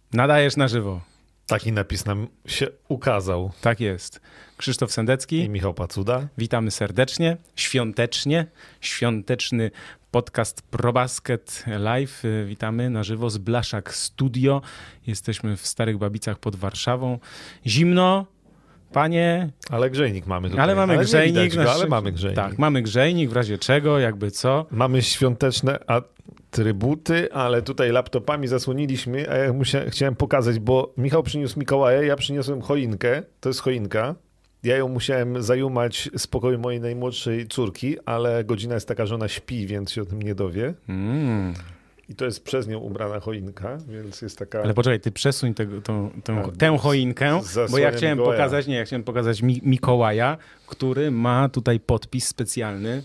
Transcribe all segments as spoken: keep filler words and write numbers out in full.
Nadajesz na żywo. Taki napis nam się ukazał. Tak jest. Krzysztof Sendecki i Michał Pacuda. Witamy serdecznie, świątecznie. Świąteczny podcast ProBasket Live. Witamy na żywo z Blaszak Studio. Jesteśmy w Starych Babicach pod Warszawą. Zimno, panie. Ale grzejnik mamy tutaj. Ale mamy ale grzejnik. Go, ale mamy grzejnik. Tak, mamy grzejnik, w razie czego, jakby co. Mamy świąteczne atrybuty, ale tutaj laptopami zasłoniliśmy, a ja musia, chciałem pokazać, bo Michał przyniósł Mikołaja, ja przyniosłem choinkę. To jest choinka. Ja ją musiałem zajumać z pokoju mojej najmłodszej córki, ale godzina jest taka, że ona śpi, więc się o tym nie dowie. Mm. I to jest przez nią ubrana choinka, więc jest taka... Ale poczekaj, ty przesuń tego, tą, tą, A, tę choinkę, bo ja chciałem Mikołaja. pokazać, nie, ja chciałem pokazać Mi- Mikołaja, który ma tutaj podpis specjalny,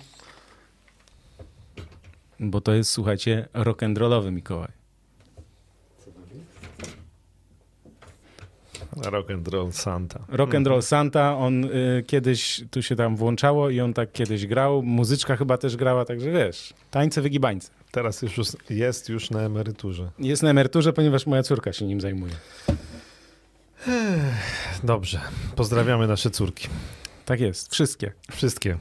bo to jest, słuchajcie, rock'n'rollowy Mikołaj. Rock and roll Santa. Rock and roll Santa, on y, kiedyś tu się tam włączało i on tak kiedyś grał. Muzyczka chyba też grała, także wiesz, tańce wygibańce. Teraz już jest już na emeryturze. Jest na emeryturze, ponieważ moja córka się nim zajmuje. Dobrze, pozdrawiamy nasze córki. Tak jest, wszystkie. Wszystkie.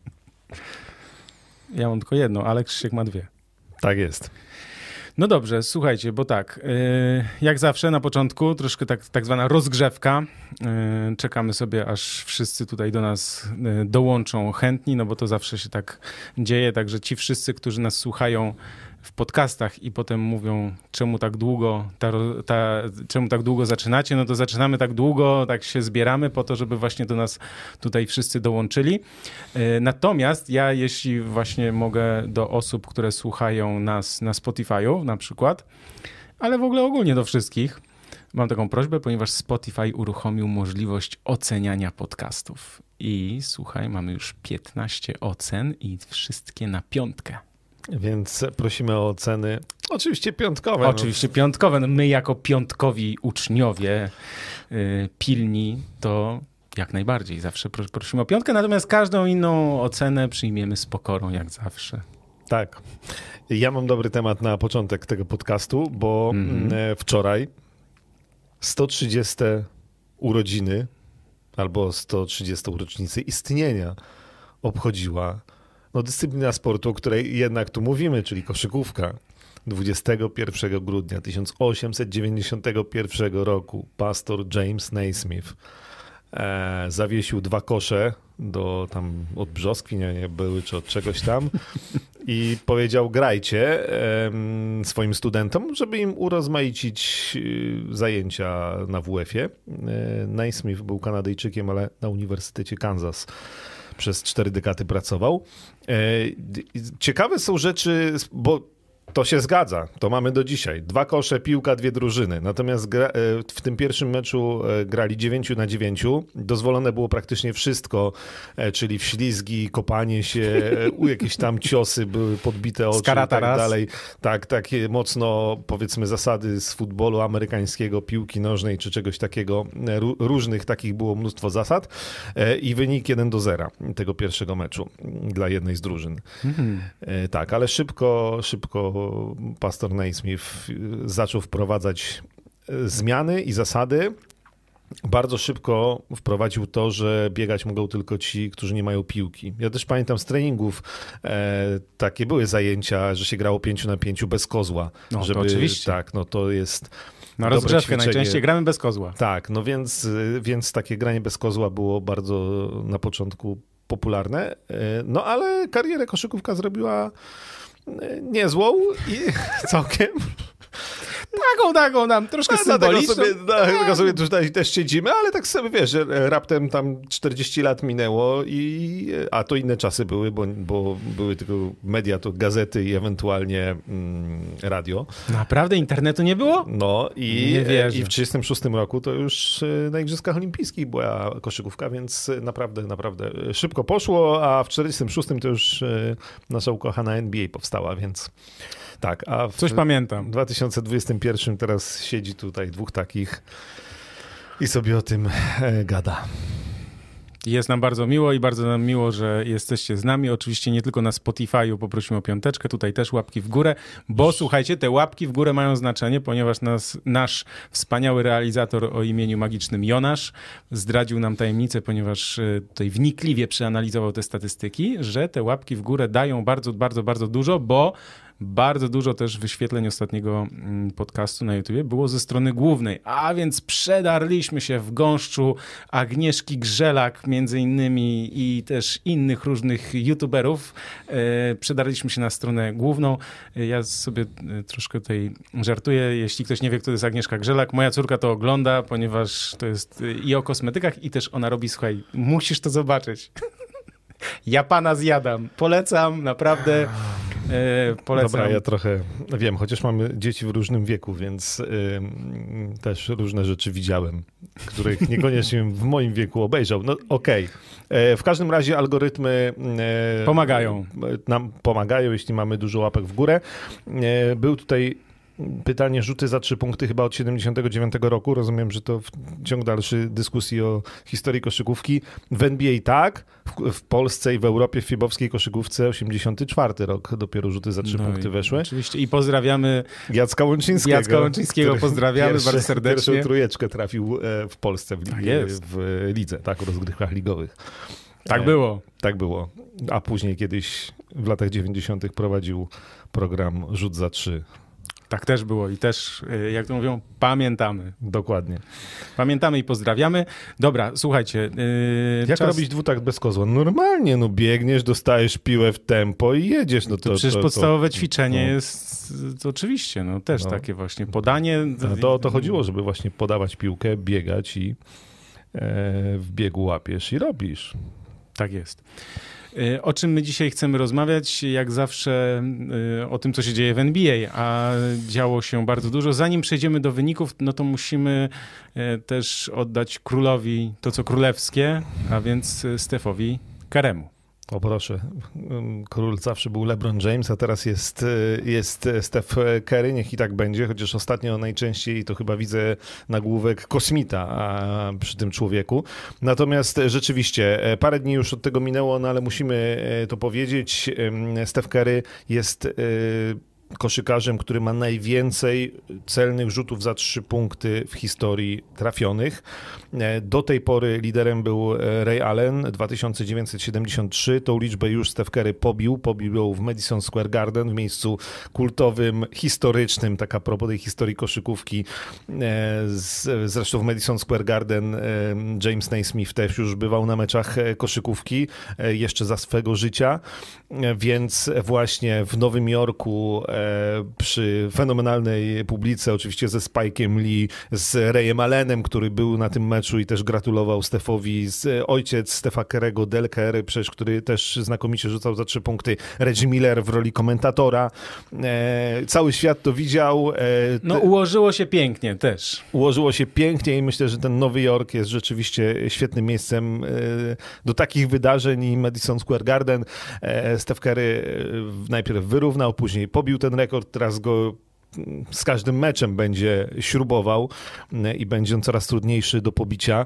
Ja mam tylko jedną, ale Krzysiek ma dwie. Tak jest. No dobrze, słuchajcie, bo tak, yy, jak zawsze na początku troszkę tak, tak zwana rozgrzewka. Yy, czekamy sobie, aż wszyscy tutaj do nas yy, dołączą chętni, no bo to zawsze się tak dzieje, także ci wszyscy, którzy nas słuchają w podcastach i potem mówią, czemu tak długo, ta, ta, czemu tak długo zaczynacie, no to zaczynamy tak długo, tak się zbieramy po to, żeby właśnie do nas tutaj wszyscy dołączyli. Natomiast ja, jeśli właśnie mogę do osób, które słuchają nas na Spotify'u na przykład, ale w ogóle ogólnie do wszystkich, mam taką prośbę, ponieważ Spotify uruchomił możliwość oceniania podcastów. I słuchaj, mamy już piętnaście ocen i wszystkie na piątkę. Więc prosimy o oceny, oczywiście piątkowe. Oczywiście no. piątkowe. No my jako piątkowi uczniowie yy, pilni, to jak najbardziej zawsze prosimy o piątkę, natomiast każdą inną ocenę przyjmiemy z pokorą, jak zawsze. Tak. Ja mam dobry temat na początek tego podcastu, bo mm-hmm. wczoraj sto trzydzieste urodziny albo sto trzydziestą rocznicę istnienia obchodziła No, dyscyplina sportu, o której jednak tu mówimy, czyli koszykówka. dwudziestego pierwszego grudnia tysiąc osiemset dziewięćdziesiątego pierwszego roku pastor James Naismith e, zawiesił dwa kosze do tam od brzoskwi, nie, nie były, czy od czegoś tam i powiedział, grajcie e, swoim studentom, żeby im urozmaicić e, zajęcia na W F-ie. E, Naismith był Kanadyjczykiem, ale na Uniwersytecie Kansas przez cztery dekady pracował. Ciekawe są rzeczy, bo to się zgadza, to mamy do dzisiaj. Dwa kosze, piłka, dwie drużyny. Natomiast gra, w tym pierwszym meczu grali dziewięciu na dziewięciu. Dozwolone było praktycznie wszystko, czyli wślizgi, kopanie się, jakieś tam ciosy były podbite oczy i tak dalej. Tak, takie mocno, powiedzmy, zasady z futbolu amerykańskiego, piłki nożnej czy czegoś takiego. Różnych takich było mnóstwo zasad i wynik jeden do zera tego pierwszego meczu dla jednej z drużyn. Mhm. Tak, ale szybko, szybko pastor Naismith zaczął wprowadzać zmiany i zasady. Bardzo szybko wprowadził to, że biegać mogą tylko ci, którzy nie mają piłki. Ja też pamiętam z treningów e, takie były zajęcia, że się grało pięciu na pięciu bez kozła. No żeby, to oczywiście. Tak, no to jest na rozgrzewkę najczęściej gramy bez kozła. Tak, no więc, więc takie granie bez kozła było bardzo na początku popularne. No ale karierę koszykówka zrobiła niezłą i całkiem. Taką, taką nam troszkę no, symboliczną. Sobie, dlatego sobie tutaj też siedzimy, ale tak sobie wiesz, że raptem tam czterdzieści lat minęło i a to inne czasy były, bo, bo były tylko media, to gazety i ewentualnie mm, radio. Naprawdę internetu nie było? No i, nie wierzę. I w trzydziestym szóstym roku to już na Igrzyskach Olimpijskich była koszykówka, więc naprawdę, naprawdę szybko poszło, a w czterdziestym szóstym to już nasza ukochana N B A powstała, więc tak, a w Coś pamiętam. dwa tysiące dwudziestym pierwszym teraz siedzi tutaj dwóch takich i sobie o tym e, gada. Jest nam bardzo miło i bardzo nam miło, że jesteście z nami. Oczywiście nie tylko na Spotify'u poprosimy o piąteczkę, tutaj też łapki w górę, bo słuchajcie, te łapki w górę mają znaczenie, ponieważ nas, nasz wspaniały realizator o imieniu magicznym Jonasz zdradził nam tajemnicę, ponieważ tutaj wnikliwie przeanalizował te statystyki, że te łapki w górę dają bardzo, bardzo, bardzo dużo, bo bardzo dużo też wyświetleń ostatniego podcastu na YouTubie było ze strony głównej, a więc przedarliśmy się w gąszczu Agnieszki Grzelak między innymi i też innych różnych YouTuberów. E, przedarliśmy się na stronę główną. Ja sobie troszkę tutaj żartuję. Jeśli ktoś nie wie, kto to jest Agnieszka Grzelak, moja córka to ogląda, ponieważ to jest i o kosmetykach i też ona robi, słuchaj, musisz to zobaczyć. Ja pana zjadam. Polecam, naprawdę. Yy, polecam. Dobra, ja trochę wiem, chociaż mamy dzieci w różnym wieku, więc yy, też różne rzeczy widziałem, których niekoniecznie w moim wieku obejrzał. No okej. Okay. W każdym razie algorytmy yy, pomagają. Nam pomagają, jeśli mamy dużo łapek w górę. Yy, był tutaj pytanie, rzuty za trzy punkty chyba od siedemdziesiątego dziewiątego roku. Rozumiem, że to w ciąg dalszy dyskusji o historii koszykówki. W N B A tak, w, w Polsce i w Europie w fibowskiej koszykówce osiemdziesiąty czwarty rok dopiero rzuty za trzy no punkty weszły. Oczywiście i pozdrawiamy Jacka Łączyńskiego. Jacka Łączyńskiego pozdrawiamy pierwsze, bardzo serdecznie. Pierwszą trójeczkę trafił w Polsce w, tak w lidze, tak, w rozgrywkach ligowych. Tak było. Tak było. A później kiedyś w latach dziewięćdziesiątych prowadził program Rzut za trzy. Tak też było i też, jak to mówią, pamiętamy. Dokładnie. Pamiętamy i pozdrawiamy. Dobra, słuchajcie. Yy, Jak czas... robić dwutakt bez kozła? Normalnie, no biegniesz, dostajesz piłę w tempo i jedziesz. No to, to przecież to, podstawowe to, ćwiczenie no. jest to oczywiście, no też no. takie właśnie podanie. No to o to chodziło, żeby właśnie podawać piłkę, biegać i e, w biegu łapiesz i robisz. Tak jest. O czym my dzisiaj chcemy rozmawiać? Jak zawsze o tym, co się dzieje w N B A, a działo się bardzo dużo. Zanim przejdziemy do wyników, no to musimy też oddać królowi to, co królewskie, a więc Stephowi Curry'emu. O proszę, król zawsze był LeBron James, a teraz jest, jest Steph Curry, niech i tak będzie, chociaż ostatnio najczęściej to chyba widzę nagłówek kosmita przy tym człowieku. Natomiast rzeczywiście parę dni już od tego minęło, no ale musimy to powiedzieć, Steph Curry jest koszykarzem, który ma najwięcej celnych rzutów za trzy punkty w historii trafionych. Do tej pory liderem był Ray Allen, dwa tysiące dziewięćset siedemdziesiąt trzy. Tą liczbę już Steph Curry pobił. Pobił ją w Madison Square Garden, w miejscu kultowym, historycznym, tak a propos tej historii koszykówki. Zresztą w Madison Square Garden James Naismith też już bywał na meczach koszykówki, jeszcze za swego życia, więc właśnie w Nowym Jorku przy fenomenalnej publice, oczywiście ze Spike'em Lee, z Rayem Allenem, który był na tym meczu i też gratulował Stephowi, z ojciec Stepha Curry'ego, Del Curry, przecież, który też znakomicie rzucał za trzy punkty, Reggie Miller w roli komentatora. E, cały świat to widział. E, no ułożyło się pięknie też. Ułożyło się pięknie i myślę, że ten Nowy Jork jest rzeczywiście świetnym miejscem e, do takich wydarzeń i Madison Square Garden. E, Steph Curry najpierw wyrównał, później pobił ten rekord, teraz go z każdym meczem będzie śrubował i będzie on coraz trudniejszy do pobicia.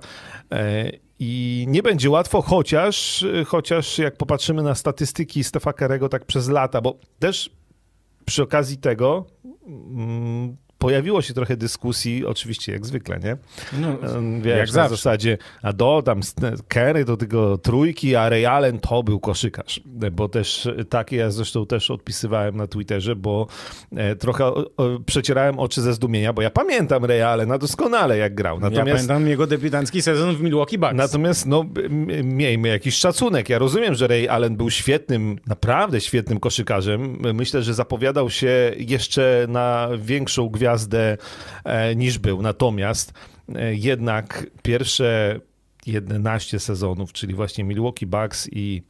I nie będzie łatwo, chociaż, chociaż jak popatrzymy na statystyki Stepha Curry'ego tak przez lata, bo też przy okazji tego mm, pojawiło się trochę dyskusji, oczywiście jak zwykle, nie? No, Wiesz, jak na zawsze. zasadzie, a dodam Curry do tego trójki, a Ray Allen to był koszykarz. Bo też takie ja zresztą też odpisywałem na Twitterze, bo trochę o, o, przecierałem oczy ze zdumienia, bo ja pamiętam Ray Allena doskonale jak grał. Natomiast, ja pamiętam jego debiutancki sezon w Milwaukee Bucks. Natomiast no, miejmy jakiś szacunek. Ja rozumiem, że Ray Allen był świetnym, naprawdę świetnym koszykarzem. Myślę, że zapowiadał się jeszcze na większą gwiazdę niż był. Natomiast jednak pierwsze jedenaście sezonów, czyli właśnie Milwaukee Bucks i,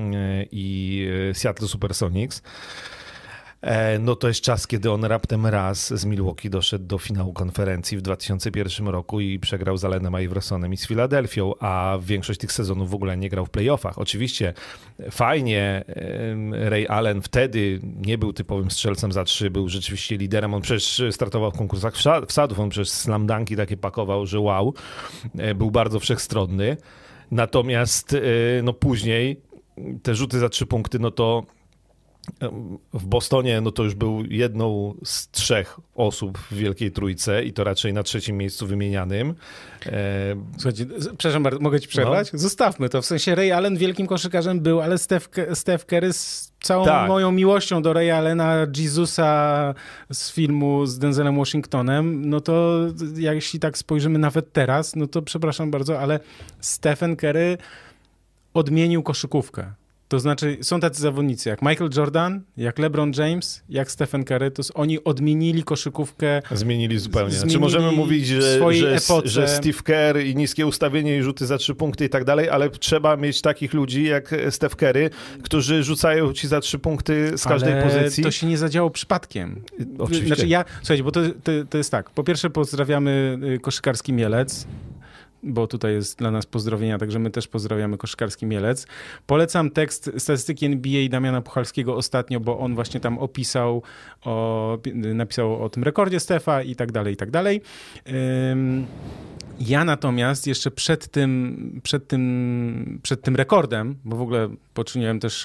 i Seattle Supersonics, no to jest czas, kiedy on raptem raz z Milwaukee doszedł do finału konferencji w dwa tysiące pierwszym roku i przegrał z Allenem Iversonem i z Filadelfią, a większość tych sezonów w ogóle nie grał w playoffach. Oczywiście fajnie, Ray Allen wtedy nie był typowym strzelcem za trzy, był rzeczywiście liderem, on przecież startował w konkursach wsadów, on przecież slam dunki takie pakował, że wow, był bardzo wszechstronny. Natomiast no później te rzuty za trzy punkty, no to w Bostonie no to już był jedną z trzech osób w Wielkiej Trójce i to raczej na trzecim miejscu wymienianym. Słuchajcie, przepraszam bardzo, mogę ci przerwać? No. Zostawmy to, w sensie Ray Allen wielkim koszykarzem był, ale Steph, Steph Curry z całą tak. moją miłością do Ray Allena, Jezusa z filmu z Denzelem Washingtonem, no to jeśli tak spojrzymy nawet teraz, no to przepraszam bardzo, ale Stephen Curry odmienił koszykówkę. To znaczy, są tacy zawodnicy jak Michael Jordan, jak LeBron James, jak Stephen Curry, to oni odmienili koszykówkę. Zmienili zupełnie. Czy możemy mówić, że, że, że Steve Kerr i niskie ustawienie i rzuty za trzy punkty i tak dalej, ale trzeba mieć takich ludzi jak Steph Curry, którzy rzucają ci za trzy punkty z każdej ale pozycji. To się nie zadziało przypadkiem. Oczywiście. Znaczy ja, słuchajcie, bo to, to, to jest tak. Po pierwsze pozdrawiamy koszykarski Mielec, bo tutaj jest dla nas pozdrowienia, także my też pozdrawiamy koszykarski Mielec. Polecam tekst statystyki N B A Damiana Puchalskiego ostatnio, bo on właśnie tam opisał, o, napisał o tym rekordzie Stefa i tak dalej, i tak dalej. Ja natomiast jeszcze przed tym, przed tym, przed tym rekordem, bo w ogóle poczyniłem też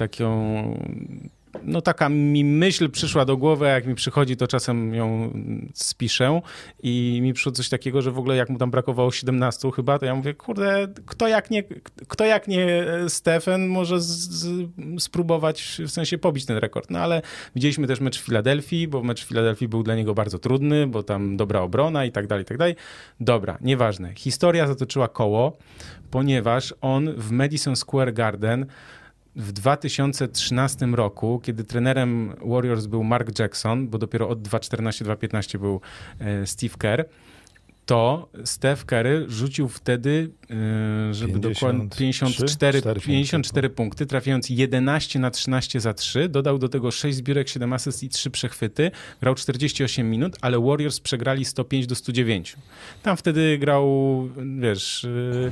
taką... No taka mi myśl przyszła do głowy, jak mi przychodzi, to czasem ją spiszę i mi przyszło coś takiego, że w ogóle jak mu tam brakowało siedemnastu chyba, to ja mówię, kurde, kto jak nie, kto jak nie Stephen może z, z, spróbować w sensie pobić ten rekord. No ale widzieliśmy też mecz w Filadelfii, bo mecz w Filadelfii był dla niego bardzo trudny, bo tam dobra obrona i tak dalej, i tak dalej. Dobra, nieważne. Historia zatoczyła koło, ponieważ on w Madison Square Garden w dwa tysiące trzynastym roku, kiedy trenerem Warriors był Mark Jackson, bo dopiero od dwa tysiące czternastego do dwa tysiące piętnastego był Steve Kerr, to Steph Curry rzucił wtedy, żeby dokładnie pięćdziesiąt cztery, pięćdziesiąt cztery punkty, trafiając jedenaście na trzynaście za trzy, dodał do tego sześć zbiórek, siedem asyst i trzy przechwyty, grał czterdzieści osiem minut, ale Warriors przegrali sto pięć do stu dziewięciu. Tam wtedy grał, wiesz,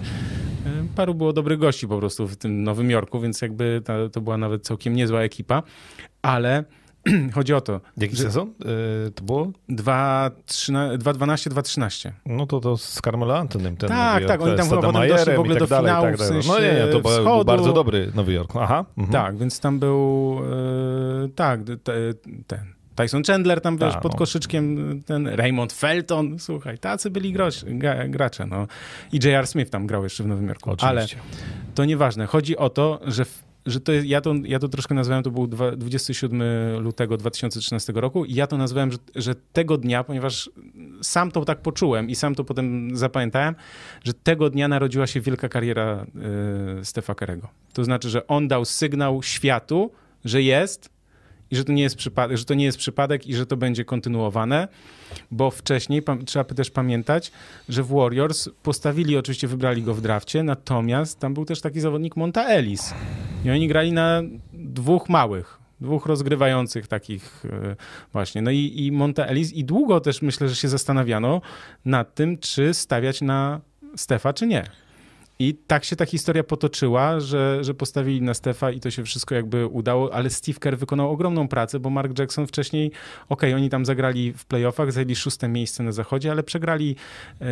paru było dobrych gości po prostu w tym Nowym Jorku, więc jakby to, to była nawet całkiem niezła ekipa, ale chodzi o to. Jaki sezon yy, to było? dwa dwanaście dwa trzynaście. No to to z Carmelo Antonym. Ten tak, Nowy tak, Jork, oni tam chyba potem doszli w ogóle do dalej, finału, tak w sensie no nie, nie, to wschodu. był bardzo dobry Nowy Jork. Aha. Mhm. Tak, więc tam był yy, tak, te, ten Tyson Chandler tam, wiesz, Ta, pod no. koszyczkiem, ten Raymond Felton, słuchaj, tacy byli groś, gra, gracze, no. I J R. Smith tam grał jeszcze w Nowym Jorku. Oczywiście. Ale to nieważne. Chodzi o to, że w, że to jest, ja, to, ja to troszkę nazwałem, to był dwudziestego siódmego lutego dwa tysiące trzynastego roku i ja to nazwałem, że, że tego dnia, ponieważ sam to tak poczułem i sam to potem zapamiętałem, że tego dnia narodziła się wielka kariera y, Stepha Curry'ego. To znaczy, że on dał sygnał światu, że jest i że to nie jest przypadek, że to nie jest przypadek i że to będzie kontynuowane, bo wcześniej pa, trzeba też pamiętać, że w Warriors postawili, oczywiście wybrali go w drafcie, natomiast tam był też taki zawodnik Monta Ellis i oni grali na dwóch małych, dwóch rozgrywających takich yy, właśnie. No i, i Monta Ellis i długo też myślę, że się zastanawiano nad tym, czy stawiać na Stefa, czy nie. I tak się ta historia potoczyła, że, że postawili na Stefa i to się wszystko jakby udało, ale Steve Kerr wykonał ogromną pracę, bo Mark Jackson wcześniej, okej, okay, oni tam zagrali w playoffach, zajęli szóste miejsce na zachodzie, ale przegrali yy,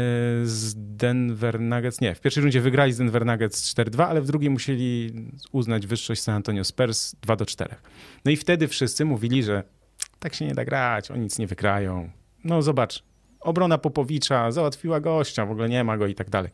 z Denver Nuggets, nie, w pierwszej rundzie wygrali z Denver Nuggets cztery dwa, ale w drugiej musieli uznać wyższość San Antonio Spurs dwa do czterech. No i wtedy wszyscy mówili, że tak się nie da grać, oni nic nie wygrają. No zobacz, obrona Popowicza załatwiła gościa, w ogóle nie ma go i tak dalej.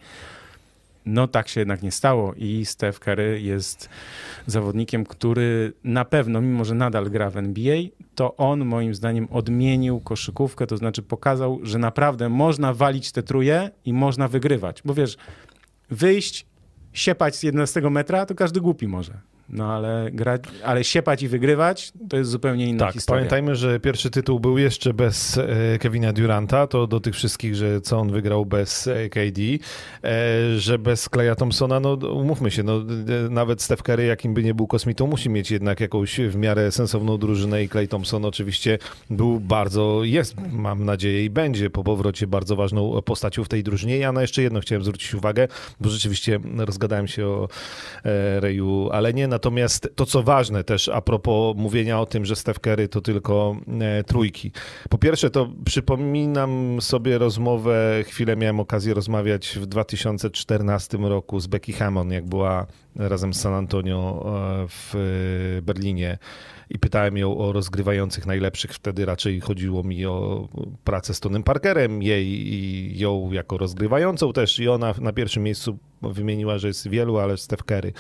No tak się jednak nie stało i Steph Curry jest zawodnikiem, który na pewno, mimo że nadal gra w N B A, to on moim zdaniem odmienił koszykówkę, to znaczy pokazał, że naprawdę można walić te truje i można wygrywać. Bo wiesz, wyjść, siepać z jedenastego metra, to każdy głupi może. No ale, grać, ale siepać i wygrywać to jest zupełnie inna tak, historia. Pamiętajmy, że pierwszy tytuł był jeszcze bez e, Kevina Duranta, to do tych wszystkich, że co on wygrał bez e, K D, e, że bez Klaya Thompsona, no umówmy się, no, e, nawet Steph Curry, jakim by nie był kosmitą, musi mieć jednak jakąś w miarę sensowną drużynę i Klay Thompson oczywiście był bardzo, jest, mam nadzieję i będzie po powrocie bardzo ważną postacią w tej drużynie. Ja na jeszcze jedno chciałem zwrócić uwagę, bo rzeczywiście rozgadałem się o e, Rayu Allenie, Natomiast to, co ważne też a propos mówienia o tym, że Steph Curry to tylko e, trójki. Po pierwsze, to przypominam sobie rozmowę, chwilę miałem okazję rozmawiać w dwa tysiące czternastym roku z Becky Hammon, jak była razem z San Antonio e, w Berlinie i pytałem ją o rozgrywających najlepszych. Wtedy raczej chodziło mi o pracę z Tonym Parkerem, jej i ją jako rozgrywającą też i ona na pierwszym miejscu wymieniła, że jest wielu, ale Steph Curry.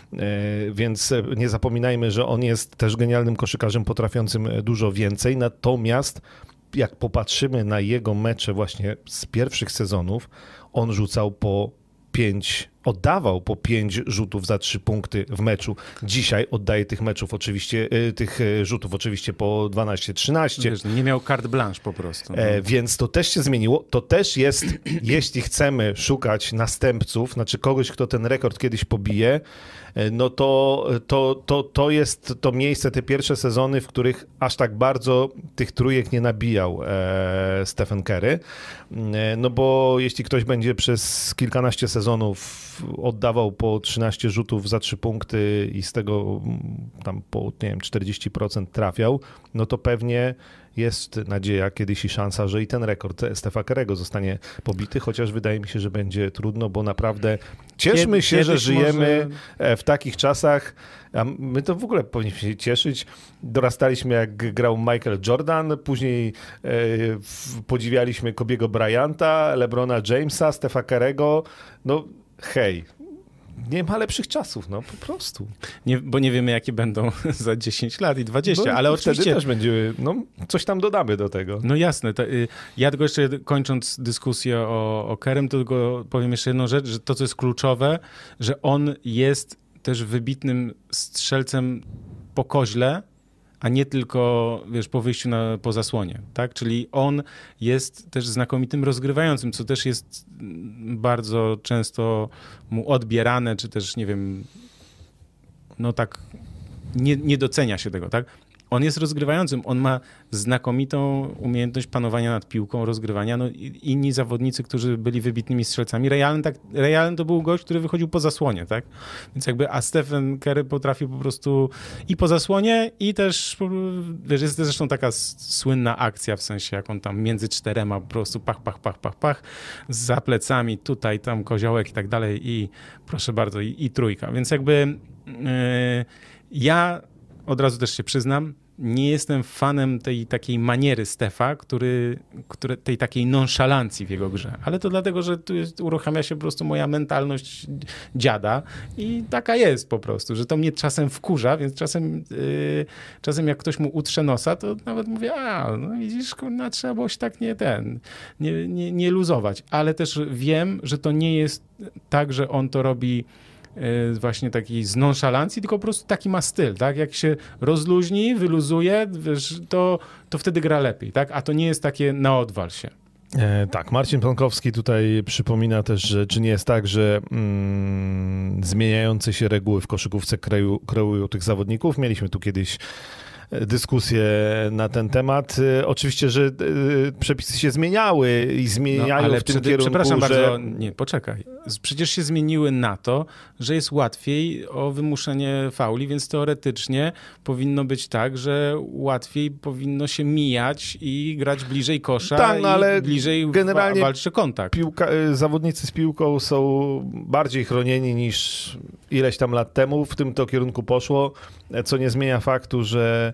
Więc nie zapominajmy, że on jest też genialnym koszykarzem potrafiącym dużo więcej, natomiast jak popatrzymy na jego mecze właśnie z pierwszych sezonów, on rzucał po pięć, oddawał po pięć rzutów za trzy punkty w meczu. Dzisiaj oddaje tych meczów oczywiście, tych rzutów oczywiście po dwanaście trzynaście. Wiesz, nie miał carte blanche po prostu. No. E, więc to też się zmieniło. To też jest, jeśli chcemy szukać następców, znaczy kogoś, kto ten rekord kiedyś pobije, no to, to, to, to jest to miejsce, te pierwsze sezony, w których aż tak bardzo tych trójek nie nabijał e, Stephen Curry. E, no bo jeśli ktoś będzie przez kilkanaście sezonów oddawał po trzynaście rzutów za trzy punkty i z tego tam po, nie wiem, czterdzieści procent trafiał, no to pewnie jest nadzieja kiedyś i szansa, że i ten rekord Stepha Curry'ego zostanie pobity, chociaż wydaje mi się, że będzie trudno, bo naprawdę cieszmy Kiedy, się, że żyjemy może... w takich czasach, a my to w ogóle powinniśmy się cieszyć. Dorastaliśmy, jak grał Michael Jordan, później e, podziwialiśmy Kobiego Bryanta, LeBrona Jamesa, Stepha Curry'ego, no hej, nie ma lepszych czasów, no po prostu. Nie, bo nie wiemy, jakie będą za dziesięć lat i dwadzieścia, no, ale wtedy oczywiście... też będzie, no coś tam dodamy do tego. No jasne. To, y, ja tylko jeszcze kończąc dyskusję o, o Kerem, to tylko powiem jeszcze jedną rzecz, że to, co jest kluczowe, że on jest też wybitnym strzelcem po koźle, a nie tylko, wiesz, po wyjściu na, po zasłonie, tak? Czyli on jest też znakomitym rozgrywającym, co też jest bardzo często mu odbierane, czy też, nie wiem, no tak, nie, nie docenia się tego, tak? On jest rozgrywającym, on ma znakomitą umiejętność panowania nad piłką, rozgrywania. No, inni zawodnicy, którzy byli wybitnymi strzelcami, Ray Allen, tak, Ray Allen to był gość, który wychodził po zasłonie, tak? Więc jakby, a Stephen Curry potrafił po prostu i po zasłonie, i też, wiesz, jest zresztą taka słynna akcja, w sensie, jak on tam między czterema po prostu pach, pach, pach, pach, pach, za plecami, tutaj, tam koziołek i tak dalej i proszę bardzo, i, i trójka. Więc jakby yy, ja od razu też się przyznam, nie jestem fanem tej takiej maniery Stefa, który, który, tej takiej nonszalancji w jego grze. Ale to dlatego, że tu jest, uruchamia się po prostu moja mentalność dziada i taka jest po prostu, że to mnie czasem wkurza, więc czasem, yy, czasem jak ktoś mu utrze nosa, to nawet mówię, a no widzisz, kurna, trzeba było się tak nie ten, nie, nie, nie luzować. Ale też wiem, że to nie jest tak, że on to robi właśnie takiej z nonszalancji, tylko po prostu taki ma styl, tak? Jak się rozluźni, wyluzuje, wiesz, to, to wtedy gra lepiej, tak? A to nie jest takie na odwal się. E, tak, Marcin Pąkowski tutaj przypomina też, że czy nie jest tak, że mm, zmieniające się reguły w koszykówce kreują, kreują tych zawodników. Mieliśmy tu kiedyś dyskusję na ten temat. Oczywiście, że przepisy się zmieniały i zmieniają no, ale w tym przed, kierunku, przepraszam że... bardzo, nie, poczekaj. Przecież się zmieniły na to, że jest łatwiej o wymuszenie fauli, więc teoretycznie powinno być tak, że łatwiej powinno się mijać i grać bliżej kosza tak, no, ale i bliżej generalnie walczy kontakt. Piłka, zawodnicy z piłką są bardziej chronieni niż ileś tam lat temu. W tym to kierunku poszło, co nie zmienia faktu, że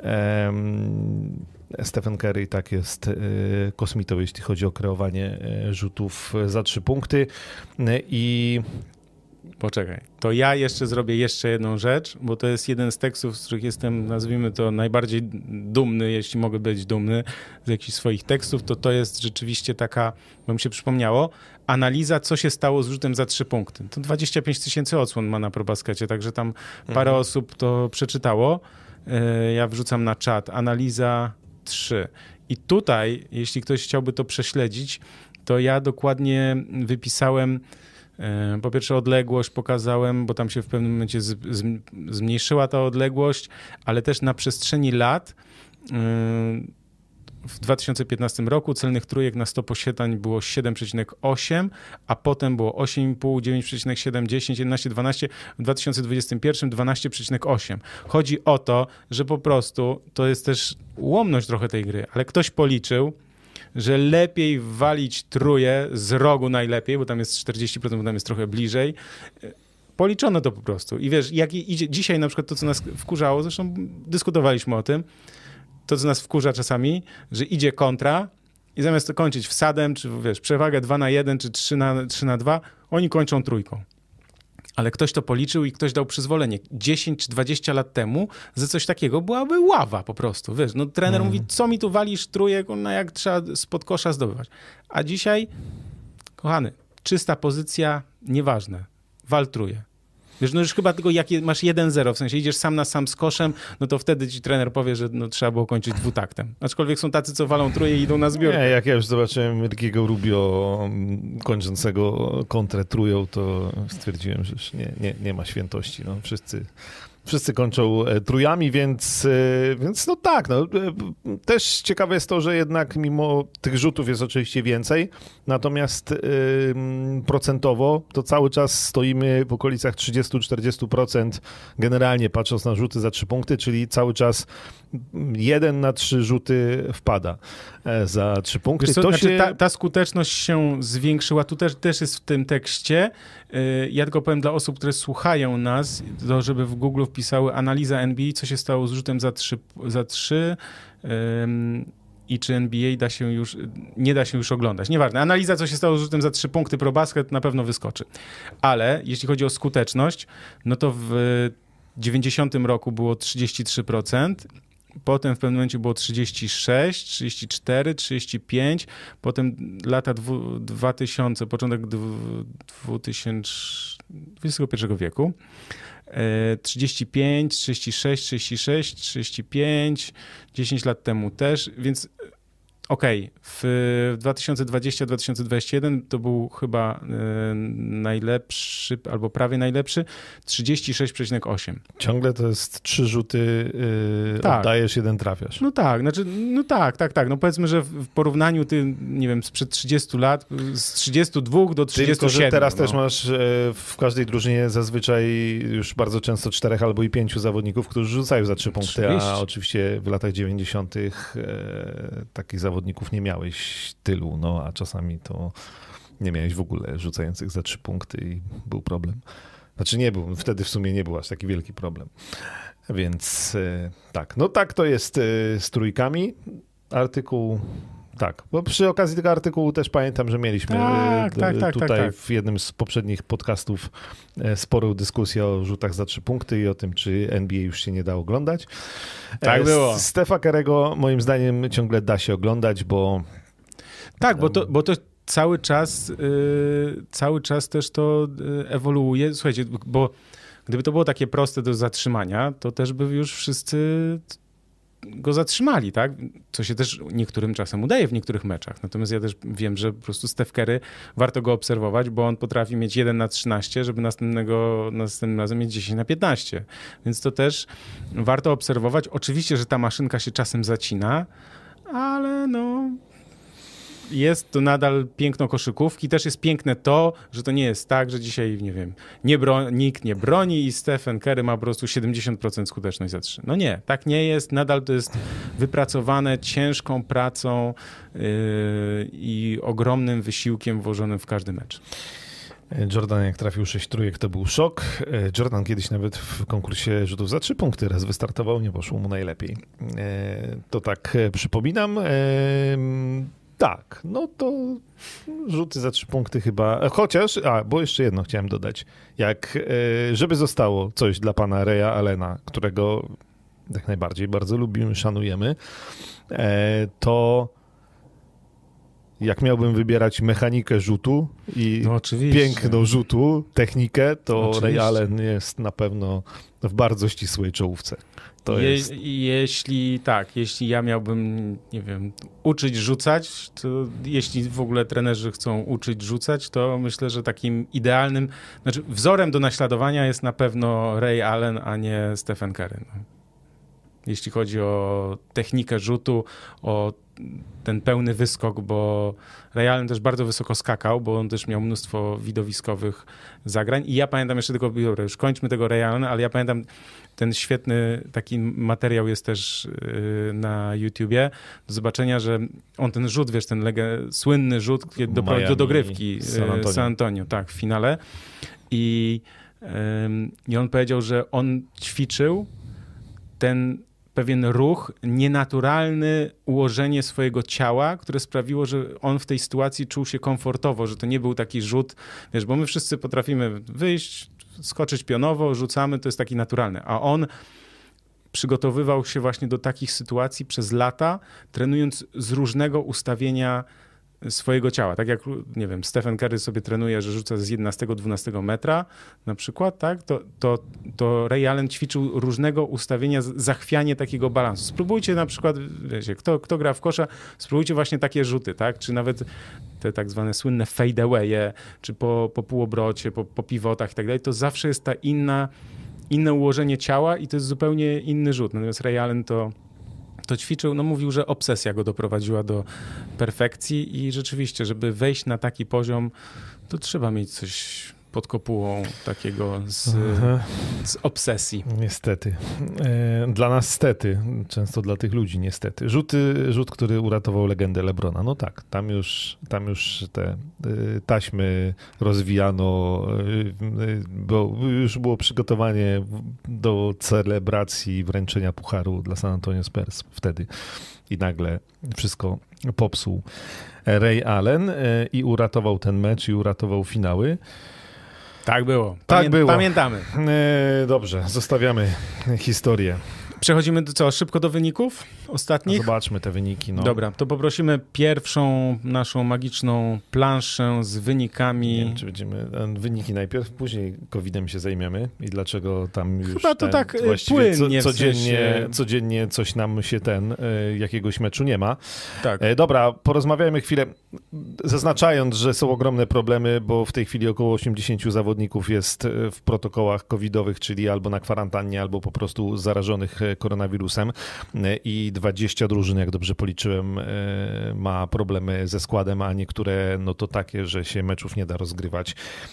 um, Stephen Curry tak jest y, kosmitą, jeśli chodzi o kreowanie y, rzutów za trzy punkty. Y, I poczekaj, to ja jeszcze zrobię jeszcze jedną rzecz, bo to jest jeden z tekstów, z których jestem, nazwijmy to, najbardziej dumny, jeśli mogę być dumny z jakichś swoich tekstów, to to jest rzeczywiście taka, bo mi się przypomniało, analiza, co się stało z rzutem za trzy punkty. To dwadzieścia pięć tysięcy odsłon ma na ProBaskecie, także tam parę mhm. osób to przeczytało. Ja wrzucam na czat. Analiza trzy. I tutaj, jeśli ktoś chciałby to prześledzić, to ja dokładnie wypisałem po pierwsze odległość pokazałem, bo tam się w pewnym momencie z, z, zmniejszyła ta odległość, ale też na przestrzeni lat yy, w dwa tysiące piętnastym roku celnych trójek na sto posiadań było siedem przecinek osiem, a potem było osiem przecinek pięć, dziewięć przecinek siedem, dziesięć, jedenaście, dwanaście, w dwa tysiące dwudziestym pierwszym dwanaście przecinek osiem. Chodzi o to, że po prostu to jest też ułomność trochę tej gry, ale ktoś policzył, że lepiej walić truje z rogu najlepiej, bo tam jest czterdzieści procent, bo tam jest trochę bliżej. Policzono to po prostu. I wiesz, jak idzie dzisiaj na przykład to, co nas wkurzało, zresztą dyskutowaliśmy o tym, to, co nas wkurza czasami, że idzie kontra i zamiast to kończyć wsadem, czy wiesz, przewagę dwa na jeden, czy trzy na dwa, oni kończą trójką. Ale ktoś to policzył i ktoś dał przyzwolenie. dziesięć czy dwadzieścia lat temu za coś takiego byłaby ława po prostu. Wiesz, no trener mm. mówi, co mi tu walisz trójek, no jak trzeba spod kosza zdobywać. A dzisiaj, kochany, czysta pozycja, nieważne, wal truje. Wiesz, no już chyba tylko jak masz jeden zero, w sensie idziesz sam na sam z koszem, no to wtedy ci trener powie, że no, trzeba było kończyć dwutaktem. Aczkolwiek są tacy, co walą truje i idą na zbiórkę. Nie, jak ja już zobaczyłem Rickiego Rubio kończącego kontrę trują, to stwierdziłem, że już nie, nie, nie ma świętości. No, wszyscy... Wszyscy kończą trójami, więc, więc no tak, no, też ciekawe jest to, że jednak mimo tych rzutów jest oczywiście więcej, natomiast yy, procentowo to cały czas stoimy w okolicach trzydzieści do czterdziestu procent generalnie patrząc na rzuty za trzy punkty, czyli cały czas jeden na trzy rzuty wpada za trzy punkty. Wiesz co, to znaczy się... ta, ta skuteczność się zwiększyła, tu też, też jest w tym tekście. Ja tylko powiem dla osób, które słuchają nas, to żeby w Google wpisały analiza N B A, co się stało z rzutem za trzy, za trzy um, i czy N B A da się już, nie da się już oglądać. Nieważne, analiza, co się stało z rzutem za trzy punkty pro basket, na pewno wyskoczy. Ale jeśli chodzi o skuteczność, no to w dziewięćdziesiątym roku było trzydzieści trzy procent, potem w pewnym momencie było trzydzieści sześć, trzydzieści cztery, trzydzieści pięć, potem lata dwa tysiące, początek dwudziestego pierwszego wieku, trzydzieści pięć, trzydzieści sześć, trzydzieści sześć, trzydzieści pięć, dziesięć lat temu też, więc okej, okay. W dwa tysiące dwudziestym do dwa tysiące dwudziestego pierwszego to był chyba y, najlepszy, albo prawie najlepszy, trzydzieści sześć przecinek osiem. Ciągle to jest trzy rzuty, yy, tak. Oddajesz, jeden trafiasz. No tak, znaczy, no tak, tak, tak. No powiedzmy, że w porównaniu ty, nie wiem, sprzed trzydziestu lat, z trzydziestu dwóch do trzydziestu siedmiu. Tylko, że teraz no. też masz w każdej drużynie zazwyczaj już bardzo często czterech albo i pięciu zawodników, którzy rzucają za trzy punkty, oczywiście. A oczywiście w latach dziewięćdziesiątych e, takich zawodników nie miałeś tylu, no a czasami to nie miałeś w ogóle rzucających za trzy punkty i był problem. Znaczy nie był, wtedy w sumie nie był aż taki wielki problem. Więc e, tak, no tak to jest e, z trójkami. Artykuł, tak, bo przy okazji tego artykułu też pamiętam, że mieliśmy tak, e, tak, tak, tutaj tak, tak. w jednym z poprzednich podcastów e, sporą dyskusję o rzutach za trzy punkty i o tym, czy N B A już się nie da oglądać. Tak było. Stefa Curry'ego moim zdaniem ciągle da się oglądać, bo... Tak, bo to, bo to cały czas yy, cały czas też to ewoluuje. Słuchajcie, bo gdyby to było takie proste do zatrzymania, to też by już wszyscy go zatrzymali, tak? Co się też niektórym czasem udaje w niektórych meczach. Natomiast ja też wiem, że po prostu Steph Curry, warto go obserwować, bo on potrafi mieć jeden na trzynaście, żeby następnego, następnym razem mieć dziesięć na piętnaście. Więc to też warto obserwować. Oczywiście, że ta maszynka się czasem zacina, ale no... Jest to nadal piękno koszykówki. Też jest piękne to, że to nie jest tak, że dzisiaj, nie wiem, nie bro- nikt nie broni i Stephen Curry ma po prostu siedemdziesiąt procent skuteczność za trzy. No nie, tak nie jest. Nadal to jest wypracowane ciężką pracą yy, i ogromnym wysiłkiem włożonym w każdy mecz. Jordan jak trafił sześć trójek, to był szok. Jordan kiedyś nawet w konkursie rzutów za trzy punkty raz wystartował, nie poszło mu najlepiej. To tak przypominam. Tak, no to rzuty za trzy punkty chyba, chociaż, a, bo jeszcze jedno chciałem dodać, jak, żeby zostało coś dla pana Raya Allena, którego jak najbardziej bardzo lubimy, szanujemy, to jak miałbym wybierać mechanikę rzutu i no piękno rzutu, technikę, to oczywiście. Ray Allen jest na pewno w bardzo ścisłej czołówce. To Je, jest... Jeśli tak, jeśli ja miałbym, nie wiem, uczyć rzucać, to jeśli w ogóle trenerzy chcą uczyć rzucać, to myślę, że takim idealnym, znaczy wzorem do naśladowania jest na pewno Ray Allen, a nie Stephen Curry. No. jeśli chodzi o technikę rzutu, o ten pełny wyskok, bo Ray Allen też bardzo wysoko skakał, bo on też miał mnóstwo widowiskowych zagrań i ja pamiętam jeszcze tylko, dobra, już kończmy tego Ray Allena, ale ja pamiętam ten świetny taki materiał jest też yy, na YouTubie do zobaczenia, że on ten rzut, wiesz, ten lega, słynny rzut doprowadził do dogrywki San Antonio. San Antonio, tak, w finale i, yy, i on powiedział, że on ćwiczył ten pewien ruch, nienaturalne ułożenie swojego ciała, które sprawiło, że on w tej sytuacji czuł się komfortowo, że to nie był taki rzut, wiesz, bo my wszyscy potrafimy wyjść, skoczyć pionowo, rzucamy, to jest taki naturalny, a on przygotowywał się właśnie do takich sytuacji przez lata, trenując z różnego ustawienia swojego ciała. Tak jak, nie wiem, Stephen Curry sobie trenuje, że rzuca z jedenastego dwunastego metra na przykład, tak? To, to, to Ray Allen ćwiczył różnego ustawienia, zachwianie takiego balansu. Spróbujcie na przykład, wiecie, kto, kto gra w kosza, spróbujcie właśnie takie rzuty, tak? Czy nawet te tak zwane słynne fade away'e, czy po, po półobrocie, po, po pivotach i tak dalej, to zawsze jest ta inna, inne ułożenie ciała i to jest zupełnie inny rzut. Natomiast Ray Allen to to ćwiczył, no mówił, że obsesja go doprowadziła do perfekcji i rzeczywiście, żeby wejść na taki poziom, to trzeba mieć coś pod kopułą takiego z, z obsesji. Niestety. Dla nas stety, często dla tych ludzi niestety. Rzuty, rzut, który uratował legendę LeBrona. No tak, tam już, tam już te taśmy rozwijano, bo już było przygotowanie do celebracji wręczenia pucharu dla San Antonio Spurs wtedy. I nagle wszystko popsuł Ray Allen i uratował ten mecz i uratował finały. Tak było. Pamię- tak było. Pamiętamy. E, dobrze, zostawiamy historię. Przechodzimy do co? Szybko do wyników ostatnich? Zobaczmy te wyniki. No. Dobra, to poprosimy pierwszą naszą magiczną planszę z wynikami. Nie wiem, czy będziemy wyniki najpierw, później kowidem się zajmiemy i dlaczego tam już Chyba to ten, tak właściwie płynnie co, codziennie, w sensie... codziennie coś nam się ten, jakiegoś meczu nie ma. Tak. Dobra, porozmawiajmy chwilę, zaznaczając, że są ogromne problemy, bo w tej chwili około osiemdziesięciu zawodników jest w protokołach covidowych, czyli albo na kwarantannie, albo po prostu zarażonych koronawirusem i dwadzieścia drużyn, jak dobrze policzyłem, ma problemy ze składem, a niektóre no to takie, że się meczów nie da rozgrywać,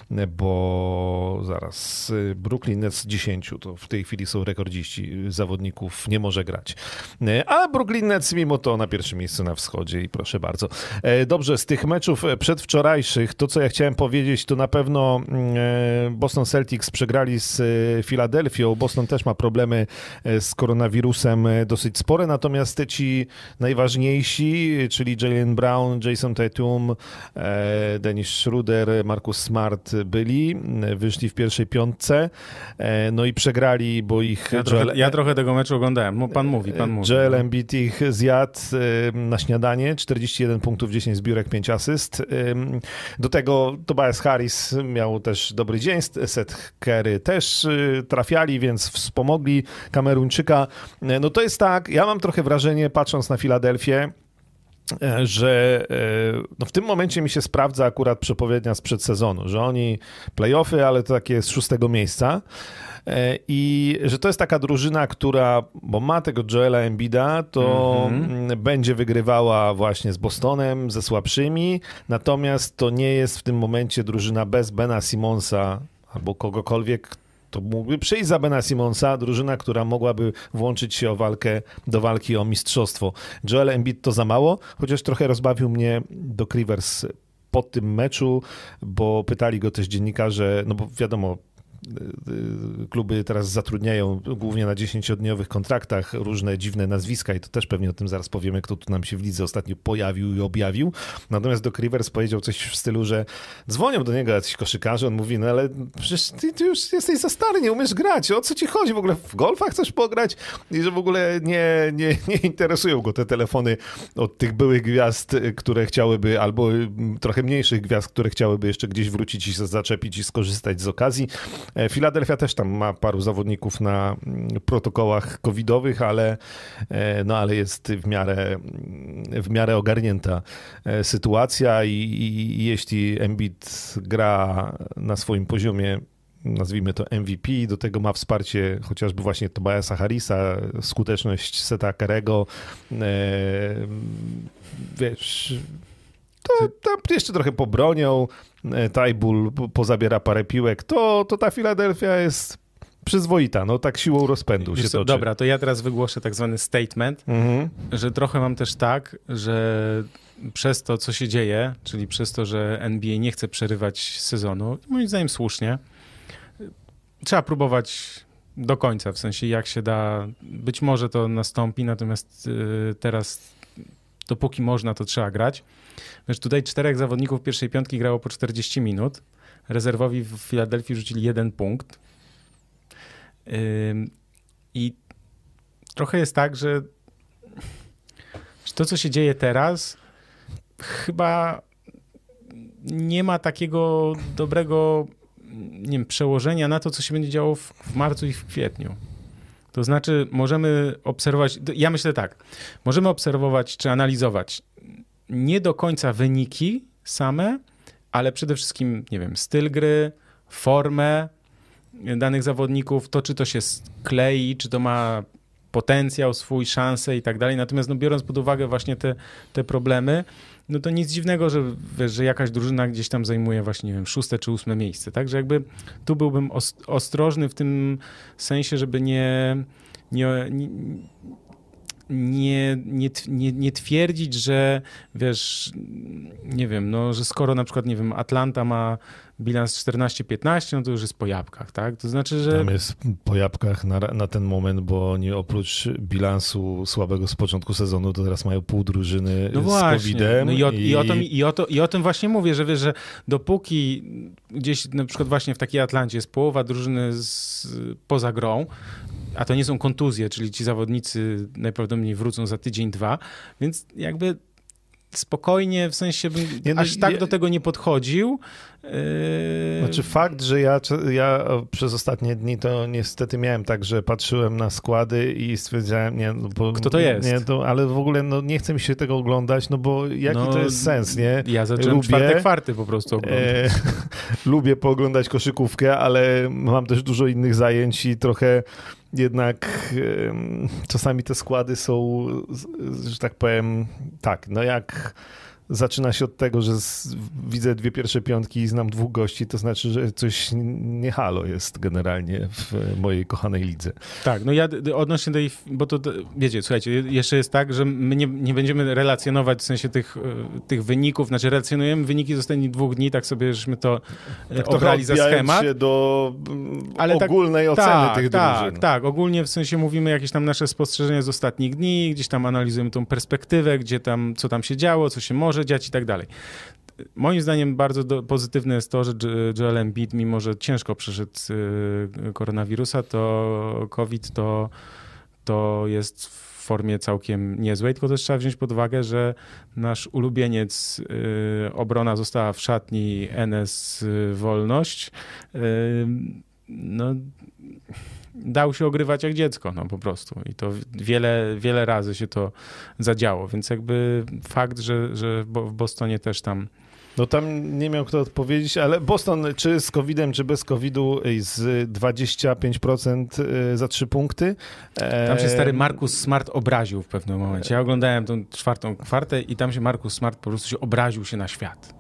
bo zaraz Brooklyn Nets dziesięć, to w tej chwili są rekordziści zawodników, nie może grać. A Brooklyn Nets mimo to na pierwszym miejscu na wschodzie i proszę bardzo. Dobrze, z tych meczów przedwczorajszych, to co ja chciałem powiedzieć, to na pewno Boston Celtics przegrali z Filadelfią. Boston też ma problemy z koronawirusem dosyć spore, natomiast ci najważniejsi, czyli Jaylen Brown, Jason Tatum, Dennis Schroeder, Marcus Smart byli, wyszli w pierwszej piątce, no i przegrali, bo ich... Ja trochę, Joel... ja trochę tego meczu oglądałem, pan mówi, pan mówi. Joel Embiid ich zjadł na śniadanie, czterdzieści jeden punktów, dziesięć zbiórek, pięć asyst. Do tego Tobias Harris miał też dobry dzień, Seth Curry też trafiali, więc wspomogli Kameruńczyka. No to jest tak, ja mam trochę wrażenie, patrząc na Filadelfię, że no w tym momencie mi się sprawdza akurat przepowiednia sprzed sezonu, że oni play-offy, ale to takie z szóstego miejsca i że to jest taka drużyna, która, bo ma tego Joela Embida, to mm-hmm. będzie wygrywała właśnie z Bostonem, ze słabszymi, natomiast to nie jest w tym momencie drużyna bez Bena Simonsa albo kogokolwiek, to mógłby przyjść za Bena Simonsa, drużyna, która mogłaby włączyć się o walkę, do walki o mistrzostwo. Joel Embiid to za mało, chociaż trochę rozbawił mnie Doc Rivers po tym meczu, bo pytali go też dziennikarze, no bo wiadomo, kluby teraz zatrudniają głównie na dziesięciodniowych kontraktach różne dziwne nazwiska i to też pewnie o tym zaraz powiemy, kto tu nam się w lidze ostatnio pojawił i objawił. Natomiast Doc Rivers powiedział coś w stylu, że dzwonią do niego jacyś koszykarze, on mówi, no ale przecież ty, ty już jesteś za stary, nie umiesz grać, o co ci chodzi? W ogóle w golfa chcesz pograć? I że w ogóle nie, nie, nie interesują go te telefony od tych byłych gwiazd, które chciałyby, albo trochę mniejszych gwiazd, które chciałyby jeszcze gdzieś wrócić i się zaczepić i skorzystać z okazji. Filadelfia też tam ma paru zawodników na protokołach covidowych, ale, no, ale jest w miarę, w miarę ogarnięta sytuacja i, i, i jeśli Embiid gra na swoim poziomie nazwijmy to M V P, do tego ma wsparcie chociażby właśnie Tobiasa Harrisa, skuteczność Seta Curry'ego, e, wiesz, to tam jeszcze trochę pobronią, Ty Bull pozabiera parę piłek, to, to ta Filadelfia jest przyzwoita, no tak siłą rozpędu się co, toczy. Dobra, to ja teraz wygłoszę tak zwany statement, mhm. że trochę mam też tak, że przez to, co się dzieje, czyli przez to, że N B A nie chce przerywać sezonu, moim zdaniem słusznie, trzeba próbować do końca, w sensie jak się da, być może to nastąpi, natomiast teraz dopóki można, to trzeba grać. Wiesz, tutaj czterech zawodników pierwszej piątki grało po czterdzieści minut, rezerwowi w Filadelfii rzucili jeden punkt. I trochę jest tak, że to, co się dzieje teraz, chyba nie ma takiego dobrego, nie wiem, przełożenia na to, co się będzie działo w, w marcu i w kwietniu. To znaczy, możemy obserwować, ja myślę tak, możemy obserwować czy analizować nie do końca wyniki same, ale przede wszystkim, nie wiem, styl gry, formę danych zawodników, to czy to się klei, czy to ma potencjał swój, szansę i tak dalej. Natomiast no, biorąc pod uwagę właśnie te, te problemy, no to nic dziwnego, że, wiesz, że jakaś drużyna gdzieś tam zajmuje właśnie, nie wiem, szóste czy ósme miejsce. Także jakby tu byłbym ostrożny w tym sensie, żeby nie, nie, nie Nie, nie, nie, nie twierdzić, że wiesz, nie wiem, no, że skoro na przykład, nie wiem, Atlanta ma bilans czternaście piętnaście, no to już jest po jabłkach, tak? To znaczy, że... Tam jest po jabłkach na, na ten moment, bo oni oprócz bilansu słabego z początku sezonu, to teraz mają pół drużyny no z właśnie. kowidem. No i o, i... I, o tym, i, o to, I o tym właśnie mówię, że wiesz, że dopóki gdzieś na przykład właśnie w takiej Atlancie jest połowa drużyny z, poza grą, a to nie są kontuzje, czyli ci zawodnicy najprawdopodobniej wrócą za tydzień, dwa, więc jakby spokojnie, w sensie bym nie, no, aż tak nie, do tego nie podchodził. Znaczy fakt, że ja, ja przez ostatnie dni to niestety miałem tak, że patrzyłem na składy i stwierdzałem, nie, no bo, kto to jest? Nie, to, ale w ogóle no, nie chce mi się tego oglądać, no bo jaki no, to jest sens, nie? Ja zacząłem lubię, czwarte kwarty po prostu oglądać. E, lubię pooglądać koszykówkę, ale mam też dużo innych zajęć i trochę jednak e, czasami te składy są, że tak powiem, tak, no jak zaczyna się od tego, że z, widzę dwie pierwsze piątki i znam dwóch gości, to znaczy, że coś nie halo jest generalnie w mojej kochanej lidze. Tak, no ja odnośnie tej, bo to, wiecie, słuchajcie, jeszcze jest tak, że my nie, nie będziemy relacjonować w sensie tych, tych wyników, znaczy relacjonujemy wyniki z ostatnich dwóch dni, tak sobie żeśmy to tak obrali za schemat. się do ale ogólnej tak, oceny tak, tych tak, drużyn. Tak, tak, ogólnie w sensie mówimy jakieś tam nasze spostrzeżenia z ostatnich dni, gdzieś tam analizujemy tą perspektywę, gdzie tam, co tam się działo, co się może dziać i tak dalej. Moim zdaniem bardzo do, pozytywne jest to, że Joel Embiid, mimo że ciężko przeszedł y, koronawirusa, to COVID to, to jest w formie całkiem niezłej, tylko też trzeba wziąć pod uwagę, że nasz ulubieniec y, obrona została w szatni Enes y, Wolność. Y, no dał się ogrywać jak dziecko, no po prostu. I to wiele, wiele razy się to zadziało, więc jakby fakt, że, że w Bostonie też tam... No tam nie miał kto odpowiedzieć, ale Boston czy z kowidem, czy bez kowidu z dwadzieścia pięć procent za trzy punkty. Tam się stary Marcus Smart obraził w pewnym momencie. Ja oglądałem tą czwartą kwartę i tam się Marcus Smart po prostu się obraził się na świat.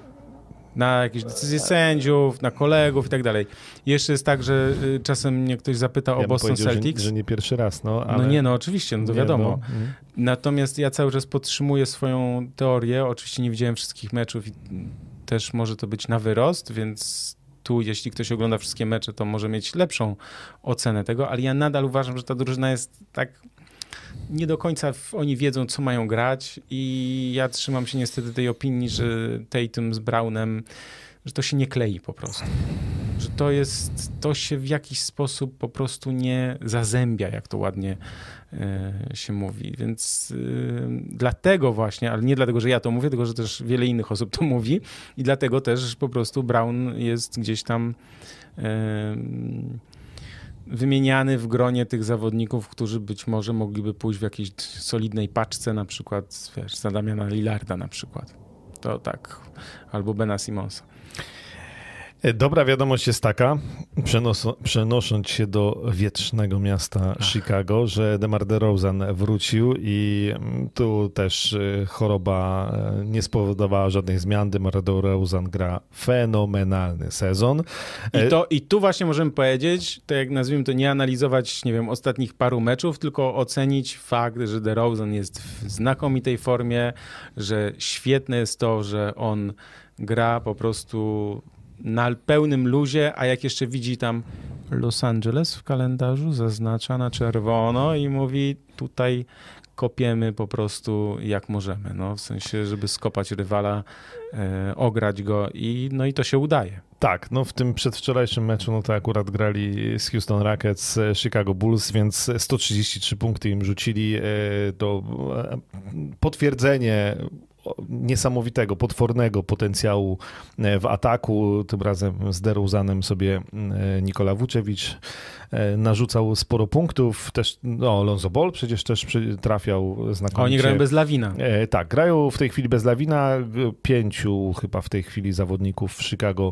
Na jakieś decyzje sędziów, na kolegów i tak dalej. Jeszcze jest tak, że czasem mnie ktoś zapyta ja o Boston Celtics. Że, że nie pierwszy raz, no. Ale... No nie, no oczywiście, no to nie, wiadomo. No. Natomiast ja cały czas podtrzymuję swoją teorię. Oczywiście nie widziałem wszystkich meczów i też może to być na wyrost, więc tu, jeśli ktoś ogląda wszystkie mecze, to może mieć lepszą ocenę tego, ale ja nadal uważam, że ta drużyna jest tak... Nie do końca oni wiedzą, co mają grać i ja trzymam się niestety tej opinii, że Tatum z Brownem, że to się nie klei po prostu. Że to jest, to się w jakiś sposób po prostu nie zazębia, jak to ładnie y, się mówi. Więc y, dlatego właśnie, ale nie dlatego, że ja to mówię, tylko że też wiele innych osób to mówi i dlatego też po prostu Brown jest gdzieś tam y, wymieniany w gronie tych zawodników, którzy być może mogliby pójść w jakiejś solidnej paczce, na przykład wiesz, za Damiana Lillarda na przykład. To tak. Albo Bena Simonsa. Dobra wiadomość jest taka, przenos- przenosząc się do wietrznego miasta Chicago, że DeMar DeRozan wrócił i tu też choroba nie spowodowała żadnych zmian. DeMar DeRozan gra fenomenalny sezon. I, to, I tu właśnie możemy powiedzieć, to jak nazwijmy to, nie analizować, nie wiem, ostatnich paru meczów, tylko ocenić fakt, że DeRozan jest w znakomitej formie, że świetne jest to, że on gra po prostu na pełnym luzie, a jak jeszcze widzi tam Los Angeles w kalendarzu, zaznacza na czerwono i mówi tutaj kopiemy po prostu jak możemy, no w sensie, żeby skopać rywala, e, ograć go i no i to się udaje. Tak, no w tym przedwczorajszym meczu, no to akurat grali z Houston Rockets, Chicago Bulls, więc sto trzydzieści trzy punkty im rzucili, e, to potwierdzenie niesamowitego, potwornego potencjału w ataku. Tym razem z DeRozanem sobie Nikola Vucevic narzucał sporo punktów. Też no, Lonzo Ball przecież też trafiał znakomicie. Oni grają bez Lavina. E, tak, grają w tej chwili bez Lavina. Pięciu chyba w tej chwili zawodników w Chicago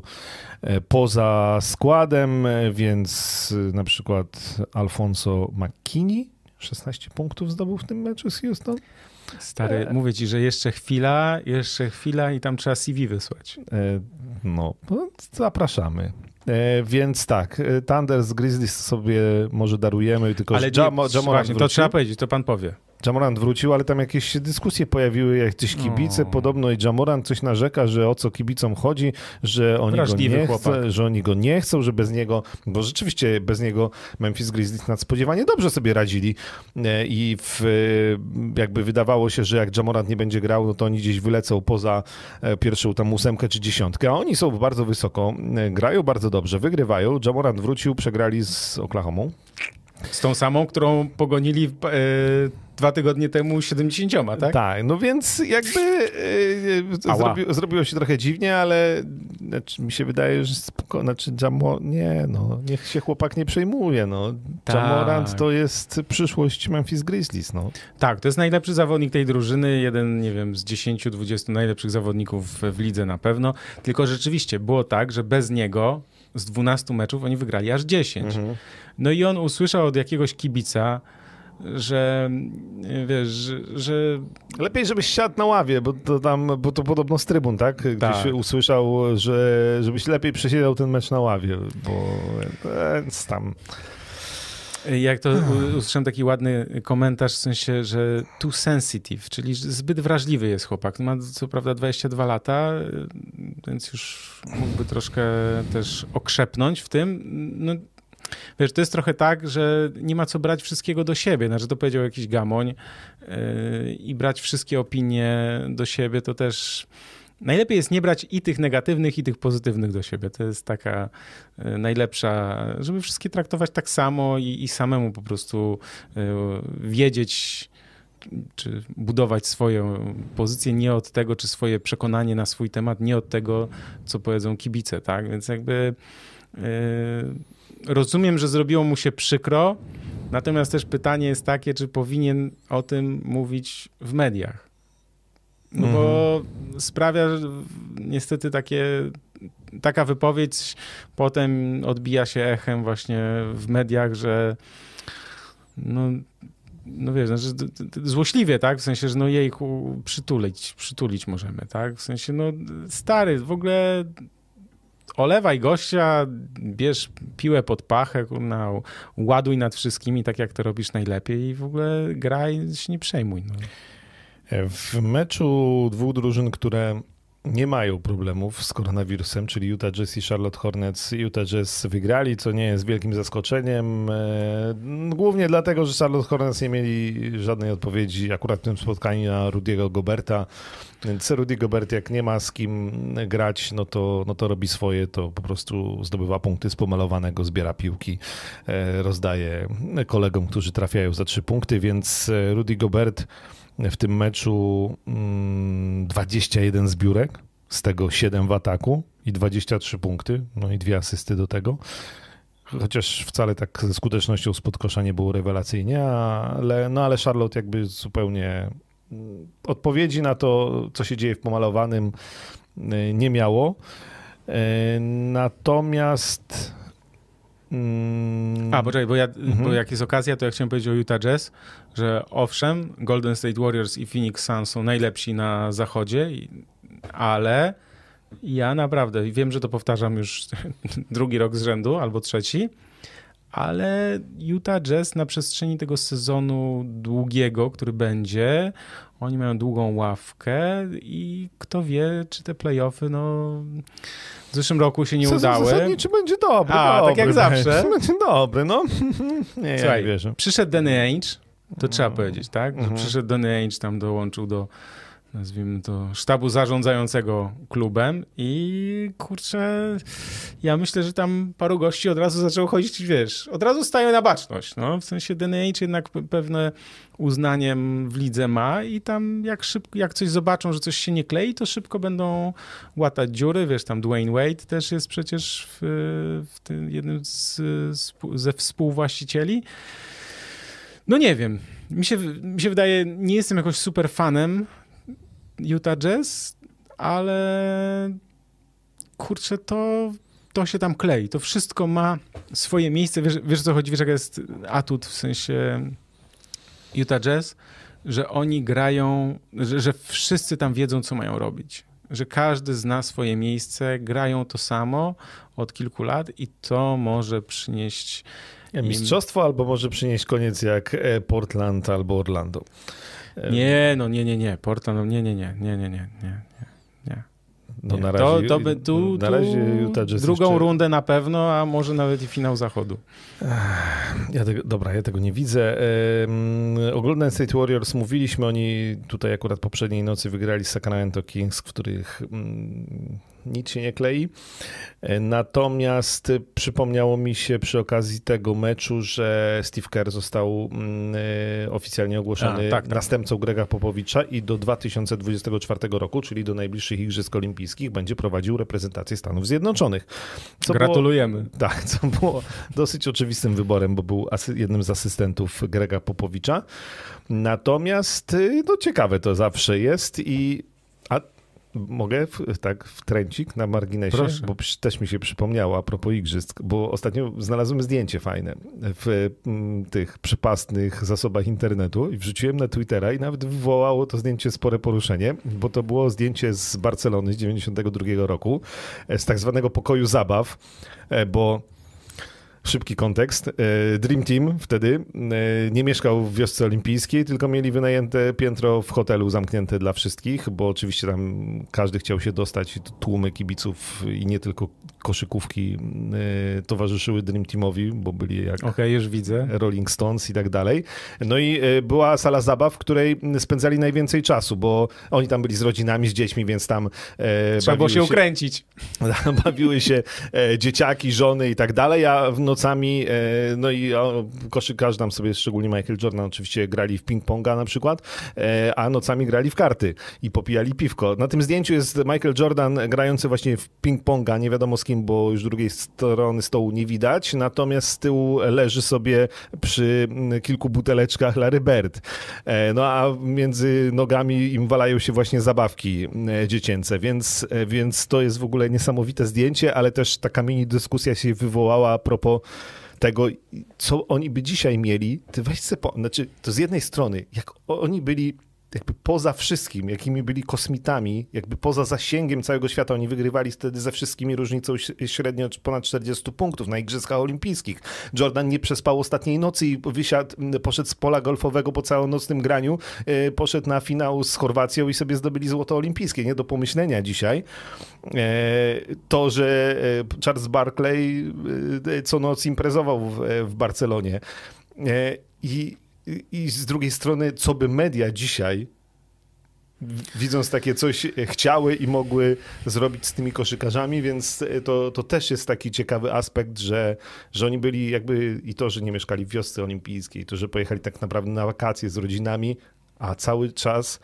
poza składem, więc na przykład Alfonso McKinney szesnaście punktów zdobył w tym meczu z Houston. Stary, e... mówię ci, że jeszcze chwila, jeszcze chwila i tam trzeba C V wysłać. E, no, zapraszamy. E, więc tak, Thunder z Grizzlies sobie może darujemy, tylko ale że Jam- nie, właśnie, to trzeba powiedzieć, to pan powie. Ja Morant wrócił, ale tam jakieś dyskusje pojawiły, jakieś kibice o. podobno i Ja Morant coś narzeka, że o co kibicom chodzi, że oni, go nie chce, że oni go nie chcą, że bez niego, bo rzeczywiście bez niego Memphis Grizzlies nadspodziewanie dobrze sobie radzili i w, jakby wydawało się, że jak Ja Morant nie będzie grał, no to oni gdzieś wylecą poza pierwszą tam ósemkę czy dziesiątkę, a oni są bardzo wysoko, grają bardzo dobrze, wygrywają. Ja Morant wrócił, przegrali z Oklahomą. Z tą samą, którą pogonili yy, dwa tygodnie temu siedemdziesięcioma, tak? Tak, no więc jakby yy, zrobi, zrobiło się trochę dziwnie, ale znaczy, mi się wydaje, że spoko, znaczy Jamo, nie, no, niech się chłopak nie przejmuje, no. Tak. Ja Morant to jest przyszłość Memphis Grizzlies, no. Tak, to jest najlepszy zawodnik tej drużyny, jeden, nie wiem, z dziesięciu dwudziestu najlepszych zawodników w lidze na pewno, tylko rzeczywiście było tak, że bez niego z dwunastu meczów oni wygrali aż dziesięć. Mhm. No i on usłyszał od jakiegoś kibica, że wiesz, że, że... Lepiej, żebyś siadł na ławie, bo to tam, bo to podobno z trybun, tak? Gdzieś tak. usłyszał, że żebyś lepiej przesiedział ten mecz na ławie, bo więc tam... Jak to usłyszałem taki ładny komentarz, w sensie, że too sensitive, czyli zbyt wrażliwy jest chłopak. Ma co prawda dwadzieścia dwa lata, więc już mógłby troszkę też okrzepnąć w tym. No, wiesz, to jest trochę tak, że nie ma co brać wszystkiego do siebie. Znaczy, to powiedział jakiś gamoń yy, i brać wszystkie opinie do siebie, to też... Najlepiej jest nie brać i tych negatywnych, i tych pozytywnych do siebie. To jest taka y, najlepsza, żeby wszystkie traktować tak samo i, i samemu po prostu y, wiedzieć, czy budować swoją pozycję nie od tego, czy swoje przekonanie na swój temat, nie od tego, co powiedzą kibice, tak? Więc jakby y, rozumiem, że zrobiło mu się przykro, natomiast też pytanie jest takie, czy powinien o tym mówić w mediach. No bo mhm. sprawia niestety takie, taka wypowiedź potem odbija się echem właśnie w mediach, że no, no wiesz, znaczy, złośliwie, tak? W sensie, że no jejku, przytulić, przytulić możemy, tak? W sensie, no stary, w ogóle olewaj gościa, bierz piłę pod pachę, kurna, ładuj nad wszystkimi tak, jak to robisz najlepiej i w ogóle graj, się nie przejmuj, no. W meczu dwóch drużyn, które nie mają problemów z koronawirusem, czyli Utah Jazz i Charlotte Hornets, Utah Jazz wygrali, co nie jest wielkim zaskoczeniem. Głównie dlatego, że Charlotte Hornets nie mieli żadnej odpowiedzi akurat w tym spotkaniu na Rudy'ego Goberta. Więc Rudy Gobert jak nie ma z kim grać, no to, no to robi swoje, to po prostu zdobywa punkty z pomalowanego, zbiera piłki, rozdaje kolegom, którzy trafiają za trzy punkty, więc Rudy Gobert w tym meczu dwadzieścia jeden zbiórek, z tego siedem w ataku i dwadzieścia trzy punkty, no i dwie asysty do tego. Chociaż wcale tak ze skutecznością spod kosza nie było rewelacyjnie, ale, no ale Charlotte jakby zupełnie odpowiedzi na to, co się dzieje w pomalowanym, nie miało. Natomiast... Mm... A, poczekaj, bo, ja, mhm. bo jak jest okazja, to ja chciałem powiedzieć o Utah Jazz, że owszem, Golden State Warriors i Phoenix Suns są najlepsi na zachodzie, ale ja naprawdę, wiem, że to powtarzam już drugi rok z rzędu albo trzeci, ale Utah Jazz na przestrzeni tego sezonu długiego, który będzie, oni mają długą ławkę i kto wie, czy te play-offy, no w zeszłym roku się nie Sezon udały. Zasadniczy będzie dobry. A, dobry, tak jak zawsze. Będzie dobry, no. Nie, Słuchaj, ja nie wierzę. Przyszedł Danny Ainge, to trzeba Mm. powiedzieć, tak? Że Mhm. przyszedł Danny Ainge, tam dołączył do, nazwijmy to, sztabu zarządzającego klubem i kurczę, ja myślę, że tam paru gości od razu zaczęło chodzić, wiesz, od razu stają na baczność, no, w sensie Danny Ainge jednak pe- pewne uznaniem w lidze ma i tam jak szybko, jak coś zobaczą, że coś się nie klei, to szybko będą łatać dziury, wiesz, tam Dwayne Wade też jest przecież w, w tym jednym z, z, ze współwłaścicieli. No nie wiem, mi się, mi się wydaje, nie jestem jakoś super fanem Utah Jazz, ale kurczę, to, to się tam klei. To wszystko ma swoje miejsce. Wiesz, wiesz co chodzi? Wiesz, jaka jest atut w sensie Utah Jazz? Że oni grają, że, że wszyscy tam wiedzą, co mają robić. Że każdy zna swoje miejsce, grają to samo od kilku lat i to może przynieść im... Mistrzostwo albo może przynieść koniec jak Portland albo Orlando. Nie, no nie, nie, nie. Portland, no nie, nie, nie, nie, nie, nie, nie, nie. No nie. na razie, to, to by, tu, na razie Utah Jazz drugą jeszcze... rundę na pewno, a może nawet i finał zachodu. Ja tego, dobra, ja tego nie widzę. Um, o Golden State Warriors mówiliśmy, oni tutaj akurat poprzedniej nocy wygrali z Sacramento Kings, w których um, nic się nie klei. Natomiast przypomniało mi się przy okazji tego meczu, że Steve Kerr został um, oficjalnie ogłoszony a, tak, tak. następcą Grega Popowicza i do dwa tysiące dwudziestego czwartego roku, czyli do najbliższych Igrzysk Olimpijskich, będzie prowadził reprezentację Stanów Zjednoczonych. Co Gratulujemy. Było, tak, co było dosyć oczywistym wyborem, bo był asy, jednym z asystentów Grega Popowicza. Natomiast no, ciekawe to zawsze jest i a mogę w, tak wtręcik na marginesie, Proszę. bo też mi się przypomniało a propos igrzysk, bo ostatnio znalazłem zdjęcie fajne w m, tych przepastnych zasobach internetu i wrzuciłem na Twittera i nawet wywołało to zdjęcie spore poruszenie, bo to było zdjęcie z Barcelony z dziewięćdziesiątego drugiego roku, z tak zwanego pokoju zabaw, bo szybki kontekst. Dream Team wtedy nie mieszkał w wiosce olimpijskiej, tylko mieli wynajęte piętro w hotelu zamknięte dla wszystkich, bo oczywiście tam każdy chciał się dostać, tłumy kibiców i nie tylko koszykówki towarzyszyły Dream Teamowi, bo byli jak okay, już widzę. Rolling Stones i tak dalej. No i była sala zabaw, w której spędzali najwięcej czasu, bo oni tam byli z rodzinami, z dziećmi, więc tam trzeba było się, się ukręcić. Bawiły się dzieciaki, żony i tak dalej, a w nocami, no i koszykarze tam sobie, szczególnie Michael Jordan oczywiście grali w ping-ponga na przykład, a nocami grali w karty i popijali piwko. Na tym zdjęciu jest Michael Jordan grający właśnie w ping-ponga, nie wiadomo z kim, bo już drugiej strony stołu nie widać, natomiast z tyłu leży sobie przy kilku buteleczkach Larry Bird. No a między nogami im walają się właśnie zabawki dziecięce, więc, więc to jest w ogóle niesamowite zdjęcie, ale też taka mini dyskusja się wywołała a propos tego, co oni by dzisiaj mieli. Ty weź se po... Znaczy, to z jednej strony, jak oni byli jakby poza wszystkim, jakimi byli kosmitami, jakby poza zasięgiem całego świata, oni wygrywali wtedy ze wszystkimi różnicą średnio ponad czterdzieści punktów na Igrzyskach Olimpijskich. Jordan nie przespał ostatniej nocy i wysiadł, poszedł z pola golfowego po całonocnym graniu, poszedł na finał z Chorwacją i sobie zdobyli złoto olimpijskie. Nie do pomyślenia dzisiaj. To, że Charles Barkley co noc imprezował w, w Barcelonie i I z drugiej strony, co by media dzisiaj, widząc takie coś, chciały i mogły zrobić z tymi koszykarzami, więc to, to też jest taki ciekawy aspekt, że, że oni byli jakby i to, że nie mieszkali w wiosce olimpijskiej, to, że pojechali tak naprawdę na wakacje z rodzinami, a cały czas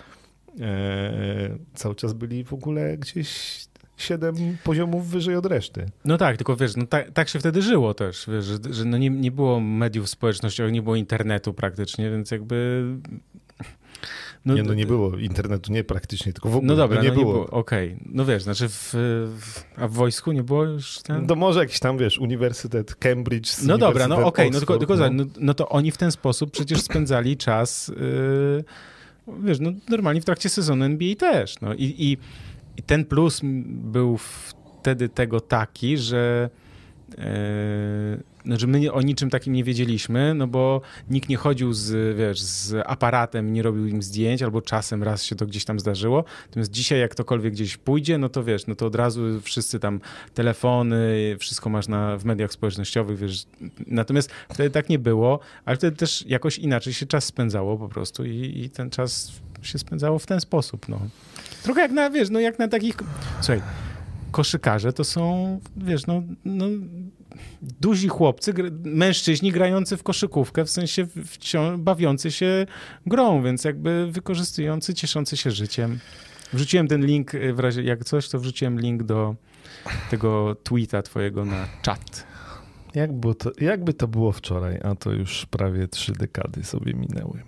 e, cały czas byli w ogóle gdzieś siedem poziomów wyżej od reszty. No tak, tylko wiesz, no tak, tak się wtedy żyło też, wiesz, że, że no nie, nie było mediów społecznościowych, nie było internetu praktycznie, więc jakby No, nie, no nie było internetu, nie praktycznie, tylko w ogóle no dobra, nie, no było. nie było. Okej, okay. No wiesz, znaczy w, w, a w wojsku nie było już ten... No może jakiś tam, wiesz, uniwersytet Cambridge. No dobra, no okej, okay. no, tylko, tylko no. no, no to oni w ten sposób przecież spędzali czas, yy, wiesz, no normalnie w trakcie sezonu N B A też. No i, i, i ten plus był wtedy tego taki, że Yy, no, że my o niczym takim nie wiedzieliśmy, no bo nikt nie chodził z, wiesz, z aparatem, nie robił im zdjęć, albo czasem raz się to gdzieś tam zdarzyło. Natomiast dzisiaj jak ktokolwiek gdzieś pójdzie, no to wiesz, no to od razu wszyscy tam telefony, wszystko masz na, w mediach społecznościowych, wiesz. Natomiast wtedy tak nie było, ale wtedy też jakoś inaczej się czas spędzało po prostu i, i ten czas się spędzało w ten sposób, no. Trochę jak na, wiesz, no jak na takich... Słuchaj, koszykarze to są, wiesz, no, no duzi chłopcy, mężczyźni grający w koszykówkę, w sensie wciąż bawiący się grą, więc jakby wykorzystujący, cieszący się życiem. Wrzuciłem ten link, w razie jak coś, to wrzuciłem link do tego tweeta twojego na czat. Jakby to, jakby to było wczoraj, a to już prawie trzy dekady sobie minęły.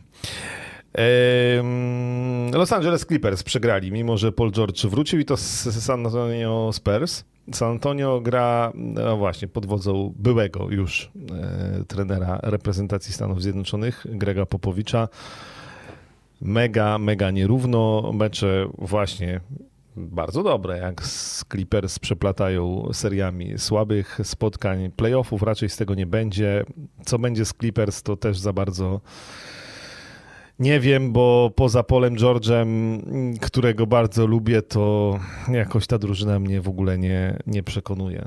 Los Angeles Clippers przegrali, mimo że Paul George wrócił i to z San Antonio Spurs. San Antonio gra, no właśnie, pod wodzą byłego już e, trenera reprezentacji Stanów Zjednoczonych, Grega Popowicza. Mega, mega nierówno. Mecze właśnie bardzo dobre, jak z Clippers przeplatają seriami słabych spotkań. Playoffów raczej z tego nie będzie. Co będzie z Clippers, to też za bardzo... Nie wiem, bo poza Polem George'em, którego bardzo lubię, to jakoś ta drużyna mnie w ogóle nie, nie przekonuje.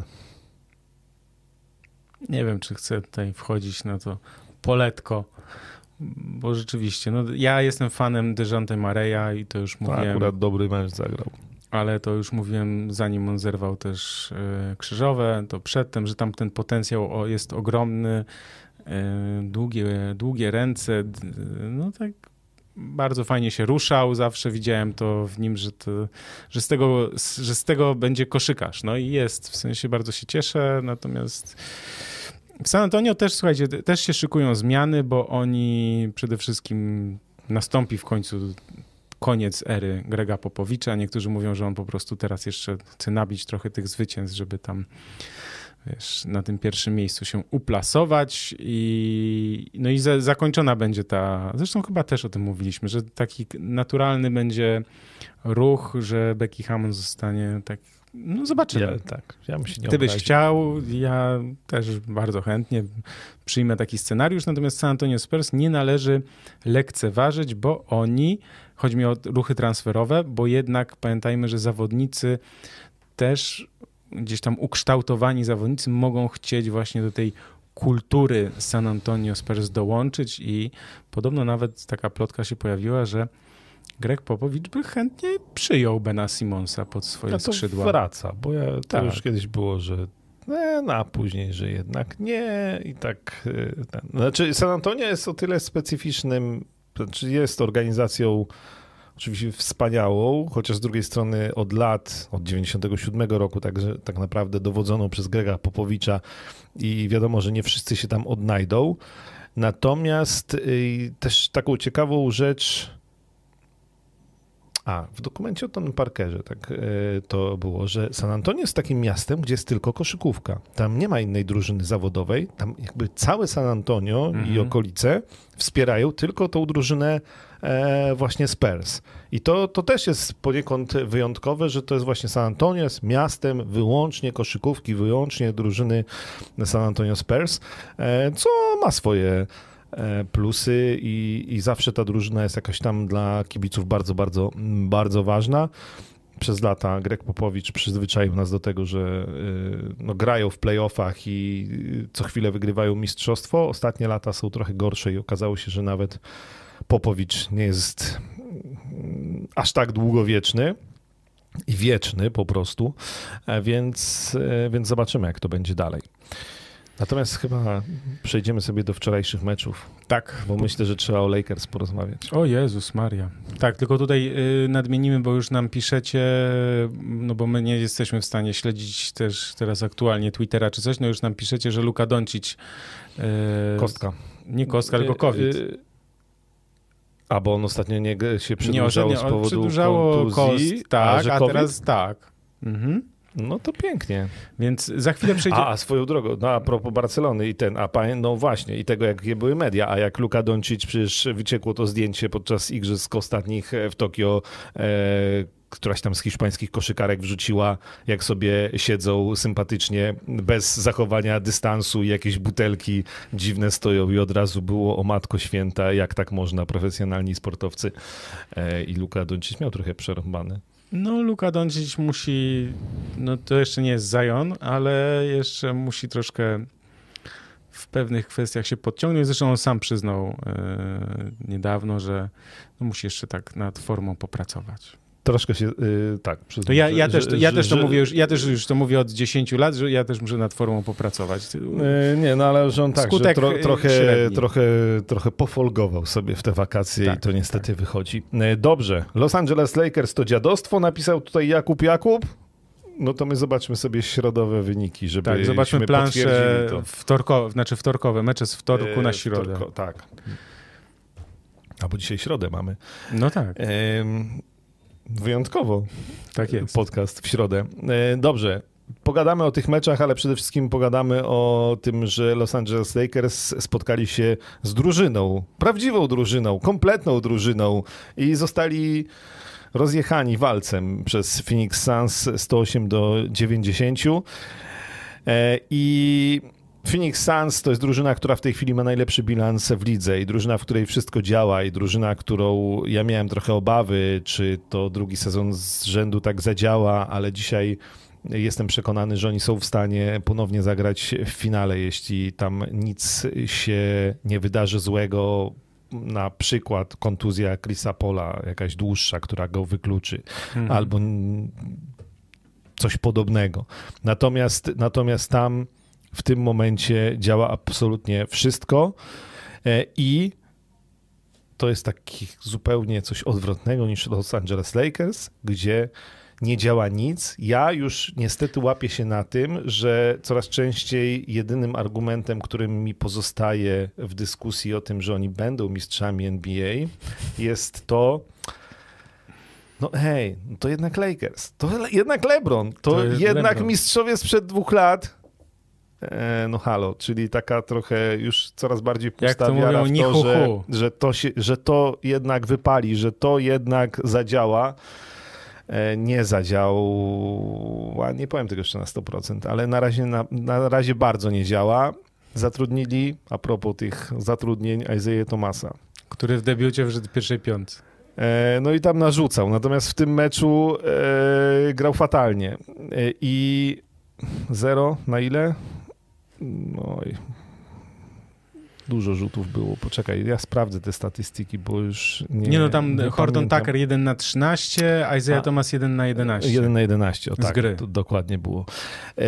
Nie wiem, czy chcę tutaj wchodzić na to poletko, bo rzeczywiście, no ja jestem fanem Dejounte Murray'a i to już mówiłem. To akurat dobry mecz zagrał. Ale to już mówiłem, zanim on zerwał też krzyżowe, to przedtem, że tam ten potencjał jest ogromny. Długie, długie ręce, no tak bardzo fajnie się ruszał, zawsze widziałem to w nim, że, to, że, z, tego, że z tego będzie koszykarz, no i jest, w sensie bardzo się cieszę, natomiast w San Antonio też, słuchajcie, też się szykują zmiany, bo oni przede wszystkim nastąpi w końcu koniec ery Grega Popowicza, niektórzy mówią, że on po prostu teraz jeszcze chce nabić trochę tych zwycięstw, żeby tam wiesz, na tym pierwszym miejscu się uplasować i no i za, zakończona będzie ta, zresztą chyba też o tym mówiliśmy, że taki naturalny będzie ruch, że Becky Hammon zostanie tak, no zobaczymy. Ja, tak, ja bym się nie Ty byś obraził. chciał, ja też bardzo chętnie przyjmę taki scenariusz, natomiast San Antonio Spurs nie należy lekceważyć, bo oni, chodzi mi o ruchy transferowe, bo jednak pamiętajmy, że zawodnicy też gdzieś tam ukształtowani zawodnicy mogą chcieć właśnie do tej kultury San Antonio Spurs dołączyć i podobno nawet taka plotka się pojawiła, że Greg Popowicz by chętnie przyjął Bena Simonsa pod swoje ja to skrzydła. wraca, bo ja, to tak. już kiedyś było, że nie, no a później, że jednak nie i tak. Ten. Znaczy San Antonio jest o tyle specyficznym, znaczy jest organizacją oczywiście wspaniałą, chociaż z drugiej strony od lat, od dziewięćdziesiątego siódmego roku, także tak naprawdę dowodzoną przez Grega Popowicza i wiadomo, że nie wszyscy się tam odnajdą. Natomiast y, też taką ciekawą rzecz, a w dokumencie o Tonym Parkerze tak y, to było, że San Antonio jest takim miastem, gdzie jest tylko koszykówka. Tam nie ma innej drużyny zawodowej, tam jakby całe San Antonio mm-hmm. i okolice wspierają tylko tą drużynę e, właśnie Spurs. I to, to też jest poniekąd wyjątkowe, że to jest właśnie San Antonio, jest miastem wyłącznie koszykówki, wyłącznie drużyny San Antonio Spurs, e, co ma swoje plusy i, i zawsze ta drużyna jest jakaś tam dla kibiców bardzo, bardzo, bardzo ważna. Przez lata Greg Popowicz przyzwyczaił nas do tego, że no, grają w playoffach i co chwilę wygrywają mistrzostwo. Ostatnie lata są trochę gorsze i okazało się, że nawet Popowicz nie jest aż tak długowieczny i wieczny po prostu, więc, więc zobaczymy, jak to będzie dalej. Natomiast chyba przejdziemy sobie do wczorajszych meczów. Tak. Bo myślę, że trzeba o Lakers porozmawiać. O Jezus Maria. Tak, tylko tutaj y, nadmienimy, bo już nam piszecie, no bo my nie jesteśmy w stanie śledzić też teraz aktualnie Twittera czy coś, no już nam piszecie, że Luka Doncic... Y, Kostka. Nie kostka, tylko COVID. Y, y, A bo on ostatnio nie się przedłużał nie, z powodu przedłużało kontuzji, kost, tak, a, a, a teraz tak. Mhm. No to pięknie. Więc za chwilę przejdzie... A, a swoją drogą, no a propos Barcelony i ten, a pan, no właśnie, i tego, jakie były media, a jak Luka Doncic, przecież wyciekło to zdjęcie podczas igrzysk ostatnich w Tokio, e, któraś tam z hiszpańskich koszykarek wrzuciła, jak sobie siedzą sympatycznie, bez zachowania dystansu i jakieś butelki dziwne stoją i od razu było o matko święta, jak tak można, profesjonalni sportowcy. E, I Luka Doncic miał trochę przerąbane. No, Luka Doncic musi, no to jeszcze nie jest Zion, ale jeszcze musi troszkę w pewnych kwestiach się podciągnąć. Zresztą on sam przyznał e, niedawno, że no, musi jeszcze tak nad formą popracować. Troszkę się, yy, tak, przyznam. To ja, ja, że, też, to, ja że, też to że, mówię już, ja też już to mówię od dziesięciu lat, że ja też muszę nad formą popracować. Yy, nie, no ale że on tak, że tro, trochę, trochę, trochę pofolgował sobie w te wakacje tak, i to niestety tak. wychodzi. Dobrze, Los Angeles Lakers to dziadostwo, napisał tutaj Jakub Jakub. No to my zobaczmy sobie środowe wyniki, żeby tak, zobaczmy plansze to. Wtorkowe, znaczy wtorkowe, mecze z wtorku na środę. Wtorko, tak. A bo dzisiaj środę mamy. No tak. Ym... Wyjątkowo tak jest. Podcast w środę. Dobrze, pogadamy o tych meczach, ale przede wszystkim pogadamy o tym, że Los Angeles Lakers spotkali się z drużyną, prawdziwą drużyną, kompletną drużyną i zostali rozjechani walcem przez Phoenix Suns sto osiem do dziewięćdziesięciu. I Phoenix Suns to jest drużyna, która w tej chwili ma najlepszy bilans w lidze i drużyna, w której wszystko działa i drużyna, którą ja miałem trochę obawy, czy to drugi sezon z rzędu tak zadziała, ale dzisiaj jestem przekonany, że oni są w stanie ponownie zagrać w finale, jeśli tam nic się nie wydarzy złego, na przykład kontuzja Chrisa Paula, jakaś dłuższa, która go wykluczy, mhm. albo coś podobnego. Natomiast, natomiast tam w tym momencie działa absolutnie wszystko i to jest taki zupełnie coś odwrotnego niż Los Angeles Lakers, gdzie nie działa nic. Ja już niestety łapię się na tym, że coraz częściej jedynym argumentem, którym mi pozostaje w dyskusji o tym, że oni będą mistrzami N B A, jest to, no hej, to jednak Lakers, to jednak LeBron, to, to jednak LeBron. Mistrzowie sprzed dwóch lat. No halo, czyli taka trochę już coraz bardziej pusta wiara w to, że, że, to się, że to jednak wypali, że to jednak zadziała. Nie zadziała, nie powiem tego jeszcze na sto procent, ale na razie, na, na razie bardzo nie działa. Zatrudnili, a propos tych zatrudnień, Isaiah Thomasa. Który w debiucie wszedł w pierwszej piątce. No i tam narzucał, natomiast w tym meczu e, grał fatalnie. E, I zero na ile? Oj, dużo rzutów było. Poczekaj, ja sprawdzę te statystyki, bo już nie Nie no, tam nie Horton pamiętam. Tucker jeden na trzynaście, Isaiah A, Thomas jeden na jedenaście. jeden na jedenaście, o z tak, gry. To dokładnie było. E,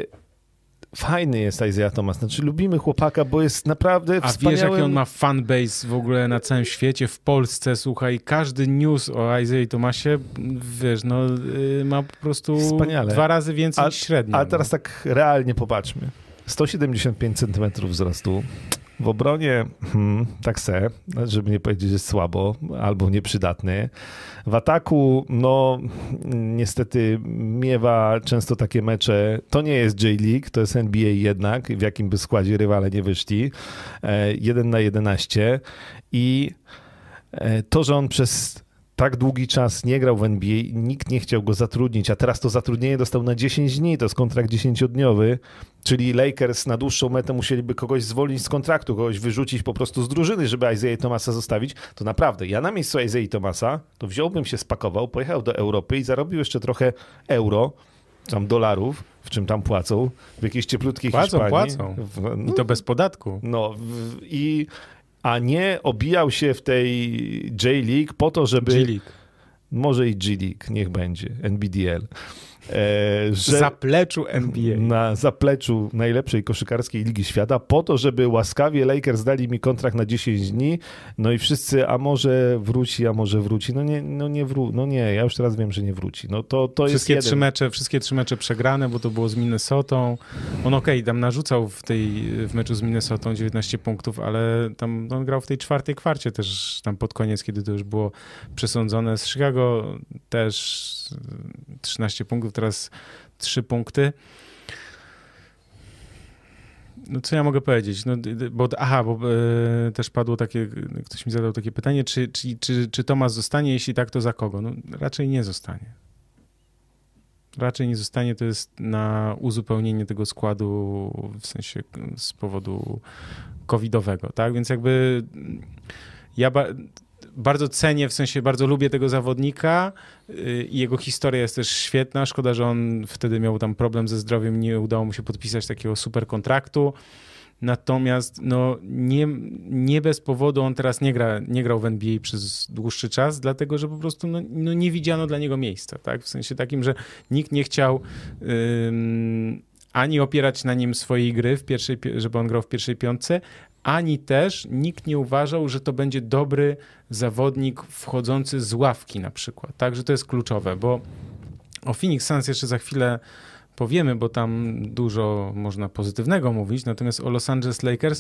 fajny jest Isaiah Thomas, znaczy lubimy chłopaka, bo jest naprawdę A wspaniałym... wiesz, jaki on ma fanbase w ogóle na całym świecie, w Polsce, słuchaj, każdy news o Isaiah Thomasie, wiesz, no ma po prostu Wspaniale. dwa razy więcej a, niż średnio. Ale teraz tak realnie popatrzmy. sto siedemdziesiąt pięć centymetrów wzrostu. W obronie hmm, tak se, żeby nie powiedzieć, że jest słabo albo nieprzydatny. W ataku, no niestety miewa często takie mecze. To nie jest J-League, to jest N B A jednak, w jakim by składzie rywale nie wyszli. jeden na jedenaście i to, że on przez tak długi czas nie grał w N B A, nikt nie chciał go zatrudnić, a teraz to zatrudnienie dostał na dziesięć dni, to jest kontrakt dziesięciodniowy, czyli Lakers na dłuższą metę musieliby kogoś zwolnić z kontraktu, kogoś wyrzucić po prostu z drużyny, żeby Isaiah Thomasa zostawić. To naprawdę, ja na miejscu Isaiah Thomasa, to wziąłbym się, spakował, pojechał do Europy i zarobił jeszcze trochę euro, tam dolarów, w czym tam płacą, w jakiejś cieplutkiej płacą, Hiszpanii. Płacą, no, I to bez podatku. No w, i... a nie obijał się w tej J-League po to, żeby... G-League. Może i G-League, niech będzie, N B D L. E, że zapleczu N B A. Na zapleczu najlepszej koszykarskiej ligi świata, po to, żeby łaskawie Lakers dali mi kontrakt na dziesięć dni, no i wszyscy, a może wróci, a może wróci. No nie, no nie, wró- no nie ja już teraz wiem, że nie wróci. No to, to wszystkie, jest trzy mecze, wszystkie trzy mecze przegrane, bo to było z Minnesotą. On okej, okay, tam narzucał w, tej, w meczu z Minnesotą dziewiętnaście punktów, ale tam on grał w tej czwartej kwarcie też tam pod koniec, kiedy to już było przesądzone. Z Chicago też trzynaście punktów, teraz trzy punkty. No co ja mogę powiedzieć? No, bo, aha, bo e, też padło takie, ktoś mi zadał takie pytanie, czy, czy, czy, czy Thomas zostanie, jeśli tak, to za kogo? No raczej nie zostanie. Raczej nie zostanie, to jest na uzupełnienie tego składu w sensie z powodu covidowego, tak? Więc jakby ja ba- bardzo cenię, w sensie bardzo lubię tego zawodnika i jego historia jest też świetna. Szkoda, że on wtedy miał tam problem ze zdrowiem, nie udało mu się podpisać takiego super kontraktu. Natomiast no, nie, nie bez powodu on teraz nie, gra, nie grał w N B A przez dłuższy czas, dlatego że po prostu no, no nie widziano dla niego miejsca. Tak? W sensie takim, że nikt nie chciał ym, ani opierać na nim swojej gry, w pierwszej, żeby on grał w pierwszej piątce, ani też nikt nie uważał, że to będzie dobry zawodnik wchodzący z ławki na przykład. Tak, że to jest kluczowe, bo o Phoenix Suns jeszcze za chwilę powiemy, bo tam dużo można pozytywnego mówić, natomiast o Los Angeles Lakers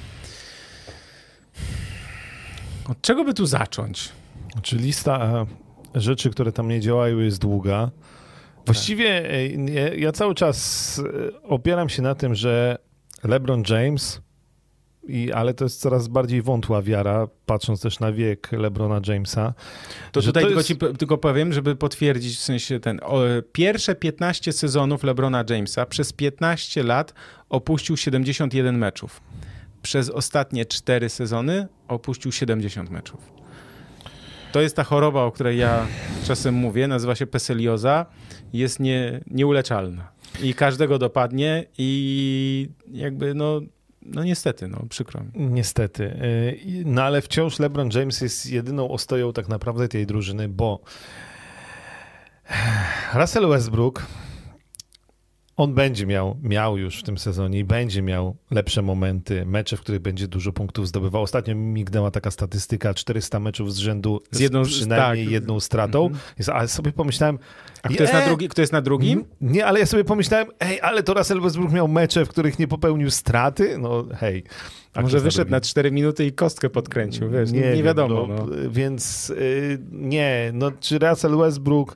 od czego by tu zacząć? Czy lista rzeczy, które tam nie działają, jest długa. Właściwie ja cały czas opieram się na tym, że LeBron James, i, ale to jest coraz bardziej wątła wiara, patrząc też na wiek LeBrona Jamesa. To tutaj to tylko, jest... ci, tylko powiem, żeby potwierdzić w sensie ten, o, pierwsze piętnaście sezonów LeBrona Jamesa przez piętnaście lat opuścił siedemdziesiąt jeden meczów. Przez ostatnie cztery sezony opuścił siedemdziesiąt meczów. To jest ta choroba, o której ja czasem mówię, nazywa się peselioza, jest nie, nieuleczalna. I każdego dopadnie i jakby no, no niestety, no przykro mi. Niestety. No ale wciąż LeBron James jest jedyną ostoją tak naprawdę tej drużyny, bo Russell Westbrook, on będzie miał, miał już w tym sezonie i będzie miał lepsze momenty, mecze, w których będzie dużo punktów zdobywał. Ostatnio mignęła taka statystyka, czterysta meczów z rzędu z, z jedną, przynajmniej tak. jedną stratą. Mm-hmm. Ale sobie pomyślałem... A kto jest, na drugi, kto jest na drugim? Nie, ale ja sobie pomyślałem, ej, ale to Russell Westbrook miał mecze, w których nie popełnił straty? No hej. A może wyszedł na, na cztery minuty i kostkę podkręcił, wiesz, nie, nie, nie wiadomo. No, no. Więc yy, nie, no czy Russell Westbrook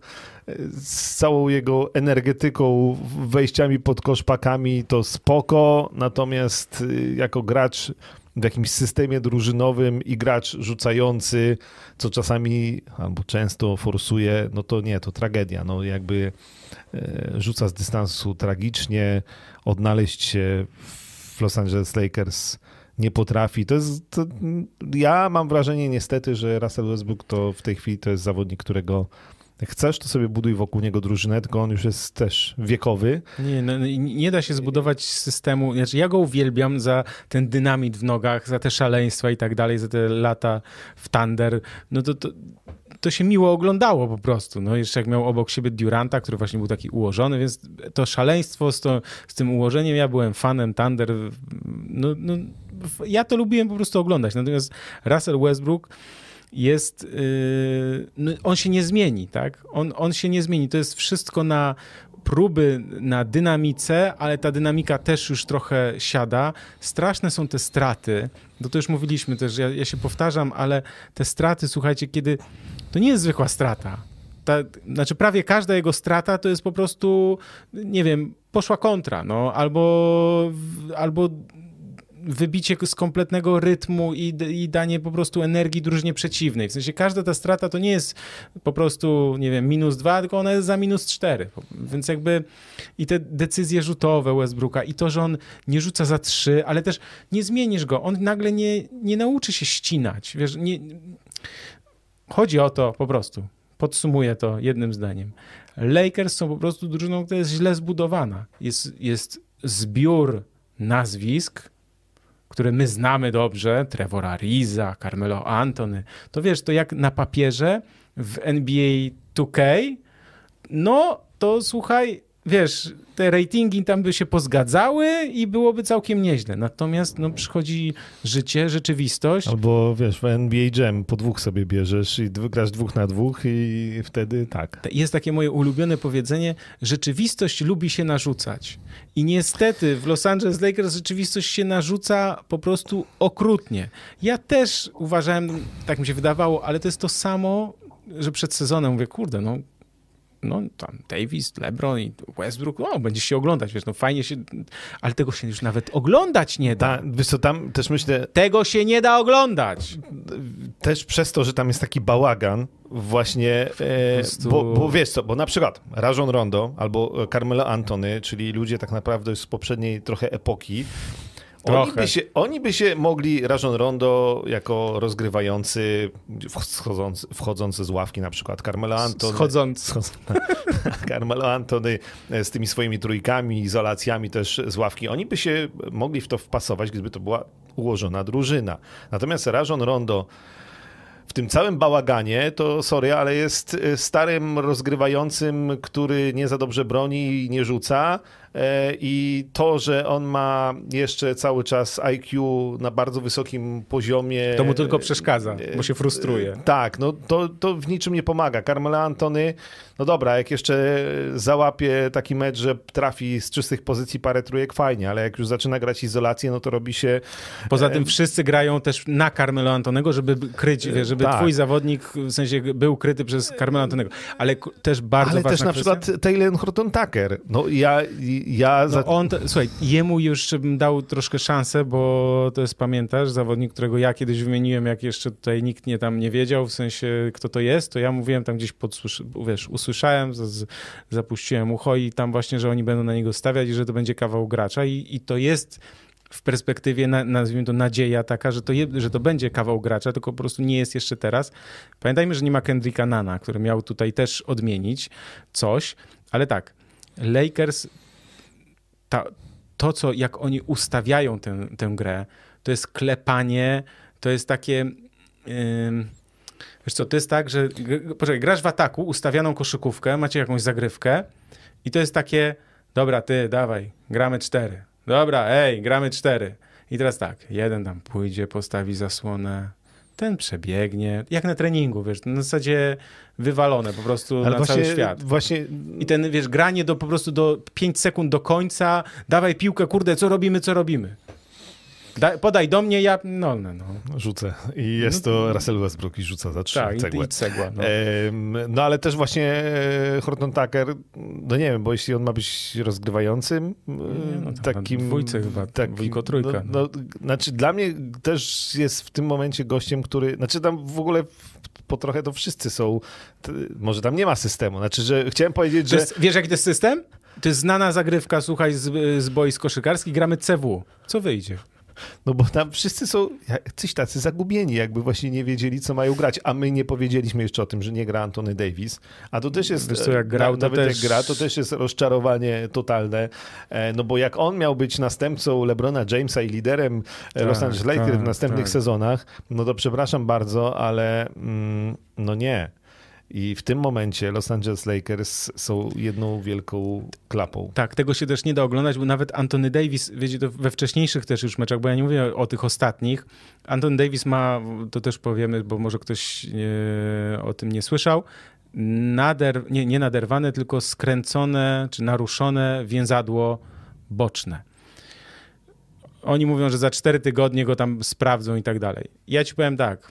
z całą jego energetyką, wejściami pod koszpakami to spoko, natomiast jako gracz w jakimś systemie drużynowym i gracz rzucający, co czasami albo często forsuje, no to nie, to tragedia. No jakby rzuca z dystansu tragicznie, odnaleźć się w Los Angeles Lakers nie potrafi. To jest, to, ja mam wrażenie niestety, że Russell Westbrook to w tej chwili to jest zawodnik, którego jak chcesz, to sobie buduj wokół niego drużynę, tylko on już jest też wiekowy. Nie, no, nie da się zbudować systemu, znaczy ja go uwielbiam za ten dynamit w nogach, za te szaleństwa i tak dalej, za te lata w Thunder, no to, to, to się miło oglądało po prostu. No jeszcze jak miał obok siebie Duranta, który właśnie był taki ułożony, więc to szaleństwo z, to, z tym ułożeniem, ja byłem fanem Thunder, no, no, ja to lubiłem po prostu oglądać, natomiast Russell Westbrook jest, yy, no on się nie zmieni, tak? On, on się nie zmieni. To jest wszystko na próby, na dynamice, ale ta dynamika też już trochę siada. Straszne są te straty, no to już mówiliśmy też, ja, ja się powtarzam, ale te straty, słuchajcie, kiedy to nie jest zwykła strata. Ta, znaczy prawie każda jego strata to jest po prostu, nie wiem, poszła kontra, no, albo, albo wybicie z kompletnego rytmu i, i danie po prostu energii drużynie przeciwnej. W sensie każda ta strata to nie jest po prostu, nie wiem, minus dwa, tylko ona jest za minus cztery. Więc jakby i te decyzje rzutowe Westbrooka i to, że on nie rzuca za trzy, ale też nie zmienisz go. On nagle nie, nie nauczy się ścinać. Wiesz, nie... Chodzi o to po prostu. Podsumuję to jednym zdaniem. Lakers są po prostu drużyną, która jest źle zbudowana. Jest, jest zbiór nazwisk, które my znamy dobrze, Trevor Ariza, Carmelo Anthony, to wiesz, to jak na papierze w N B A two K, no to słuchaj, wiesz, te ratingi tam by się pozgadzały i byłoby całkiem nieźle. Natomiast no, przychodzi życie, rzeczywistość. Albo wiesz, w N B A Jam po dwóch sobie bierzesz i grasz dwóch na dwóch i wtedy tak. Jest takie moje ulubione powiedzenie, rzeczywistość lubi się narzucać. I niestety w Los Angeles Lakers rzeczywistość się narzuca po prostu okrutnie. Ja też uważałem, tak mi się wydawało, ale to jest to samo, że przed sezonem mówię, kurde, no no tam Davis, LeBron i Westbrook, no będzie się oglądać, wiesz, no fajnie się, ale tego się już nawet oglądać nie da. Ta, wiesz co, tam też myślę... Tego się nie da oglądać. Też przez to, że tam jest taki bałagan właśnie, e, prostu... bo, bo wiesz co, bo na przykład Rajon Rondo albo Carmelo Anthony, czyli ludzie tak naprawdę z poprzedniej trochę epoki, Oni by, się, oni by się mogli, Rajon Rondo jako rozgrywający, wchodzący, wchodzący z ławki na przykład, Carmelo Anthony. Schodzący. Carmelo Anthony z tymi swoimi trójkami, izolacjami też z ławki. Oni by się mogli w to wpasować, gdyby to była ułożona drużyna. Natomiast Rajon Rondo w tym całym bałaganie, to sorry, ale jest starym rozgrywającym, który nie za dobrze broni i nie rzuca. I to, że on ma jeszcze cały czas I Q na bardzo wysokim poziomie... To mu tylko przeszkadza, bo się frustruje. Tak, no to, to w niczym nie pomaga. Carmelo Anthony, no dobra, jak jeszcze załapie taki mecz, że trafi z czystych pozycji parę trójek, fajnie, ale jak już zaczyna grać izolację, no to robi się... Poza tym wszyscy grają też na Carmelo Antonego, żeby kryć, wiesz, żeby tak. twój zawodnik w sensie był kryty przez Carmelo Antonego. Ale też bardzo ale ważna też na kwestia... przykład Taylor Horton Tucker. No ja... ja no za... on, to, słuchaj, jemu już bym dał troszkę szansę, bo to jest, pamiętasz, zawodnik, którego ja kiedyś wymieniłem, jak jeszcze tutaj nikt nie tam nie wiedział, w sensie kto to jest, to ja mówiłem tam gdzieś podsłysz... wiesz, usłyszałem, z... zapuściłem ucho i tam właśnie, że oni będą na niego stawiać i że to będzie kawał gracza i, i to jest w perspektywie, na, nazwijmy to, nadzieja taka, że to, je, że to będzie kawał gracza, tylko po prostu nie jest jeszcze teraz. Pamiętajmy, że nie ma Kendricka Nana, który miał tutaj też odmienić coś, ale tak, Lakers, ta, to co, jak oni ustawiają tę, tę grę, to jest klepanie, to jest takie... Yy, wiesz co, to jest tak, że poczekaj, grasz w ataku, ustawianą koszykówkę, macie jakąś zagrywkę i to jest takie, dobra, ty, dawaj, gramy cztery. Dobra, ej, gramy cztery. I teraz tak, jeden tam pójdzie, postawi zasłonę, ten przebiegnie, jak na treningu, wiesz, na zasadzie wywalone po prostu ale na właśnie, cały świat. Właśnie... I ten, wiesz, granie do po prostu do pięć sekund do końca, dawaj piłkę, kurde, co robimy, co robimy. Da, podaj do mnie, ja... No, no, no. Rzucę. I jest to Russell Westbrook i rzuca za trzy tak, cegłę. I, i cegła. No. no ale też właśnie Horton Tucker, no nie wiem, bo jeśli on ma być rozgrywającym, nie, no, takim... dwójce chyba, takim, dwójko trójka. No, no, znaczy dla mnie też jest w tym momencie gościem, który... Znaczy tam w ogóle po trochę to wszyscy są... Może tam nie ma systemu. Znaczy, że chciałem powiedzieć, że... Jest, wiesz, jaki to jest system? To jest znana zagrywka, słuchaj, z, z boisk koszykarskich, gramy C W. Co wyjdzie? No bo tam wszyscy są jacyś tacy zagubieni, jakby właśnie nie wiedzieli, co mają grać, a my nie powiedzieliśmy jeszcze o tym, że nie gra Anthony Davis, a to też jest, wiesz co, jak grał, nawet to też... jak gra, to też jest rozczarowanie totalne, no bo jak on miał być następcą LeBrona Jamesa i liderem tak, Los Angeles Lakers tak, w następnych tak. sezonach, no to przepraszam bardzo, ale mm, no nie. I w tym momencie Los Angeles Lakers są jedną wielką klapą. Tak, tego się też nie da oglądać, bo nawet Anthony Davis, wiecie, to we wcześniejszych też już meczach, bo ja nie mówię o tych ostatnich, Anthony Davis ma, to też powiemy, bo może ktoś nie, o tym nie słyszał, nader, nie, nie naderwane, tylko skręcone czy naruszone więzadło boczne. Oni mówią, że za cztery tygodnie go tam sprawdzą i tak dalej. Ja ci powiem tak,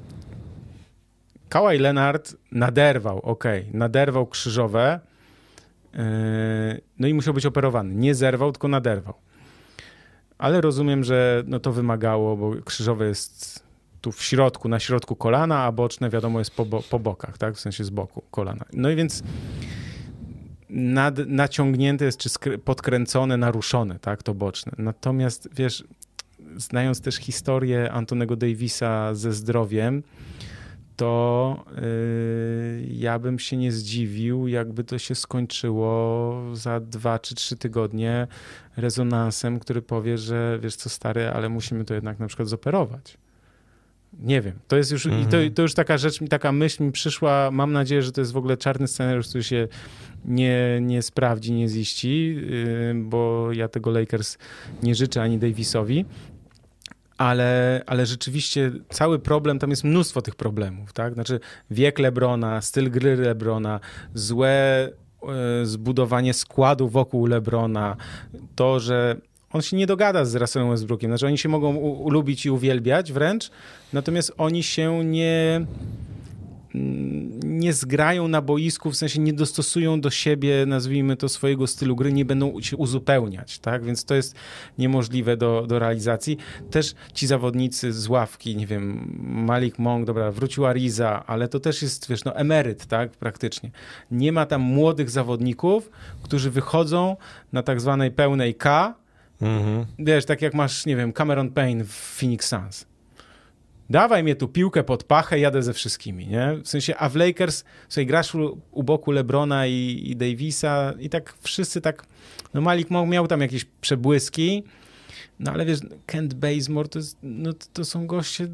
Kawhi Leonard naderwał, okej, okay, naderwał krzyżowe, yy, no i musiał być operowany. Nie zerwał, tylko naderwał. Ale rozumiem, że no to wymagało, bo krzyżowe jest tu w środku, na środku kolana, a boczne wiadomo jest po, bo, po bokach, tak? W sensie z boku kolana. No i więc nad, naciągnięte jest, czy skry, podkręcone, naruszone, tak? To boczne. Natomiast wiesz, znając też historię Antonego Davisa ze zdrowiem, to yy, ja bym się nie zdziwił, jakby to się skończyło za dwa czy trzy tygodnie rezonansem, który powie, że wiesz co stary, ale musimy to jednak na przykład zoperować. Nie wiem. To jest już, mm-hmm. i to, to już taka rzecz, taka myśl mi przyszła. Mam nadzieję, że to jest w ogóle czarny scenariusz, który się nie, nie sprawdzi, nie ziści, yy, bo ja tego Lakers nie życzę ani Davisowi. Ale, ale rzeczywiście cały problem, tam jest mnóstwo tych problemów, tak? Znaczy wiek LeBrona, styl gry LeBrona, złe y, zbudowanie składu wokół LeBrona, to, że on się nie dogada z Russellem Westbrookiem, znaczy oni się mogą u, ulubić i uwielbiać wręcz, natomiast oni się nie... nie zgrają na boisku, w sensie nie dostosują do siebie, nazwijmy to, swojego stylu gry, nie będą się uzupełniać, tak? Więc to jest niemożliwe do, do realizacji. Też ci zawodnicy z ławki, nie wiem, Malik Monk, dobra, wrócił Ariza, ale to też jest, wiesz, no emeryt, tak? Praktycznie. Nie ma tam młodych zawodników, którzy wychodzą na tak zwanej pełnej K, mhm. wiesz, tak jak masz, nie wiem, Cameron Payne w Phoenix Suns. Dawaj mnie tu piłkę pod pachę, jadę ze wszystkimi, nie? W sensie, a w Lakers sobie grasz u, u boku LeBrona i, i Davisa i tak wszyscy tak, no Malik Monk miał tam jakieś przebłyski, no ale wiesz, Kent Bazemore to, jest, no, to są goście,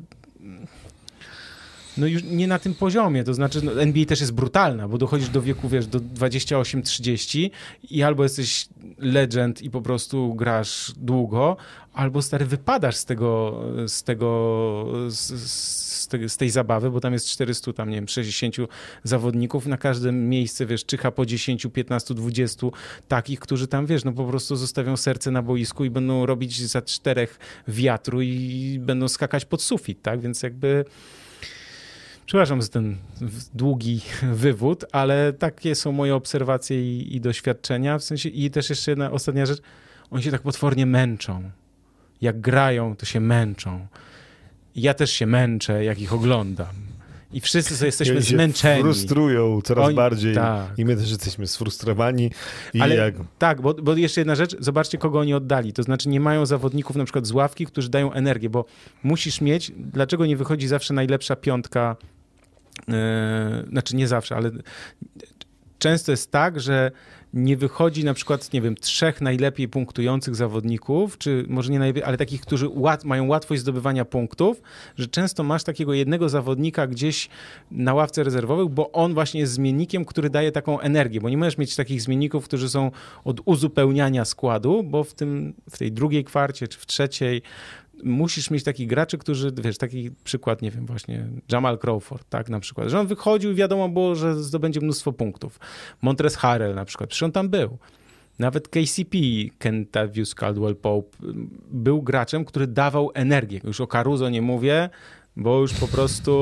no już nie na tym poziomie, to znaczy no, N B A też jest brutalna, bo dochodzisz do wieku, wiesz, do dwadzieścia osiem trzydzieści i albo jesteś legend i po prostu grasz długo, albo stary wypadasz z tego, z tego, z, z, te, z tej zabawy, bo tam jest czterysta, tam nie wiem, sześćdziesięciu zawodników, na każde miejsce, wiesz, czyha po dziesięć, piętnaście, dwadzieścia takich, którzy tam, wiesz, no po prostu zostawią serce na boisku i będą robić za czterech wiatru i będą skakać pod sufit, tak, więc jakby... Przepraszam za ten długi wywód, ale takie są moje obserwacje i, i doświadczenia. W sensie, i też jeszcze jedna ostatnia rzecz. Oni się tak potwornie męczą. Jak grają, to się męczą. Ja też się męczę, jak ich oglądam. I wszyscy sobie jesteśmy I zmęczeni. Frustrują coraz Oni, bardziej. Tak. I my też jesteśmy sfrustrowani. I Ale jak... tak, bo, bo jeszcze jedna rzecz. Zobaczcie, kogo oni oddali. To znaczy nie mają zawodników na przykład z ławki, którzy dają energię, bo musisz mieć... Dlaczego nie wychodzi zawsze najlepsza piątka? Yy, znaczy nie zawsze, ale często jest tak, że nie wychodzi na przykład, nie wiem, trzech najlepiej punktujących zawodników, czy może nie najlepiej, ale takich, którzy łat, mają łatwość zdobywania punktów, że często masz takiego jednego zawodnika gdzieś na ławce rezerwowych, bo on właśnie jest zmiennikiem, który daje taką energię, bo nie możesz mieć takich zmienników, którzy są od uzupełniania składu, bo w tym, w tej drugiej kwarcie, czy w trzeciej musisz mieć takich graczy, którzy, wiesz, taki przykład, nie wiem, właśnie Jamal Crawford, tak, na przykład, że on wychodził i wiadomo było, że zdobędzie mnóstwo punktów. Montrezl Harrell na przykład, przecież on tam był. Nawet K C P, Kentavious Caldwell-Pope, był graczem, który dawał energię. Już o Caruso nie mówię, bo już po prostu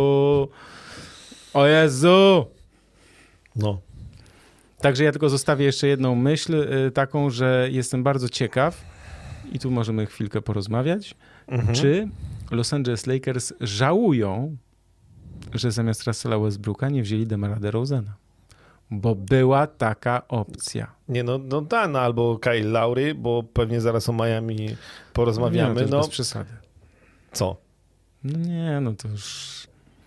o Jezu! No. Także ja tylko zostawię jeszcze jedną myśl taką, że jestem bardzo ciekaw i tu możemy chwilkę porozmawiać, mhm. czy Los Angeles Lakers żałują, że zamiast Russella Westbrooka nie wzięli DeMara DeRozana. Bo była taka opcja. Nie, no, no tak, no, albo Kyle Lowry, bo pewnie zaraz o Miami porozmawiamy. Nie, no to już no bez przesady. Co? No nie, no to już...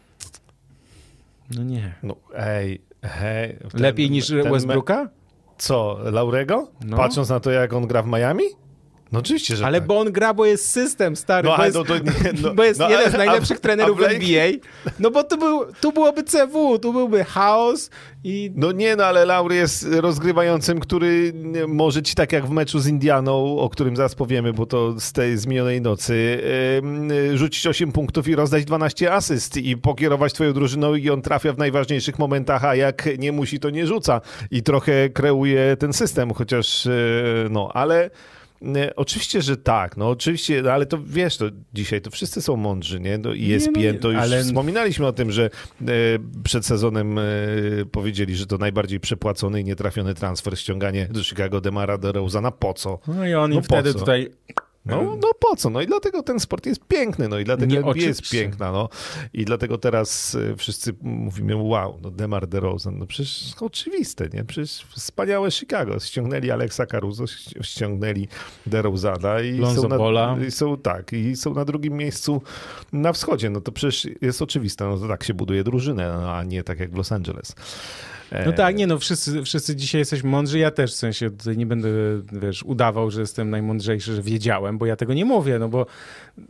No nie. No ej, hej. Ten, Lepiej niż ten Westbrooka? Me... Co, Laurego? No. Patrząc na to, jak on gra w Miami? No oczywiście, że Ale tak. bo on gra, bo jest system, stary. No, bo, jest, no, to, nie, no, bo jest no, jeden ale, z najlepszych a, trenerów a Blake... w N B A. No bo tu, był, tu byłoby C W, tu byłby chaos i... No nie, no ale Lowry jest rozgrywającym, który może ci tak jak w meczu z Indianą, o którym zaraz powiemy, bo to z tej zmienionej nocy, yy, rzucić osiem punktów i rozdać dwanaście asyst i pokierować twoją drużyną i on trafia w najważniejszych momentach, a jak nie musi, to nie rzuca. I trochę kreuje ten system, chociaż yy, no, ale... Oczywiście, że tak, no oczywiście, no, ale to wiesz, to dzisiaj to wszyscy są mądrzy, nie? No, E S P N, to już ale... wspominaliśmy o tym, że e, przed sezonem e, powiedzieli, że to najbardziej przepłacony i nietrafiony transfer, ściąganie do Chicago DeMara DeRozana, po co? No i oni no wtedy tutaj... No, no po co? No i dlatego ten sport jest piękny, no i dlatego N B A jest piękna, no. I dlatego teraz wszyscy mówimy, wow, no DeMar DeRozan, no przecież oczywiste, nie? Przecież wspaniałe Chicago. Ściągnęli Alexa Caruso, ściągnęli DeRozana i Lonzo są, na, Balla. i są tak, i są na drugim miejscu na wschodzie. No to przecież jest oczywiste, no to tak się buduje drużynę, no, a nie tak jak w Los Angeles. No tak, nie no, wszyscy, wszyscy dzisiaj jesteśmy mądrzy, ja też w sensie tutaj nie będę, wiesz, udawał, że jestem najmądrzejszy, że wiedziałem, bo ja tego nie mówię, no bo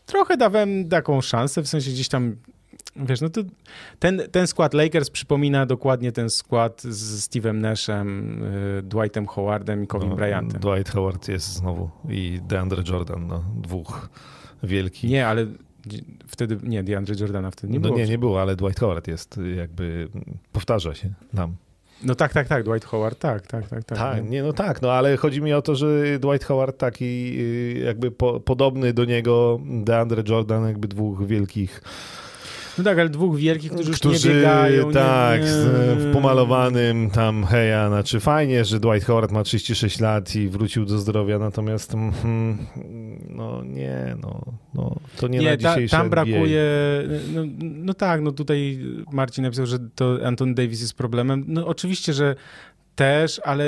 trochę dawałem taką szansę, w sensie gdzieś tam, wiesz, no to ten, ten skład Lakers przypomina dokładnie ten skład z Steve'em Nashem, Dwightem Howardem i Kobe no, Bryantem. Dwight Howard jest znowu i DeAndre Jordan, no, dwóch wielkich. Nie, ale wtedy, nie, DeAndre Jordana wtedy nie no było. Nie, nie było, ale Dwight Howard jest jakby, powtarza się nam. No tak, tak, tak, Dwight Howard, tak, tak, tak. Tak, tak nie? nie, no tak, no ale chodzi mi o to, że Dwight Howard taki jakby po, podobny do niego, DeAndre Jordan, jakby dwóch wielkich. No tak, ale dwóch wielkich, którzy już którzy, nie biegają. Tak, nie, nie. w pomalowanym tam heja, znaczy fajnie, że Dwight Howard ma trzydzieści sześć lat i wrócił do zdrowia, natomiast mm, no nie, no, no to nie, nie na dzisiejsze ta, tam N B A. brakuje, no, no tak, no tutaj Marcin napisał, że to Anthony Davis jest problemem. No oczywiście, że też, ale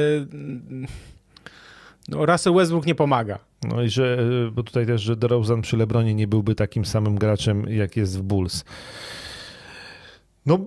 no, Russell Westbrook nie pomaga. No i że, bo tutaj też, że DeRozan przy LeBronie nie byłby takim samym graczem, jak jest w Bulls. No,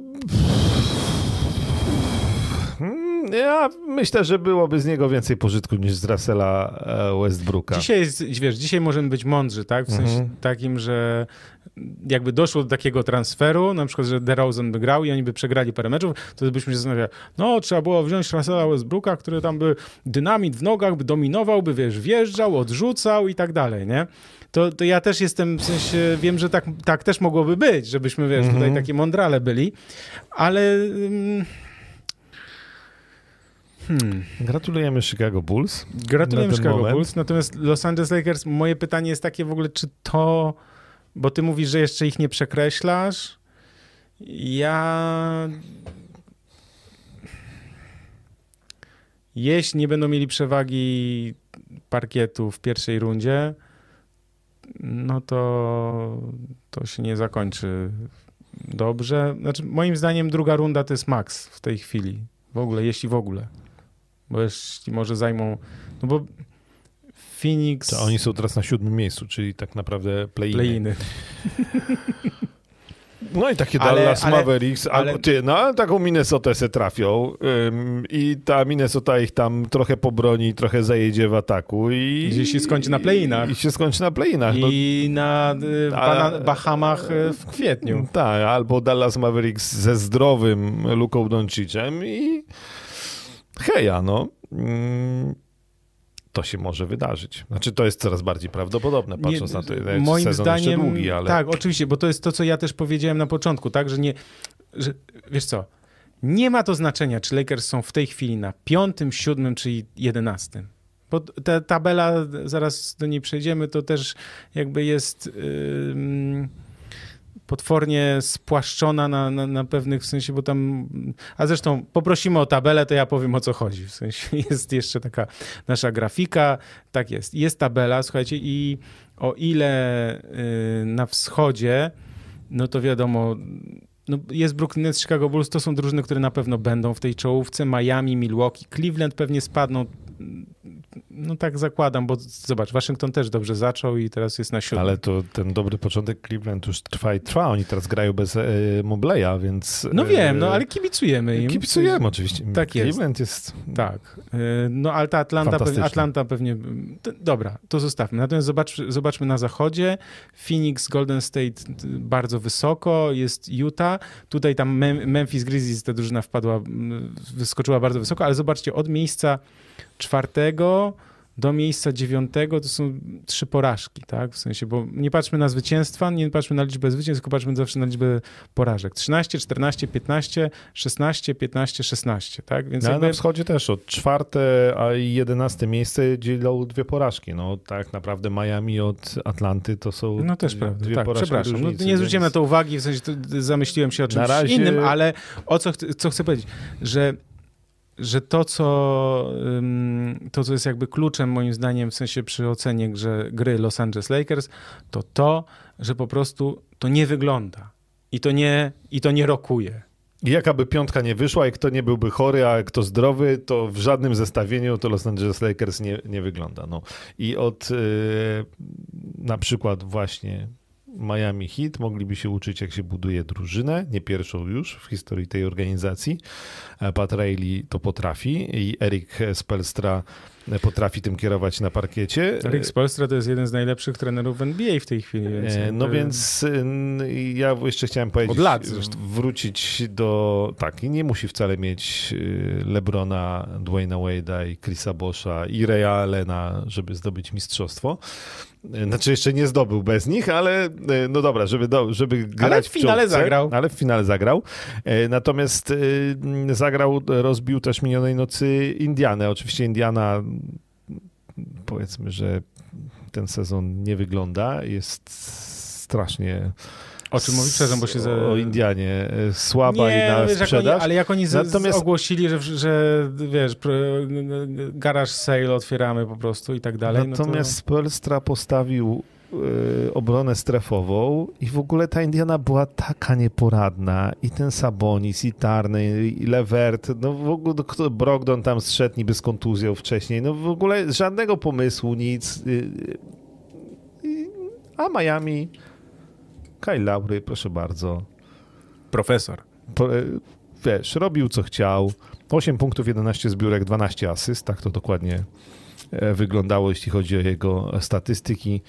ja myślę, że byłoby z niego więcej pożytku niż z Russella Westbrooka. Dzisiaj jest, wiesz, dzisiaj możemy być mądrzy, tak? W sensie mhm. takim, że jakby doszło do takiego transferu, na przykład, że DeRozan by grał i oni by przegrali parę meczów, to byśmy się zastanawiali, no trzeba było wziąć Russella Westbrooka, który tam by dynamit w nogach, by dominował, by wiesz, wjeżdżał, odrzucał i tak dalej, nie? To, to ja też jestem, w sensie, wiem, że tak, tak też mogłoby być, żebyśmy, wiesz, mhm. tutaj takie mądrale byli, ale... Hmm. Gratulujemy Chicago Bulls. Gratulujemy Chicago moment. Bulls, natomiast Los Angeles Lakers, moje pytanie jest takie w ogóle, czy to, bo ty mówisz, że jeszcze ich nie przekreślasz, ja... Jeśli nie będą mieli przewagi parkietu w pierwszej rundzie, no to to się nie zakończy dobrze. Znaczy, moim zdaniem druga runda to jest maks w tej chwili. W ogóle, jeśli w ogóle. Bo jeśli może zajmą... No bo Phoenix... To oni są teraz na siódmym miejscu, czyli tak naprawdę play-iny. Play-iny. No i takie ale, Dallas ale, Mavericks, ale, albo ty, no taką Minnesotę se trafią ym, i ta Minnesota ich tam trochę pobroni, trochę zajedzie w ataku i... I się skończy na play-inach. I się skończy na play-inach. No. I na y, a, Bahamach w kwietniu. Tak, albo Dallas Mavericks ze zdrowym Luką Doncicem i heja, no. Ym, to się może wydarzyć. Znaczy, to jest coraz bardziej prawdopodobne, patrząc nie, na to, jak moim sezon zdaniem, jeszcze długi, ale... Tak, oczywiście, bo to jest to, co ja też powiedziałem na początku, tak, że nie, że, wiesz co, nie ma to znaczenia, czy Lakers są w tej chwili na piątym, siódmym, czy jedenastym. Bo ta tabela, zaraz do niej przejdziemy, to też jakby jest... Yy, potwornie spłaszczona na, na, na pewnych, w sensie, bo tam... A zresztą poprosimy o tabelę, to ja powiem, o co chodzi. W sensie jest jeszcze taka nasza grafika, tak jest. Jest tabela, słuchajcie, i o ile y, na wschodzie, no to wiadomo, no jest Brooklyn Nets, Chicago Bulls, to są drużyny, które na pewno będą w tej czołówce. Miami, Milwaukee, Cleveland pewnie spadną. No tak zakładam, bo zobacz, Waszyngton też dobrze zaczął i teraz jest na siódmym. Ale to ten dobry początek Cleveland już trwa i trwa. Oni teraz grają bez e, Mobleya, więc... No wiem, no ale kibicujemy im. Kibicujemy oczywiście. Tak jest. Cleveland jest... Tak. No ale ta Atlanta pewnie, Atlanta pewnie... Dobra, to zostawmy. Natomiast zobacz, zobaczmy na zachodzie. Phoenix, Golden State bardzo wysoko, jest Utah. Tutaj tam Memphis Grizzlies, ta drużyna wpadła, wyskoczyła bardzo wysoko, ale zobaczcie, od miejsca czwartego do miejsca dziewiątego to są trzy porażki, tak? W sensie, bo nie patrzmy na zwycięstwa, nie patrzmy na liczbę zwycięstw, tylko patrzmy zawsze na liczbę porażek. trzynaście, czternaście, piętnaście, szesnaście, piętnaście, szesnaście, tak? Więc no, jakby... Na wschodzie też od czwarte a i jedenaste miejsce dzielą dwie porażki. No tak naprawdę Miami od Atlanty to są no też prawda. dwie tak, porażki przepraszam. różnicy, No, nie zwróciłem więc... na to uwagi, w sensie to zamyśliłem się o czymś razie... innym, ale o co, ch- co chcę powiedzieć, że że to co, to, co jest jakby kluczem moim zdaniem, w sensie przy ocenie grze, gry Los Angeles Lakers, to to, że po prostu to nie wygląda i to nie, i to nie rokuje. I jakaby piątka nie wyszła i kto nie byłby chory, a kto zdrowy, to w żadnym zestawieniu to Los Angeles Lakers nie, nie wygląda. No. I od yy, na przykład właśnie Miami Heat mogliby się uczyć, jak się buduje drużynę, nie pierwszą już w historii tej organizacji. Pat Riley to potrafi i Eric Spoelstra potrafi tym kierować na parkiecie. Rick Spoelstra to jest jeden z najlepszych trenerów w N B A w tej chwili. Więc no jakby... więc ja jeszcze chciałem powiedzieć, od lat zresztą. wrócić do... Tak, i nie musi wcale mieć LeBrona, Dwayna Wade'a i Chrisa Boscha i Raya Allena, żeby zdobyć mistrzostwo. Znaczy jeszcze nie zdobył bez nich, ale no dobra, żeby, do, żeby grać ale w finale w czołówce, zagrał. Ale w finale zagrał. Natomiast zagrał, rozbił też minionej nocy Indianę. Oczywiście Indiana, powiedzmy, że ten sezon nie wygląda. Jest strasznie... O czym mówisz? Przepraszam, bo się... Za... O Indianie. Słaba nie, i na wiesz, sprzedaż. Oni, ale jak oni z, Natomiast... ogłosili, że, że wiesz, garage sale otwieramy po prostu i tak dalej. Natomiast no to... Spoelstra postawił y, obronę strefową i w ogóle ta Indiana była taka nieporadna. I ten Sabonis, i Turner, i Levert, no w ogóle Brogdon tam zszedł niby z kontuzją wcześniej. No w ogóle żadnego pomysłu, nic. Y, y, a Miami... Kyle Lowry, proszę bardzo. Profesor. Po, wiesz, robił co chciał. osiem punktów, jedenaście zbiórek, dwanaście asyst. Tak to dokładnie wyglądało, jeśli chodzi o jego statystyki.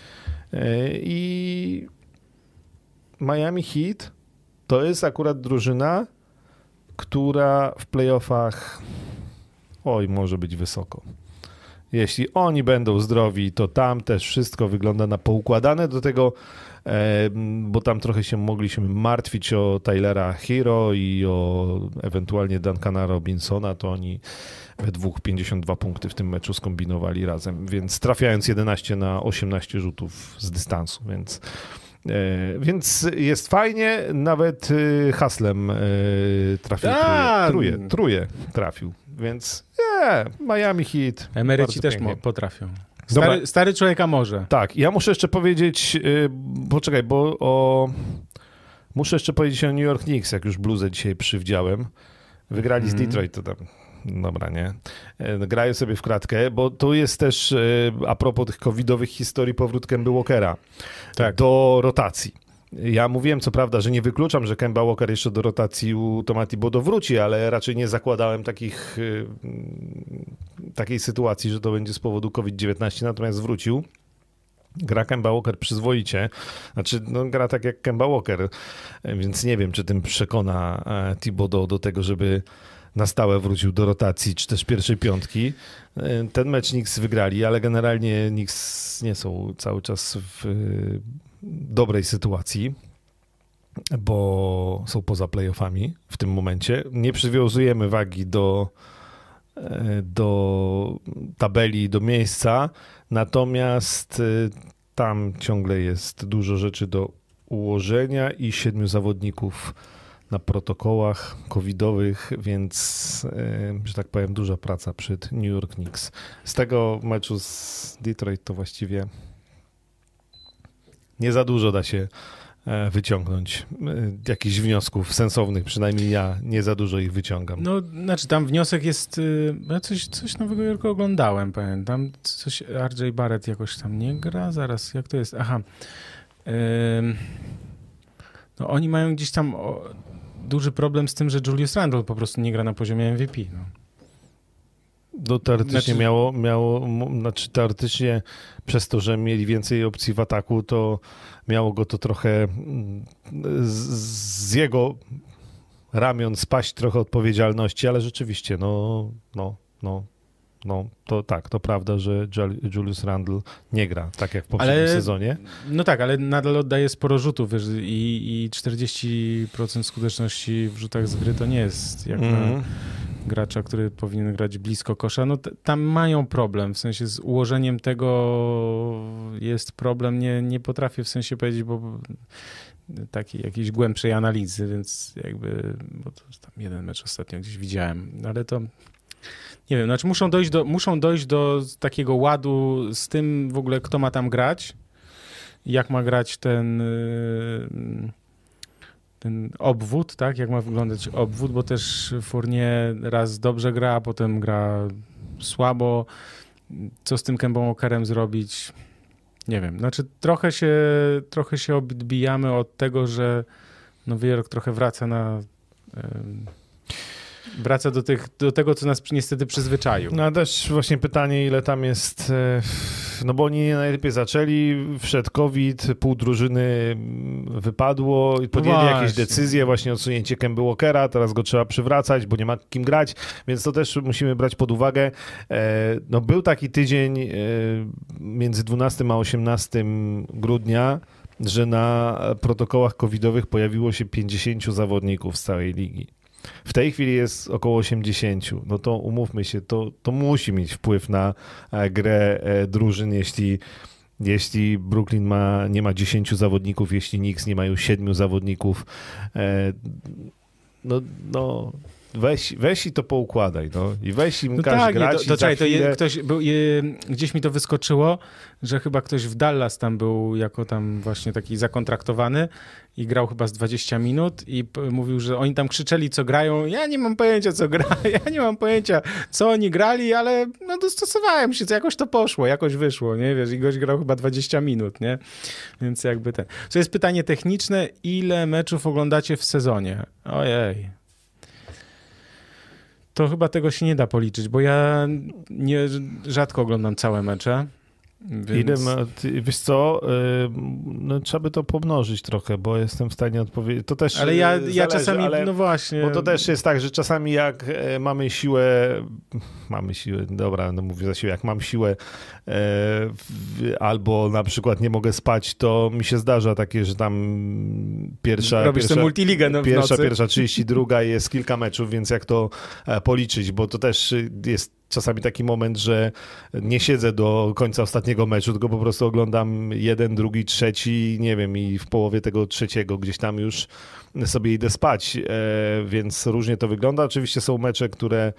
I Miami Heat to jest akurat drużyna, która w playoffach oj, może być wysoko. Jeśli oni będą zdrowi, to tam też wszystko wygląda na poukładane. Do tego, e, bo tam trochę się mogliśmy martwić o Tylera Hero i o ewentualnie Duncana Robinsona, to oni we dwóch pięćdziesiąt dwa punkty w tym meczu skombinowali razem, więc trafiając jedenaście na osiemnaście rzutów z dystansu, więc... E, więc jest fajnie, nawet e, haslem e, trafił, truje, truje, truje trafił, więc nie, Miami Heat. Emeryci też mo- potrafią. Stary, stary człowieka może. Tak, ja muszę jeszcze powiedzieć, yy, poczekaj, bo o... muszę jeszcze powiedzieć o New York Knicks, jak już bluzę dzisiaj przywdziałem. Wygrali mm. z Detroit, to tam... Dobra, nie. Grają sobie w kratkę, bo tu jest też a propos tych covidowych historii powrót Kemby Walkera tak. do rotacji. Ja mówiłem co prawda, że nie wykluczam, że Kemba Walker jeszcze do rotacji u Tomati Bodo wróci, ale raczej nie zakładałem takich, takiej sytuacji, że to będzie z powodu COVID dziewiętnaście, natomiast wrócił. Gra Kemba Walker przyzwoicie, znaczy no, gra tak jak Kemba Walker, więc nie wiem, czy tym przekona Thibodeau do tego, żeby na stałe wrócił do rotacji, czy też pierwszej piątki. Ten mecz Knicks wygrali, ale generalnie Knicks nie są cały czas w dobrej sytuacji, bo są poza playoffami w tym momencie. Nie przywiązujemy wagi do, do tabeli, do miejsca, natomiast tam ciągle jest dużo rzeczy do ułożenia i siedmiu zawodników na protokołach covidowych, więc, że tak powiem, duża praca przed New York Knicks. Z tego meczu z Detroit to właściwie nie za dużo da się wyciągnąć jakichś wniosków sensownych, przynajmniej ja nie za dużo ich wyciągam. No, znaczy tam wniosek jest, ja coś, coś Nowego Jorku oglądałem, pamiętam, coś R J Barrett jakoś tam nie gra, zaraz, jak to jest, aha, Ym, no oni mają gdzieś tam o, duży problem z tym, że Julius Randle po prostu nie gra na poziomie M V P, no. No, teoretycznie znaczy... miało, miało, znaczy teoretycznie przez to, że mieli więcej opcji w ataku, to miało go to trochę z, z jego ramion spaść trochę odpowiedzialności, ale rzeczywiście, no, no, no, no, to tak, to prawda, że Julius Randle nie gra tak jak w poprzednim ale, sezonie. No tak, ale nadal oddaje sporo rzutów, wiesz, i, i czterdzieści procent skuteczności w rzutach z gry to nie jest jak mm. na gracza, który powinien grać blisko kosza. No t- tam mają problem, w sensie z ułożeniem tego jest problem, nie, nie potrafię w sensie powiedzieć, bo takiej jakiejś głębszej analizy, więc jakby, bo to tam jeden mecz ostatnio gdzieś widziałem, ale to nie wiem, znaczy muszą dojść do, muszą dojść do takiego ładu z tym w ogóle, kto ma tam grać, jak ma grać ten ten obwód, tak, jak ma wyglądać obwód, bo też Fournier raz dobrze gra, a potem gra słabo. Co z tym Kembą Walkerem zrobić? Nie wiem, znaczy trochę się, trochę się odbijamy od tego, że Nowy Jork trochę wraca na wraca do, tych, do tego, co nas niestety przyzwyczaił. No a też właśnie pytanie, ile tam jest, no bo oni najlepiej zaczęli, wszedł COVID, pół drużyny wypadło, podjęli właśnie. jakieś decyzje, właśnie odsunięcie Kemby Walkera, teraz go trzeba przywracać, bo nie ma kim grać, więc to też musimy brać pod uwagę. No był taki tydzień między dwunastego a osiemnastego grudnia, że na protokołach covidowych pojawiło się pięćdziesięciu zawodników z całej ligi. W tej chwili jest około osiemdziesięciu. No to umówmy się, to, to musi mieć wpływ na grę drużyn, jeśli, jeśli Brooklyn ma, nie ma dziesięciu zawodników, jeśli Knicks nie mają siedmiu zawodników. No, no weź, weź i to poukładaj, no. I weź im no każ tak, grać to, to, i za czekaj, chwilę... to je, ktoś był, je, gdzieś mi to wyskoczyło, że chyba ktoś w Dallas tam był jako tam właśnie taki zakontraktowany i grał chyba z dwadzieścia minut i p- mówił, że oni tam krzyczeli, co grają. Ja nie mam pojęcia, co gra, ja nie mam pojęcia, co oni grali, ale no dostosowałem się, co jakoś to poszło, jakoś wyszło, nie? Wiesz, i gość grał chyba dwadzieścia minut, nie? Więc jakby ten... To jest pytanie techniczne, ile meczów oglądacie w sezonie? Ojej. To chyba tego się nie da policzyć, bo ja nie, rzadko oglądam całe mecze. Więc... Ile ma, ty, wiesz co, yy, no, trzeba by to pomnożyć trochę, bo jestem w stanie odpowiedzieć. To też ale ja, zależy, ja czasami, ale, no właśnie. Bo to też jest tak, że czasami jak e, mamy siłę, mamy siłę, dobra, no mówię za siłę, jak mam siłę e, w, albo na przykład nie mogę spać, to mi się zdarza takie, że tam pierwsza, Robisz pierwsza, tę multiligę no, w pierwsza, nocy. pierwsza trzydzieści dwa jest kilka meczów, więc jak to e, policzyć, bo to też jest czasami taki moment, że nie siedzę do końca ostatniego meczu, tylko po prostu oglądam jeden, drugi, trzeci, nie wiem, i w połowie tego trzeciego gdzieś tam już sobie idę spać, e, więc różnie to wygląda. Oczywiście są mecze, które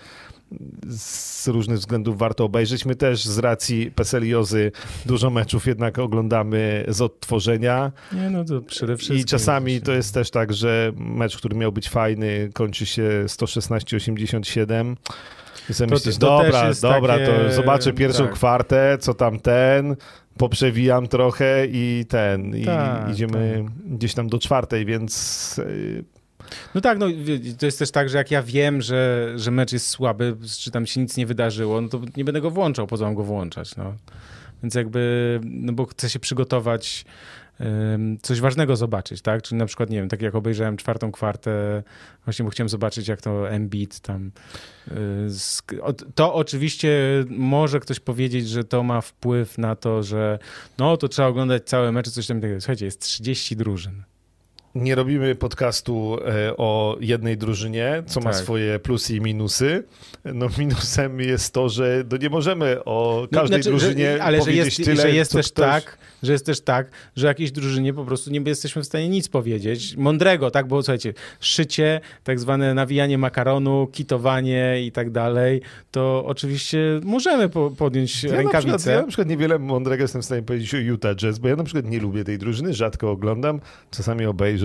z różnych względów warto obejrzeć. My też z racji peseliozy dużo meczów jednak oglądamy z odtworzenia. Nie, no to przede wszystkim. I czasami to jest też tak, że mecz, który miał być fajny, kończy się sto szesnaście osiemdziesiąt siedem. I sobie To- myślisz, to dobra, też dobra, jest takie- to zobaczę pierwszą tak. kwartę, co tam ten, poprzewijam trochę i ten, i Tak, idziemy gdzieś tam do czwartej, więc yy, No tak, no wie- to jest też tak, że jak ja wiem, że, że mecz jest słaby, czy tam się nic nie wydarzyło, no to nie będę go włączał, po co mam go włączać, no. Więc jakby, no bo chcę się przygotować, ym, coś ważnego zobaczyć, tak? Czyli na przykład, nie wiem, tak jak obejrzałem czwartą kwartę, właśnie bo chciałem zobaczyć, jak to Embiid tam... Yy, sk- o- to oczywiście może ktoś powiedzieć, że to ma wpływ na to, że no to trzeba oglądać całe mecze, coś tam takiego. Słuchajcie, jest trzydzieści drużyn. nie robimy podcastu e, o jednej drużynie, co ma Tak. swoje plusy i minusy. No minusem jest to, że no, nie możemy o No, każdej znaczy, drużynie że, ale że powiedzieć jest, tyle, że jest co też ktoś... tak, że jest też tak, że jakiejś drużynie po prostu nie jesteśmy w stanie nic powiedzieć. Mądrego, tak? Bo słuchajcie, szycie, tak zwane nawijanie makaronu, kitowanie i tak dalej, to oczywiście możemy po, podjąć Ja na, przykład, rękawicę. ja na przykład niewiele mądrego jestem w stanie powiedzieć o Utah Jazz, bo ja na przykład nie lubię tej drużyny, rzadko oglądam, czasami obejrzę,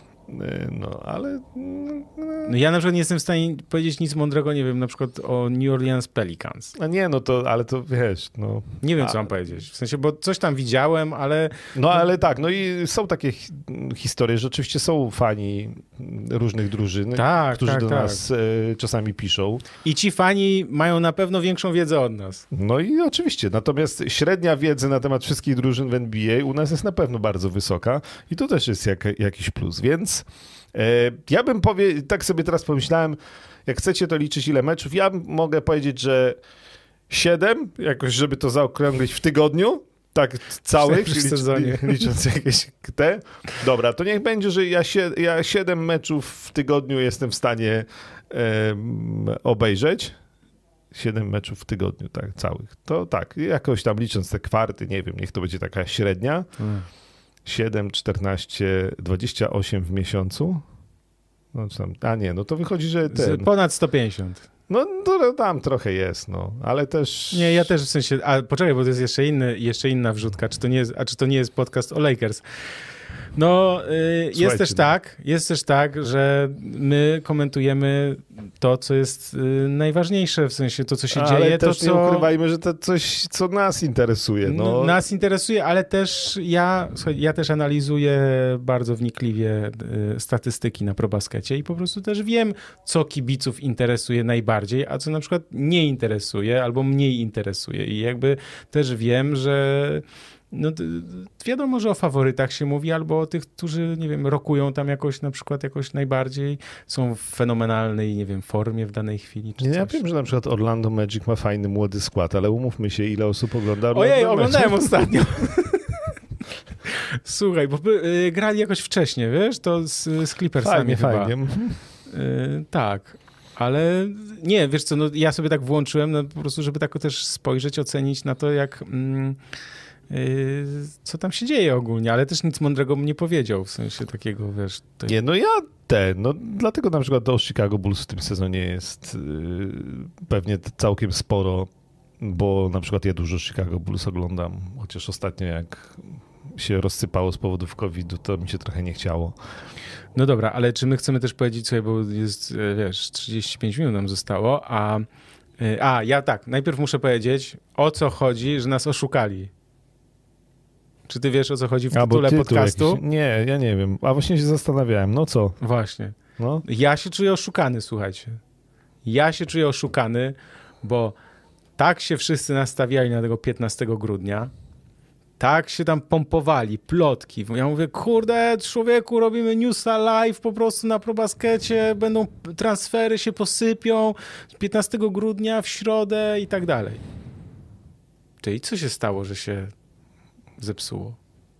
no ale... No ja na przykład nie jestem w stanie powiedzieć nic mądrego, nie wiem, na przykład o New Orleans Pelicans. A nie, no to, ale to wiesz, no... Nie wiem, co A- mam powiedzieć. W sensie, bo coś tam widziałem, ale No ale tak, no i są takie hi- historie, że oczywiście są fani różnych drużyn, tak, którzy tak, do tak. nas e, czasami piszą. I ci fani mają na pewno większą wiedzę od nas. No i oczywiście, natomiast średnia wiedzy na temat wszystkich drużyn w N B A u nas jest na pewno bardzo wysoka i to też jest jak, jakiś plus, więc e, ja bym powie, tak sobie teraz pomyślałem, jak chcecie to liczyć ile meczów, ja mogę powiedzieć, że siedem, jakoś żeby to zaokrąglić w tygodniu, tak całych, W lic, sezonie. licząc jakieś te. Dobra, to niech będzie, że ja, sie, ja siedem meczów w tygodniu jestem w stanie em, obejrzeć. Siedem meczów w tygodniu, tak, całych. To tak, jakoś tam licząc te kwarty, nie wiem, niech to będzie taka średnia. Hmm. siedem, czternaście, dwadzieścia osiem w miesiącu. No, czy tam, a nie, no to wychodzi, że ten... Z ponad sto pięćdziesiąt. No to tam trochę jest, no, ale też... Nie, ja też w sensie, a poczekaj, bo to jest jeszcze, inny, jeszcze inna wrzutka, czy to nie jest, a czy to nie jest podcast o Lakers? No, y, jest też no. tak, jest też tak, że my komentujemy to, co jest y, najważniejsze, w sensie to, co się ale dzieje, też to, nie co... ukrywajmy, że to coś, co nas interesuje. No. Nas interesuje, ale też ja, słuchaj, ja też analizuję bardzo wnikliwie y, statystyki na ProBaskecie i po prostu też wiem, co kibiców interesuje najbardziej, a co na przykład nie interesuje albo mniej interesuje. I jakby też wiem, że no, wiadomo, że o faworytach się mówi, albo o tych, którzy, nie wiem, rokują tam jakoś na przykład jakoś najbardziej, są w fenomenalnej, nie wiem, formie w danej chwili. Czy Nie, coś. ja wiem, że na przykład Orlando Magic ma fajny, młody skład, ale umówmy się, ile osób ogląda Orlando Ojej, Magic. oglądałem ostatnio. Słuchaj, bo y, grali jakoś wcześniej, wiesz, to z, z Clippersami Fajnie, chyba. fajnie. Y, tak, ale nie, wiesz co, no, ja sobie tak włączyłem, no, po prostu, żeby tak też spojrzeć, ocenić na to, jak... Mm, co tam się dzieje ogólnie, ale też nic mądrego bym nie powiedział, w sensie takiego, wiesz... To... Nie, no ja ten, no dlatego na przykład do Chicago Bulls w tym sezonie jest yy, pewnie całkiem sporo, bo na przykład ja dużo Chicago Bulls oglądam, chociaż ostatnio jak się rozsypało z powodów kowida, to mi się trochę nie chciało. No dobra, ale czy my chcemy też powiedzieć sobie, bo jest, wiesz, trzydzieści pięć minut nam zostało, a... A, ja tak, najpierw muszę powiedzieć, o co chodzi, że nas oszukali. Czy ty wiesz, o co chodzi w tytule podcastu? Jakiś... Nie, ja nie wiem. A właśnie się zastanawiałem. No co? Właśnie. No. Ja się czuję oszukany, słuchajcie. Ja się czuję oszukany, bo tak się wszyscy nastawiali na tego piętnastego grudnia. Tak się tam pompowali, plotki. Ja mówię, kurde, człowieku, robimy newsa live po prostu na ProBaskecie, będą transfery, się posypią piętnastego grudnia w środę i tak dalej. Czyli co się stało, że się zepsuło?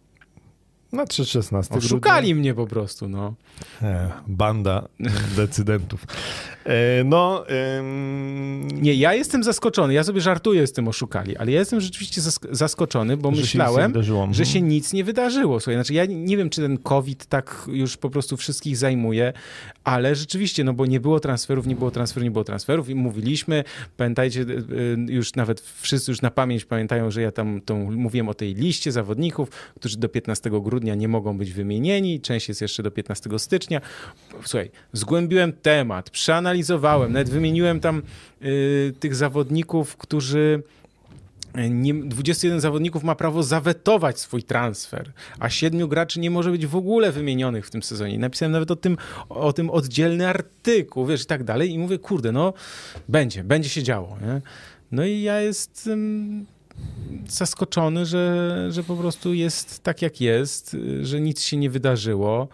Na trzy szesnaście grudnia. Oszukali mnie po prostu, no. E, banda decydentów. E, no... Ym... Nie, ja jestem zaskoczony. Ja sobie żartuję z tym oszukali, ale ja jestem rzeczywiście zask- zaskoczony, bo że myślałem, się że się nic nie wydarzyło. Słuchaj, znaczy ja nie wiem, czy ten COVID tak już po prostu wszystkich zajmuje, ale rzeczywiście, no bo nie było transferów, nie było transferów, nie było transferów i mówiliśmy, pamiętajcie, już nawet wszyscy już na pamięć pamiętają, że ja tam tą, mówiłem o tej liście zawodników, którzy do piętnastego grudnia nie mogą być wymienieni, część jest jeszcze do piętnastego stycznia. Słuchaj, zgłębiłem temat, przeanalizowałem, nawet wymieniłem tam y, tych zawodników, którzy nie, dwudziestu jeden zawodników ma prawo zawetować swój transfer, a siedmiu graczy nie może być w ogóle wymienionych w tym sezonie. Napisałem nawet o tym, o tym oddzielny artykuł, wiesz, i tak dalej i mówię, kurde, no będzie, będzie się działo, nie? No i ja jestem zaskoczony, że, że po prostu jest tak, jak jest, że nic się nie wydarzyło.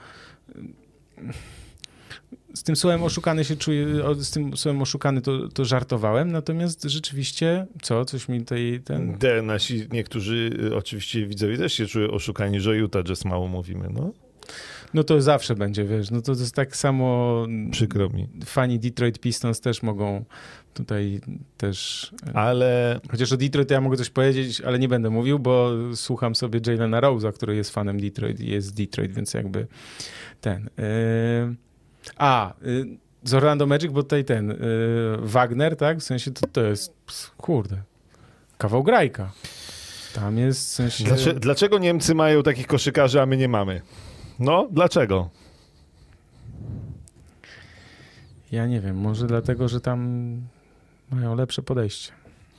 Z tym słowem oszukany się czuję, z tym słowem oszukany to, to żartowałem, natomiast rzeczywiście, co, coś mi tutaj ten... De, nasi niektórzy oczywiście widzowie też się czują oszukani, że Utah Jazz mało mówimy, no. No to zawsze będzie, wiesz, no to, to jest tak samo... Przykro mi. Fani Detroit Pistons też mogą tutaj też... Ale... Chociaż o Detroit ja mogę coś powiedzieć, ale nie będę mówił, bo słucham sobie Jalena Rose'a, który jest fanem Detroit i jest z Detroit, więc jakby ten... Yy... A, yy, z Orlando Magic, bo tutaj ten yy, Wagner, tak? W sensie to, to jest, kurde, kawał grajka. Tam jest w sensie... Dlaczego, dlaczego Niemcy mają takich koszykarzy, a my nie mamy? No, dlaczego? Ja nie wiem, może dlatego, że tam mają lepsze podejście.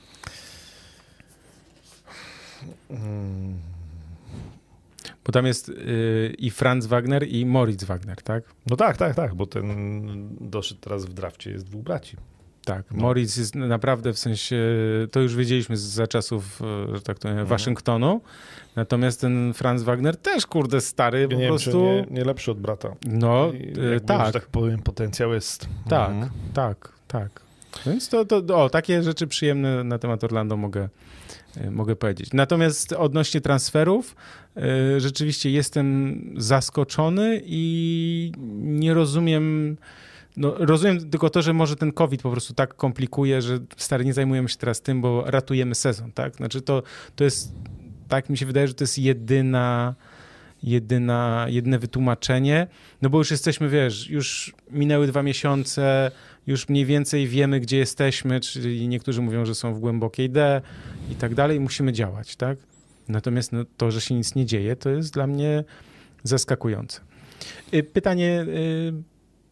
Hmm. Bo tam jest yy, i Franz Wagner, i Moritz Wagner, tak? No tak, tak, tak, bo ten doszedł teraz w drafcie, jest dwóch braci. Tak, no. Moritz jest naprawdę w sensie, to już wiedzieliśmy za czasów, że tak to powiem, Waszyngtonu, natomiast ten Franz Wagner też, kurde, stary, po nie prostu... Wiem, nie, nie lepszy od brata. No, jakby, tak. Że tak powiem, potencjał jest... Tak, mhm. tak, tak. Więc to, to, o, takie rzeczy przyjemne na temat Orlando mogę, mogę powiedzieć. Natomiast odnośnie transferów, rzeczywiście jestem zaskoczony i nie rozumiem... No, rozumiem tylko to, że może ten COVID po prostu tak komplikuje, że stary, nie zajmujemy się teraz tym, bo ratujemy sezon, tak? Znaczy to, to jest, tak mi się wydaje, że to jest jedyna, jedyna, jedyne wytłumaczenie, no bo już jesteśmy, wiesz, już minęły dwa miesiące, już mniej więcej wiemy, gdzie jesteśmy, czyli niektórzy mówią, że są w głębokiej D i tak dalej, musimy działać, tak? Natomiast no, to, że się nic nie dzieje, to jest dla mnie zaskakujące. Pytanie...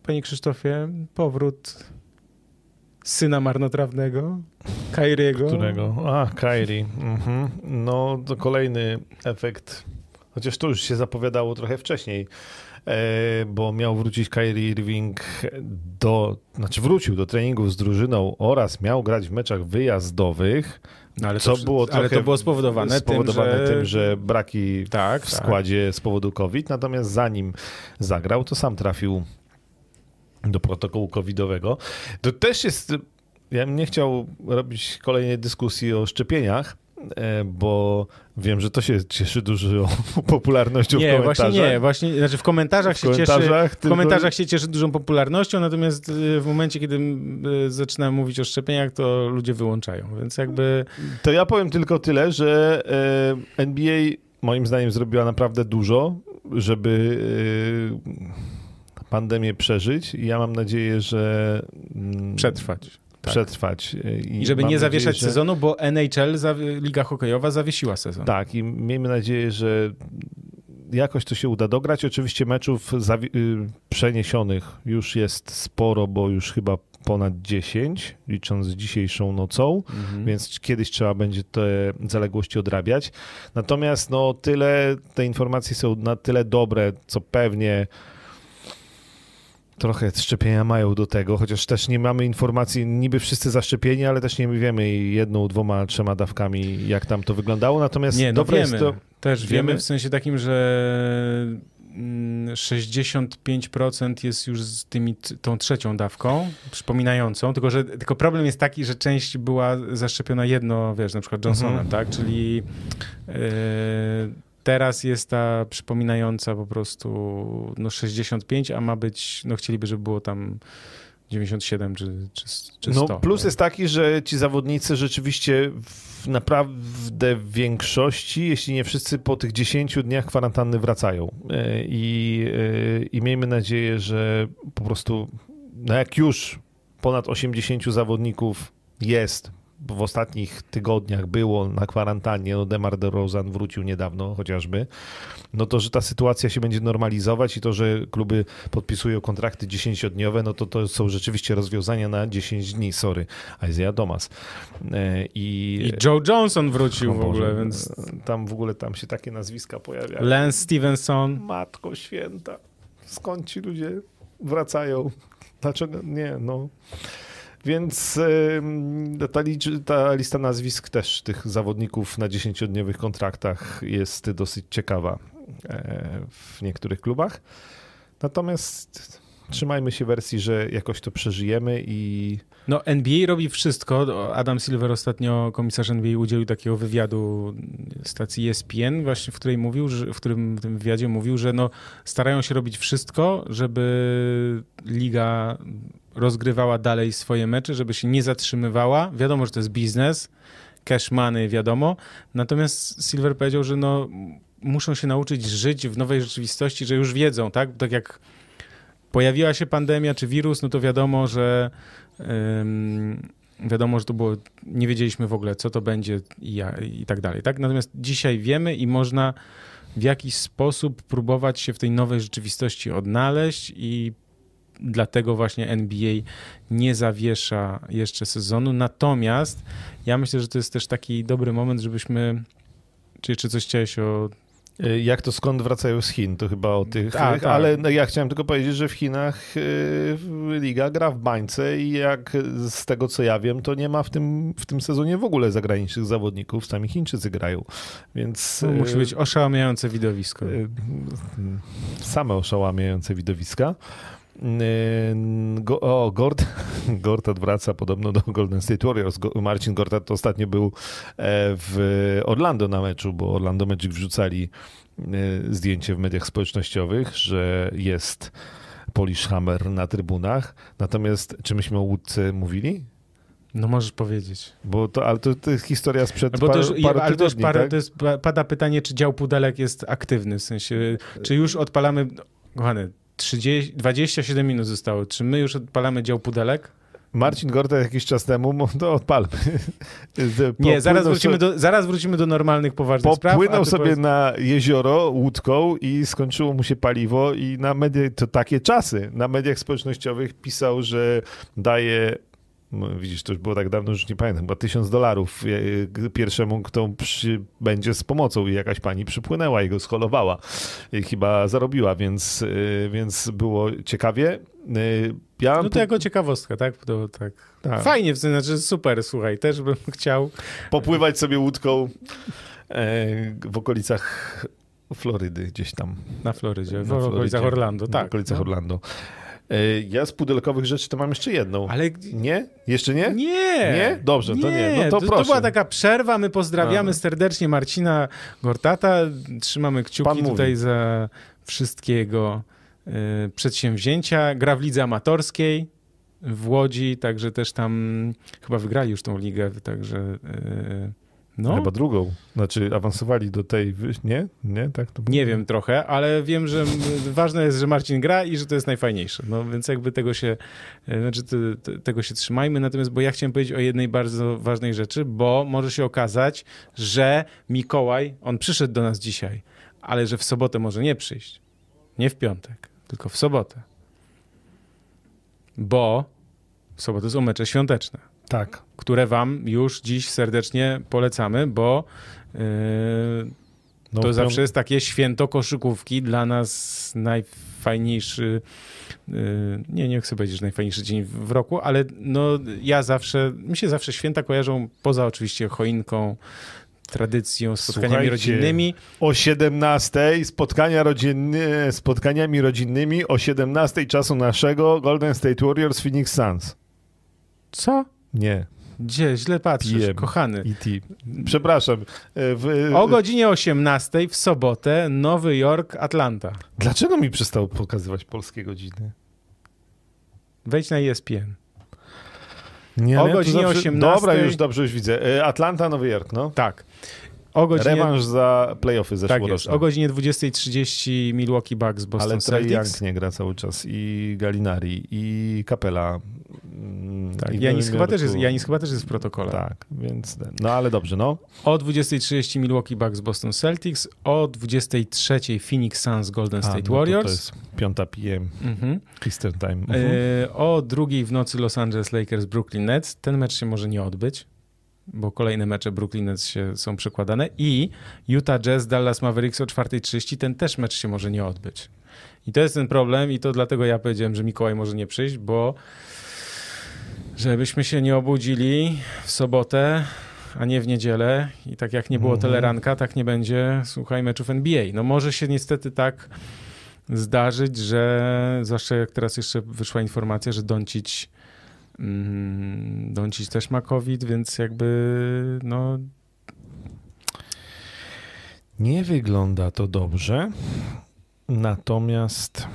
panie Krzysztofie, powrót syna marnotrawnego, Kyriego. Którego? A, Kyrie. Mhm. No, to kolejny efekt, chociaż to już się zapowiadało trochę wcześniej, bo miał wrócić Kyrie Irving do, znaczy wrócił do treningów z drużyną oraz miał grać w meczach wyjazdowych, no ale, co to, było ale to było spowodowane, spowodowane tym, że... tym, że braki tak, w składzie tak. z powodu COVID, natomiast zanim zagrał, to sam trafił do protokołu covidowego. To też jest, ja bym nie chciał robić kolejnej dyskusji o szczepieniach, bo wiem, że to się cieszy dużą popularnością nie, w komentarzach. Właśnie nie, właśnie, znaczy w komentarzach, w się, komentarzach cieszy, tylko... w komentarzach się cieszy dużą popularnością, natomiast w momencie, kiedy zaczynam mówić o szczepieniach, to ludzie wyłączają, więc jakby... To ja powiem tylko tyle, że N B A moim zdaniem zrobiła naprawdę dużo, żeby pandemię przeżyć i ja mam nadzieję, że... Przetrwać. Tak. przetrwać. I, I żeby nie zawieszać nadzieję, że... sezonu, bo N H L, Liga Hokejowa, zawiesiła sezon. Tak, i miejmy nadzieję, że jakoś to się uda dograć. Oczywiście meczów zawi- przeniesionych już jest sporo, bo już chyba ponad dziesięć, licząc z dzisiejszą nocą, mhm. więc kiedyś trzeba będzie te zaległości odrabiać. Natomiast no tyle, te informacje są na tyle dobre, co pewnie trochę szczepienia mają do tego, chociaż też nie mamy informacji, niby wszyscy zaszczepieni, ale też nie wiemy jedną, dwoma, trzema dawkami, jak tam to wyglądało. Natomiast nie, no dobre wiemy. jest to... Też wiemy, wiemy w sensie takim, że sześćdziesiąt pięć procent jest już z tymi, tą trzecią dawką przypominającą, tylko że tylko problem jest taki, że część była zaszczepiona jedno, wiesz, na przykład Johnsonem, mhm. tak? Czyli yy, teraz jest ta przypominająca po prostu no sześćdziesiąt pięć, a ma być, no chcieliby, żeby było tam dziewięćdziesiąt siedem czy, czy, czy sto. No plus tak? jest taki, że ci zawodnicy rzeczywiście w naprawdę w większości, jeśli nie wszyscy, po tych dziesięciu dniach kwarantanny wracają. I, i miejmy nadzieję, że po prostu, no jak już ponad osiemdziesięciu zawodników jest, w ostatnich tygodniach było na kwarantannie, no DeMar DeRozan wrócił niedawno chociażby, no to, że ta sytuacja się będzie normalizować i to, że kluby podpisują kontrakty dziesięciodniowe, no to to są rzeczywiście rozwiązania na dziesięć dni, sorry, Isaiah Thomas. I, I Joe Johnson wrócił w ogóle, Boże, więc... Tam w ogóle tam się takie nazwiska pojawiają. Lance Stevenson. Matko święta, skąd ci ludzie wracają? Dlaczego? Nie, no... Więc ta, ta lista nazwisk też tych zawodników na dziesięciodniowych kontraktach jest dosyć ciekawa w niektórych klubach. Natomiast trzymajmy się wersji, że jakoś to przeżyjemy i... No N B A robi wszystko. Adam Silver ostatnio, komisarz N B A, udzielił takiego wywiadu stacji E S P N, właśnie w której mówił, że, w którym w tym wywiadzie mówił, że no, starają się robić wszystko, żeby liga rozgrywała dalej swoje mecze, żeby się nie zatrzymywała. Wiadomo, że to jest biznes, cash money, wiadomo. Natomiast Silver powiedział, że no, muszą się nauczyć żyć w nowej rzeczywistości, że już wiedzą, tak? Tak jak pojawiła się pandemia czy wirus, no to wiadomo, że ym, wiadomo, że to było, nie wiedzieliśmy w ogóle, co to będzie i, ja, i tak dalej, tak? Natomiast dzisiaj wiemy i można w jakiś sposób próbować się w tej nowej rzeczywistości odnaleźć i dlatego właśnie N B A nie zawiesza jeszcze sezonu. Natomiast ja myślę, że to jest też taki dobry moment, żebyśmy... Czy jeszcze coś chciałeś o... Jak to skąd wracają z Chin? To chyba o tych... Tak, tak. Ale no, ja chciałem tylko powiedzieć, że w Chinach y, liga gra w bańce i jak z tego, co ja wiem, to nie ma w tym, w tym sezonie w ogóle zagranicznych zawodników. Sami Chińczycy grają, więc... To musi być oszałamiające widowisko. Y, same oszałamiające widowiska. Go, o, Gord, Gortat wraca podobno do Golden State Warriors. Marcin Gortat ostatnio był w Orlando na meczu, bo Orlando Magic wrzucali zdjęcie w mediach społecznościowych, że jest Polish Hammer na trybunach. Natomiast czy myśmy o łódce mówili? No możesz powiedzieć. Bo to, ale to, to jest historia sprzed no bo paru, to już, paru ale tygodni, to już parę, tak? to jest, pada pytanie, czy dział Pudelek jest aktywny, w sensie, czy już odpalamy, kochany, trzydzieści, dwadzieścia siedem minut zostało. Czy my już odpalamy dział Pudelek? Marcin Gortat jakiś czas temu, to odpalmy. Nie, zaraz wrócimy, do, zaraz wrócimy do normalnych, poważnych spraw. Popłynął sobie powiedz... na jezioro łódką i skończyło mu się paliwo i na media, to takie czasy, na mediach społecznościowych pisał, że daje, no widzisz, to już było tak dawno, że już nie pamiętam, chyba tysiąc dolarów pierwszemu, kto przy, będzie z pomocą i jakaś pani przypłynęła i go scholowała i chyba zarobiła, więc, więc było ciekawie. Ja no to jako ciekawostka, tak? To, tak. tak. Fajnie, w sensie, znaczy super, słuchaj, też bym chciał... Popływać sobie łódką w okolicach Florydy gdzieś tam. Na Florydzie, w Florydzie. okolicach Orlando, tak. W okolicach no. Orlando. Ja z pudelkowych rzeczy to mam jeszcze jedną. Ale... Nie? Jeszcze nie? Nie. Nie? Dobrze, nie. to nie. No to, to proszę. To była taka przerwa, my pozdrawiamy Aha. serdecznie Marcina Gortata, trzymamy kciuki Pan tutaj mówi. za wszystkiego y, przedsięwzięcia. Gra w lidze amatorskiej w Łodzi, także też tam chyba wygrali już tą ligę, także... Y, No. Chyba drugą. Znaczy awansowali do tej... Nie? Nie? Tak to nie wiem trochę, ale wiem, że ważne jest, że Marcin gra i że to jest najfajniejsze. No więc jakby tego się, znaczy te, te, tego się trzymajmy. Natomiast, bo ja chciałem powiedzieć o jednej bardzo ważnej rzeczy, bo może się okazać, że Mikołaj, on przyszedł do nas dzisiaj, ale że w sobotę może nie przyjść. Nie w piątek, tylko w sobotę. Bo w sobotę są mecze świąteczne. Tak. Które wam już dziś serdecznie polecamy, bo yy, no, to zawsze jest takie święto koszykówki, dla nas najfajniejszy, yy, nie, nie chcę powiedzieć, że najfajniejszy dzień w roku, ale no ja zawsze, mi się zawsze święta kojarzą, poza oczywiście choinką, tradycją, spotkaniami Słuchajcie, rodzinnymi. O siedemnastej spotkania rodzinne, spotkaniami rodzinnymi, o siedemnastej czasu naszego Golden State Warriors Phoenix Suns. Co? Nie. Gdzie? Źle patrzysz, P M. kochany. E T. Przepraszam. W... O godzinie osiemnastej w sobotę Nowy Jork, Atlanta. Dlaczego mi przestał pokazywać polskie godziny? Wejdź na E S P N. Nie, o nie, godzinie zawsze... osiemnastej... Dobra, już dobrze, już widzę. Atlanta, Nowy Jork, no. Tak. O godzinie... Rewanż za playoffy zeszłoroczne. Tak jest. O godzinie dwudziestej trzydzieści Milwaukee Bucks, Boston Ale Celtics. Ale Trae Young nie gra cały czas i Gallinari, i Capela. Tak, i Janis, chyba też jest, Janis chyba też jest w protokole. Tak, więc... No ale dobrze, no. O dwudziestej trzydzieści Milwaukee Bucks, Boston Celtics. O dwudziestej trzeciej Phoenix Suns, Golden State A, no Warriors. To, to jest piąta P M Mhm. Eastern Time. Mhm. E, o drugiej w nocy Los Angeles Lakers, Brooklyn Nets. Ten mecz się może nie odbyć, bo kolejne mecze Brooklyn Nets się, są przekładane. I Utah Jazz, Dallas Mavericks o czwartej trzydzieści. Ten też mecz się może nie odbyć. I to jest ten problem i to dlatego ja powiedziałem, że Mikołaj może nie przyjść, bo żebyśmy się nie obudzili w sobotę, a nie w niedzielę i tak jak nie było teleranka, tak nie będzie, słuchaj, meczów N B A. No może się niestety tak zdarzyć, że zwłaszcza jak teraz jeszcze wyszła informacja, że Doncic mm, Doncic też ma COVID, więc jakby no... Nie wygląda to dobrze, natomiast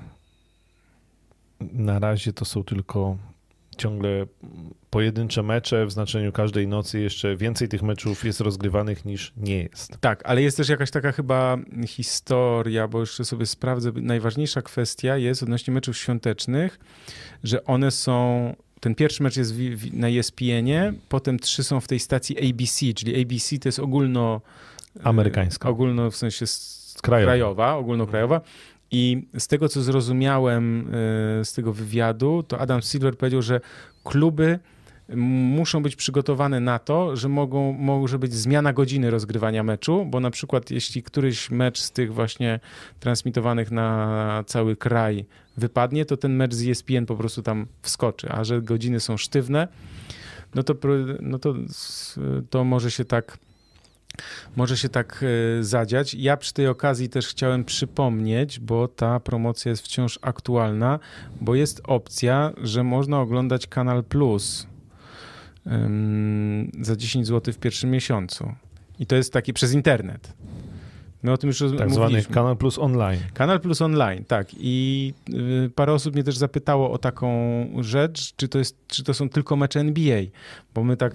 na razie to są tylko ciągle pojedyncze mecze w znaczeniu każdej nocy. Jeszcze więcej tych meczów jest rozgrywanych niż nie jest. Tak, ale jest też jakaś taka chyba historia, bo jeszcze sobie sprawdzę. Najważniejsza kwestia jest odnośnie meczów świątecznych, że one są... Ten pierwszy mecz jest w, w, na E S P N-ie, potem trzy są w tej stacji A B C, czyli A B C to jest ogólno... Amerykańska. Ogólno, w sensie krajowa, krajowa ogólnokrajowa. I z tego, co zrozumiałem z tego wywiadu, to Adam Silver powiedział, że kluby muszą być przygotowane na to, że mogą, może być zmiana godziny rozgrywania meczu, bo na przykład jeśli któryś mecz z tych właśnie transmitowanych na cały kraj wypadnie, to ten mecz z E S P N po prostu tam wskoczy, a że godziny są sztywne, no to, no to, to może się tak Może się tak zadziać. Ja przy tej okazji też chciałem przypomnieć, bo ta promocja jest wciąż aktualna, bo jest opcja, że można oglądać Kanal Plus um, za dziesięć złotych w pierwszym miesiącu. I to jest taki przez internet. My o tym już tak mówiliśmy. zwany Kanal Plus Online. Kanal Plus Online, tak. I y, parę osób mnie też zapytało o taką rzecz, czy to, jest, czy to są tylko mecze N B A, bo my tak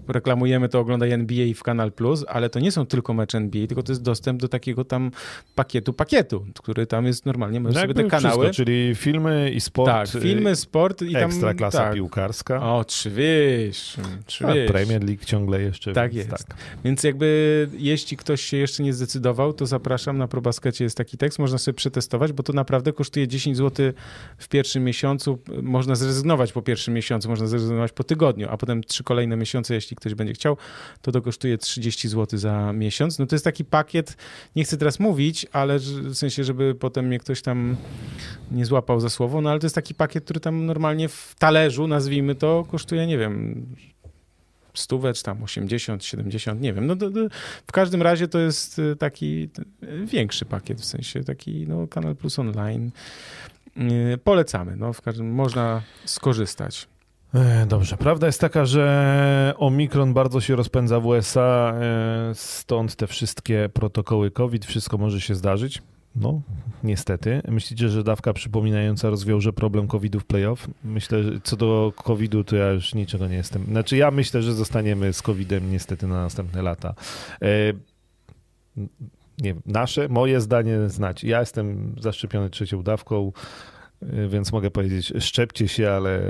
reklamujemy to Oglądaj N B A w Kanal Plus, ale to nie są tylko mecze N B A, tylko to jest dostęp do takiego tam pakietu pakietu, który tam jest normalnie, możesz no sobie te kanały. Wszystko, czyli filmy i sport. Tak, filmy, sport i tam... Ekstra klasa tak. piłkarska. O, oczywiście. A Premier League ciągle jeszcze. Tak więc jest. Tak. Więc jakby jeśli ktoś się jeszcze nie zdecydował, to zapraszam, na ProBaskecie jest taki tekst, można sobie przetestować, bo to naprawdę kosztuje dziesięć złotych w pierwszym miesiącu. Można zrezygnować po pierwszym miesiącu, można zrezygnować po tygodniu, a potem trzy kolejne miesiące, jeśli ktoś będzie chciał, to to kosztuje trzydzieści złotych za miesiąc. No to jest taki pakiet, nie chcę teraz mówić, ale w sensie, żeby potem mnie ktoś tam nie złapał za słowo, no ale to jest taki pakiet, który tam normalnie w talerzu, nazwijmy to, kosztuje, nie wiem, stówę, czy tam osiemdziesiąt, siedemdziesiąt, nie wiem. No to, to w każdym razie to jest taki większy pakiet, w sensie taki no, Kanal Plus Online. Yy, polecamy, no w każdym można skorzystać. Dobrze, prawda jest taka, że Omikron bardzo się rozpędza w U S A, stąd te wszystkie protokoły COVID, wszystko może się zdarzyć. No, niestety. Myślicie, że dawka przypominająca rozwiąże problem kowida w playoff? Myślę, że co do kowidu, to ja już niczego nie jestem. Znaczy ja myślę, że zostaniemy z kowidem niestety na następne lata. E, nie wiem, nasze, moje zdanie znać. Ja jestem zaszczepiony trzecią dawką, e, więc mogę powiedzieć, szczepcie się, ale...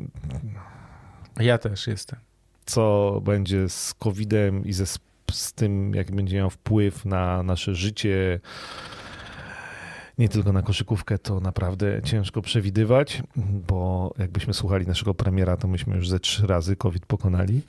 Ja też jestem. Co będzie z kowidem i ze, z tym, jaki będzie miał wpływ na nasze życie, nie tylko na koszykówkę, to naprawdę ciężko przewidywać, bo jakbyśmy słuchali naszego premiera, to myśmy już ze trzy razy COVID pokonali.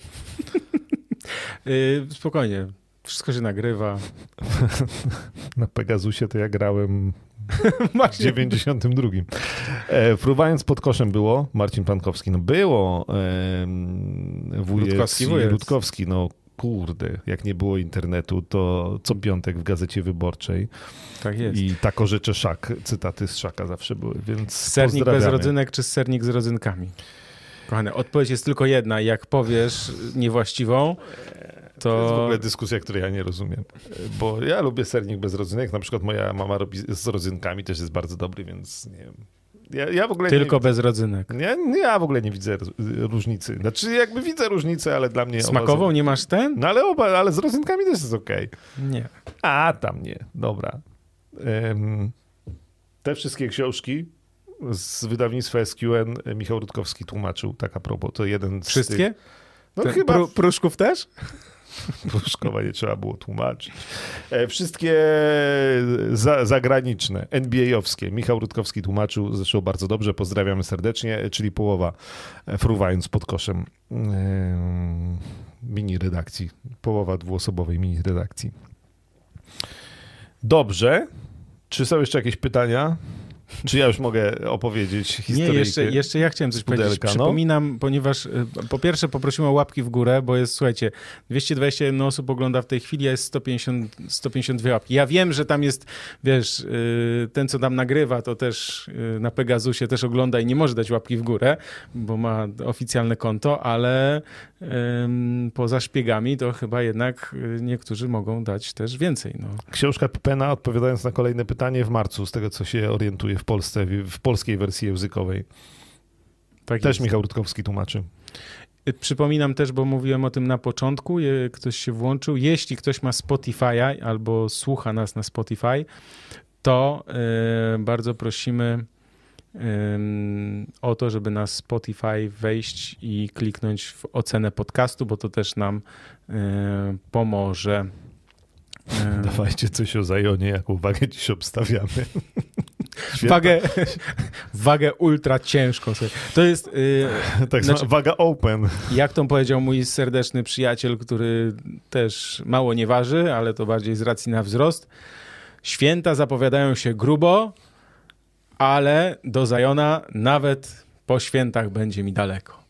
Yy, spokojnie, wszystko się nagrywa. Na Pegasusie to ja grałem w dziewięćdziesiątym drugim. E, fruwając pod koszem było, Marcin Pankowski, no było e, wujec Rutkowski, i Rutkowski, no kurde, jak nie było internetu, to co piątek w Gazecie Wyborczej. Tak jest. I tako rzeczy Szak, cytaty z Szaka zawsze były, więc sernik bez rodzynek czy sernik z rodzynkami? Kochane, odpowiedź jest tylko jedna. Jak powiesz niewłaściwą, to... To jest w ogóle dyskusja, której ja nie rozumiem. Bo ja lubię sernik bez rodzynek. Na przykład moja mama robi z rodzynkami, też jest bardzo dobry, więc nie wiem. Ja, ja w ogóle Tylko nie, bez rodzynek. Ja, ja w ogóle nie widzę różnicy. Znaczy jakby widzę różnicę, ale dla mnie... Smakową oba... nie masz ten? No ale, oba, ale z rodzynkami też jest okej. Okay. Nie. A, tam nie. Dobra. Um, te wszystkie książki z wydawnictwa S Q N Michał Rutkowski tłumaczył, tak a propos. To jeden z Wszystkie? tych... No Ten chyba... Pru, Pruszków też? Pruszkowa nie trzeba było tłumaczyć. E, wszystkie za, zagraniczne, N B A-owskie. Michał Rutkowski tłumaczył, zresztą bardzo dobrze, pozdrawiamy serdecznie, czyli połowa fruwając pod koszem e, mini redakcji. Połowa dwuosobowej mini redakcji. Dobrze. Czy są jeszcze jakieś pytania? Czy ja już mogę opowiedzieć historyjkę? Nie, jeszcze, jeszcze ja chciałem coś pudelka, powiedzieć. Przypominam, no? Ponieważ po pierwsze poprosimy o łapki w górę, bo jest, słuchajcie, dwieście dwadzieścia jeden osób ogląda w tej chwili, a jest sto pięćdziesiąt, sto pięćdziesiąt dwie łapki. Ja wiem, że tam jest, wiesz, ten, co tam nagrywa, to też na Pegasusie też ogląda i nie może dać łapki w górę, bo ma oficjalne konto, ale um, poza szpiegami to chyba jednak niektórzy mogą dać też więcej. No. Książka Pipena, odpowiadając na kolejne pytanie, w marcu, z tego co się orientuję w Polsce, w polskiej wersji językowej. Tak też jest. Michał Rutkowski tłumaczy. Przypominam też, bo mówiłem o tym na początku, ktoś się włączył. Jeśli ktoś ma Spotify'a albo słucha nas na Spotify, to yy, bardzo prosimy yy, o to, żeby na Spotify wejść i kliknąć w ocenę podcastu, bo to też nam yy, pomoże. Yy. Dawajcie coś o Zajonie, jaką wagę dziś obstawiamy. Wagę, wagę ultra ciężką. To jest... Yy, tak znaczy, waga open. Jak to powiedział mój serdeczny przyjaciel, który też mało nie waży, ale to bardziej z racji na wzrost. Święta zapowiadają się grubo, ale do Zajona nawet po świętach będzie mi daleko.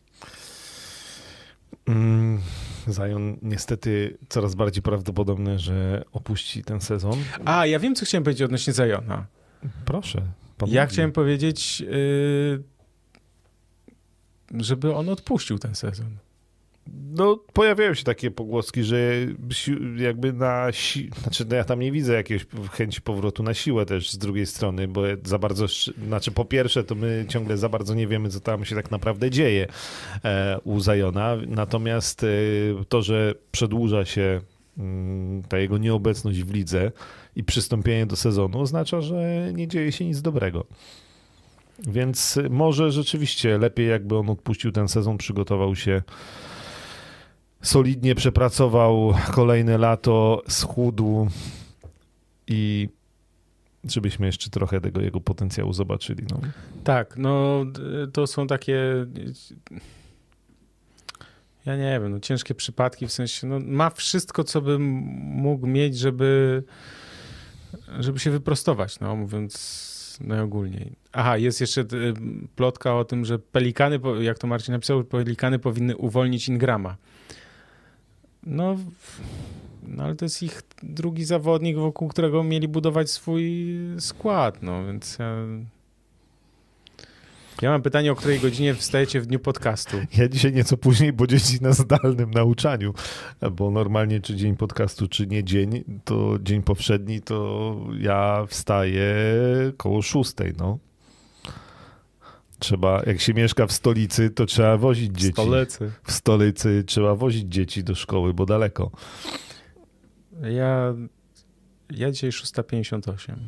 Mm, Zion niestety coraz bardziej prawdopodobne, że opuści ten sezon. A, ja wiem, co chciałem powiedzieć odnośnie Zajona. Proszę. Ja mówi. chciałem powiedzieć, yy, żeby on odpuścił ten sezon. No, pojawiają się takie pogłoski, że jakby na si... znaczy no ja tam nie widzę jakiejś chęci powrotu na siłę też z drugiej strony, bo za bardzo, znaczy po pierwsze to my ciągle za bardzo nie wiemy, co tam się tak naprawdę dzieje u Ziona, natomiast to, że przedłuża się ta jego nieobecność w lidze i przystąpienie do sezonu oznacza, że nie dzieje się nic dobrego. Więc może rzeczywiście lepiej, jakby on odpuścił ten sezon, przygotował się solidnie, przepracował kolejne lato, schudł i żebyśmy jeszcze trochę tego jego potencjału zobaczyli. No. Tak, no to są takie, ja nie wiem, no, ciężkie przypadki, w sensie no, ma wszystko, co by mógł mieć, żeby, żeby się wyprostować, no mówiąc najogólniej. Aha, jest jeszcze plotka o tym, że Pelikany, jak to Marcin napisał, Pelikany powinny uwolnić Ingrama. No, no ale to jest ich drugi zawodnik, wokół którego mieli budować swój skład, no więc ja... Ja mam pytanie, o której godzinie wstajecie w dniu podcastu. Ja dzisiaj nieco później, bo dzieci na zdalnym nauczaniu, bo normalnie czy dzień podcastu, czy nie dzień, to dzień powszedni, to ja wstaję koło szóstej, no. Trzeba, jak się mieszka w stolicy, to trzeba wozić dzieci. W stolicy. W stolicy trzeba wozić dzieci do szkoły, bo daleko. Ja, ja dzisiaj szósta pięćdziesiąt osiem.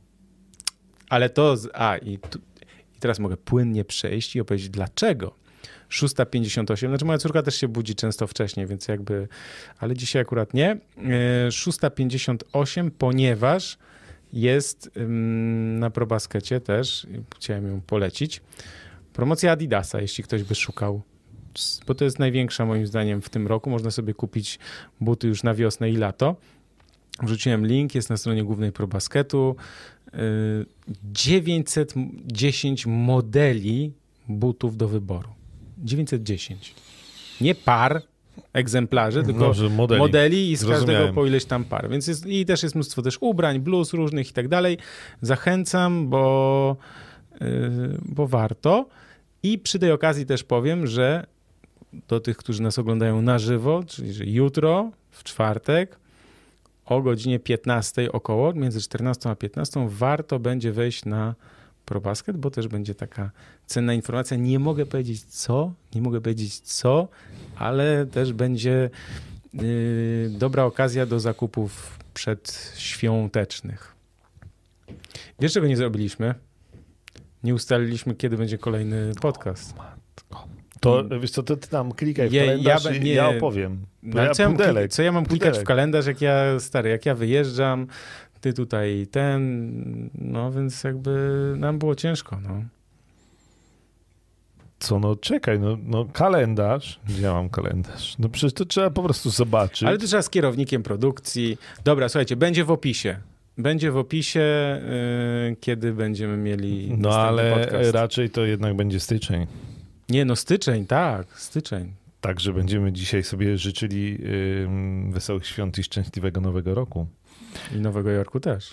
Ale to, z, a i, tu, i teraz mogę płynnie przejść i opowiedzieć dlaczego. szósta pięćdziesiąt osiem, znaczy moja córka też się budzi często wcześniej, więc jakby, ale dzisiaj akurat nie. szósta pięćdziesiąt osiem, ponieważ jest na ProBaskecie też, chciałem ją polecić, promocja Adidasa, jeśli ktoś by szukał, bo to jest największa moim zdaniem w tym roku. Można sobie kupić buty już na wiosnę i lato. Wrzuciłem link, jest na stronie głównej ProBasketu. dziewięćset dziesięć modeli butów do wyboru. dziewięćset dziesięć. Nie par egzemplarzy, tylko no, modeli. modeli i z Zrozumiałem. każdego po ileś tam par. Więc jest, i też jest mnóstwo też ubrań, bluz różnych i tak dalej. Zachęcam, bo, yy, bo warto. I przy tej okazji też powiem, że do tych, którzy nas oglądają na żywo, czyli że jutro, w czwartek, o godzinie piętnastej około, między czternastą a piętnastą, warto będzie wejść na ProBasket, bo też będzie taka cenna informacja. Nie mogę powiedzieć co, nie mogę powiedzieć co, ale też będzie yy, dobra okazja do zakupów przedświątecznych. Wiesz, czego nie zrobiliśmy? Nie ustaliliśmy, kiedy będzie kolejny podcast. To wiesz co, to ty tam klikaj w ja, kalendarz ja, nie, ja opowiem. No, ja, co, ja mam, co ja mam klikać pudelek. w kalendarz, jak ja, stary, jak ja wyjeżdżam, ty tutaj ten, no więc jakby nam było ciężko, no. Co, no czekaj, no, no kalendarz, gdzie ja mam kalendarz? No przecież to trzeba po prostu zobaczyć. Ale to trzeba z kierownikiem produkcji. Dobra, słuchajcie, będzie w opisie. Będzie w opisie, yy, kiedy będziemy mieli No ale podcast. Raczej to jednak będzie styczeń. Nie, no styczeń, tak, styczeń. Także będziemy dzisiaj sobie życzyli yy, wesołych świąt i szczęśliwego Nowego Roku. I Nowego Jorku też.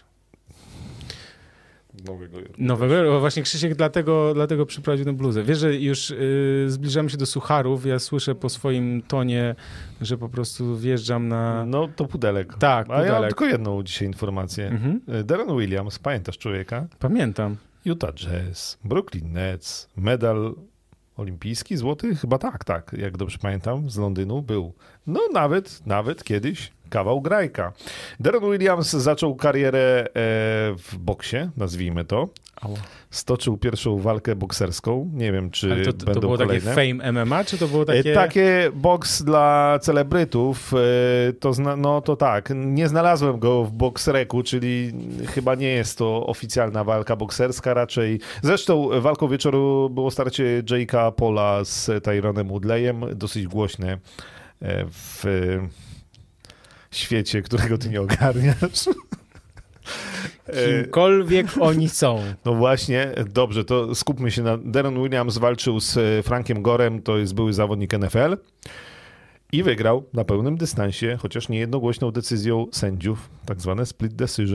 Nowego Jorku. Nowego Jorku. Właśnie Krzysiek dlatego, dlatego przyprowadził tę bluzę. Wiesz, że już yy, zbliżamy się do sucharów. Ja słyszę po swoim tonie, że po prostu wjeżdżam na... No to pudelek. Tak, pudelek. A ja mam tylko jedną dzisiaj informację. Mhm. Deron Williams, pamiętasz człowieka? Pamiętam. Utah Jazz, Brooklyn Nets, medal olimpijski, złoty? Chyba tak, tak, jak dobrze pamiętam, z Londynu był. No nawet, nawet kiedyś kawał grajka. Deron Williams zaczął karierę w boksie, nazwijmy to. Ała. Stoczył pierwszą walkę bokserską. Nie wiem, czy Ale to, to, będą to było kolejne. takie Fame M M A, czy to było takie... Takie boks dla celebrytów, to, zna, no to tak. Nie znalazłem go w Boxreku, czyli chyba nie jest to oficjalna walka bokserska raczej. Zresztą walką wieczoru było starcie Jake'a Paula z Tyronem Woodleyem, dosyć głośne w świecie, którego ty nie ogarniasz. Kimkolwiek oni są. No właśnie, dobrze, to skupmy się na... Deron Williams walczył z Frankiem Gorem, to jest były zawodnik N F L i wygrał na pełnym dystansie, chociaż nie jednogłośną decyzją sędziów, tak zwane split decision,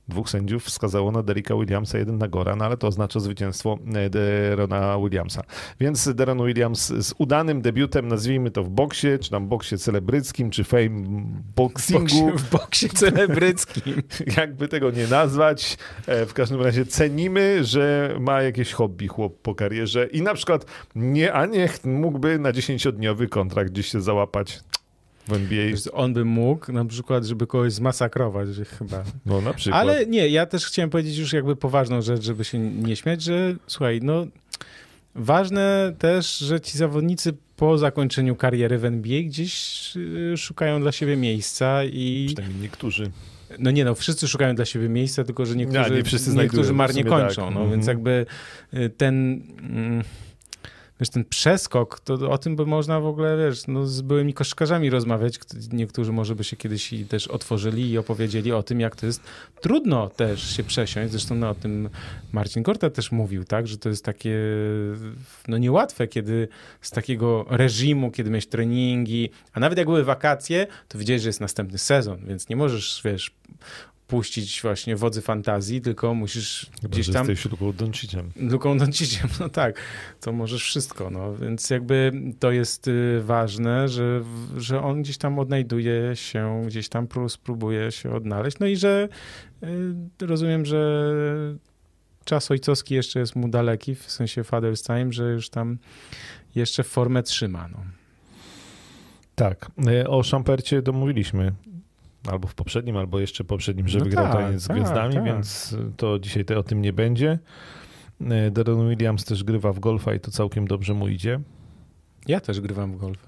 dwóch sędziów wskazało na Derricka Williamsa, jeden na Gora, no ale to oznacza zwycięstwo Derona Williamsa. Więc Deron Williams z udanym debiutem, nazwijmy to w boksie, czy tam boksie celebryckim, czy fame boxingu. W boksie, w boksie celebryckim. Jakby tego nie nazwać. W każdym razie cenimy, że ma jakieś hobby chłop po karierze i na przykład nie, a niech mógłby na dziesięciodniowy kontrakt gdzieś się załapać w N B A. Wiesz, on by mógł na przykład, żeby kogoś zmasakrować chyba. No na przykład. Ale nie, ja też chciałem powiedzieć już jakby poważną rzecz, żeby się nie śmiać, że słuchaj, no ważne też, że ci zawodnicy po zakończeniu kariery w N B A gdzieś szukają dla siebie miejsca i... Przynajmniej niektórzy. No nie no, wszyscy szukają dla siebie miejsca, tylko że niektórzy, ja, nie wszyscy niektórzy marnie kończą. Tak. No, mm-hmm. Więc jakby ten... Mm, wiesz, ten przeskok, to o tym by można w ogóle, wiesz, no, z byłymi koszykarzami rozmawiać. Niektórzy może by się kiedyś i też otworzyli i opowiedzieli o tym, jak to jest trudno też się przesiąść. Zresztą no, o tym Marcin Gorta też mówił, tak, że to jest takie no niełatwe, kiedy z takiego reżimu, kiedy miałeś treningi, a nawet jak były wakacje, to wiedziałeś, że jest następny sezon, więc nie możesz, wiesz, puścić właśnie wodzy fantazji, tylko musisz Chyba, gdzieś że tam... jesteś Luką Donciciem. Luką Donciciem, no tak, to możesz wszystko, no, więc jakby to jest ważne, że, że on gdzieś tam odnajduje się, gdzieś tam spróbuje się odnaleźć, no i że y, rozumiem, że czas ojcowski jeszcze jest mu daleki, w sensie father's time, że już tam jeszcze formę trzyma, no. Tak, o Szampercie domówiliśmy. Albo w poprzednim, albo jeszcze poprzednim, że no wygrał tak, taniec z tak, gwiazdami, tak. więc to dzisiaj te, o tym nie będzie. Deron Williams też grywa w golfa i to całkiem dobrze mu idzie. Ja też grywam w golfa.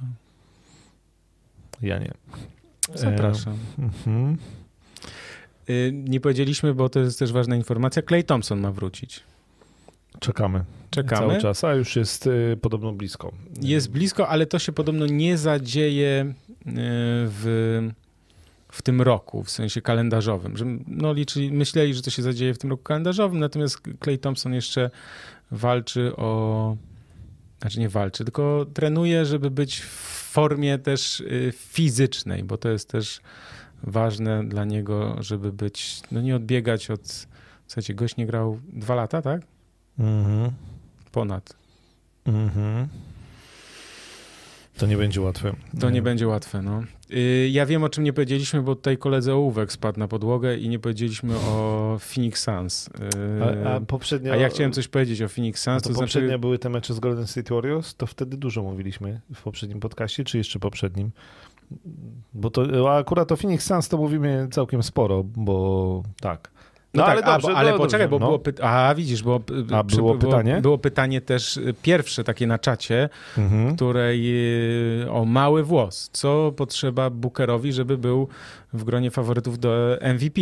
Ja nie. Zapraszam. E, uh-huh. Nie powiedzieliśmy, bo to jest też ważna informacja, Klay Thompson ma wrócić. Czekamy. Czekamy. Cały czas, a już jest y, podobno blisko. Jest blisko, ale to się podobno nie zadzieje y, w... w tym roku, w sensie kalendarzowym. Że, no, liczyli, myśleli, że to się zadzieje w tym roku kalendarzowym, natomiast Klay Thompson jeszcze walczy o... Znaczy nie walczy, tylko trenuje, żeby być w formie też y, fizycznej, bo to jest też ważne dla niego, żeby być, no nie odbiegać od... Słuchajcie, gość nie grał dwa lata, tak? Mhm. Ponad. Mhm. To nie będzie łatwe. To nie będzie łatwe, no. Ja wiem, o czym nie powiedzieliśmy, bo tutaj koledze ołówek spadł na podłogę i nie powiedzieliśmy o Phoenix Suns. A, a, poprzednio... a ja chciałem coś powiedzieć o Phoenix Suns. To, to poprzednio znaczy... były te mecze z Golden State Warriors, to wtedy dużo mówiliśmy w poprzednim podcaście, czy jeszcze poprzednim? Bo to akurat o Phoenix Suns to mówimy całkiem sporo, bo tak. No, no tak, ale, dobrze, ale no, poczekaj, dobrze, bo no. było pytanie. A widzisz, bo a było było, pytanie? Było pytanie też pierwsze takie na czacie, mhm. której o mały włos. Co potrzeba Bookerowi, żeby był w gronie faworytów do M V P?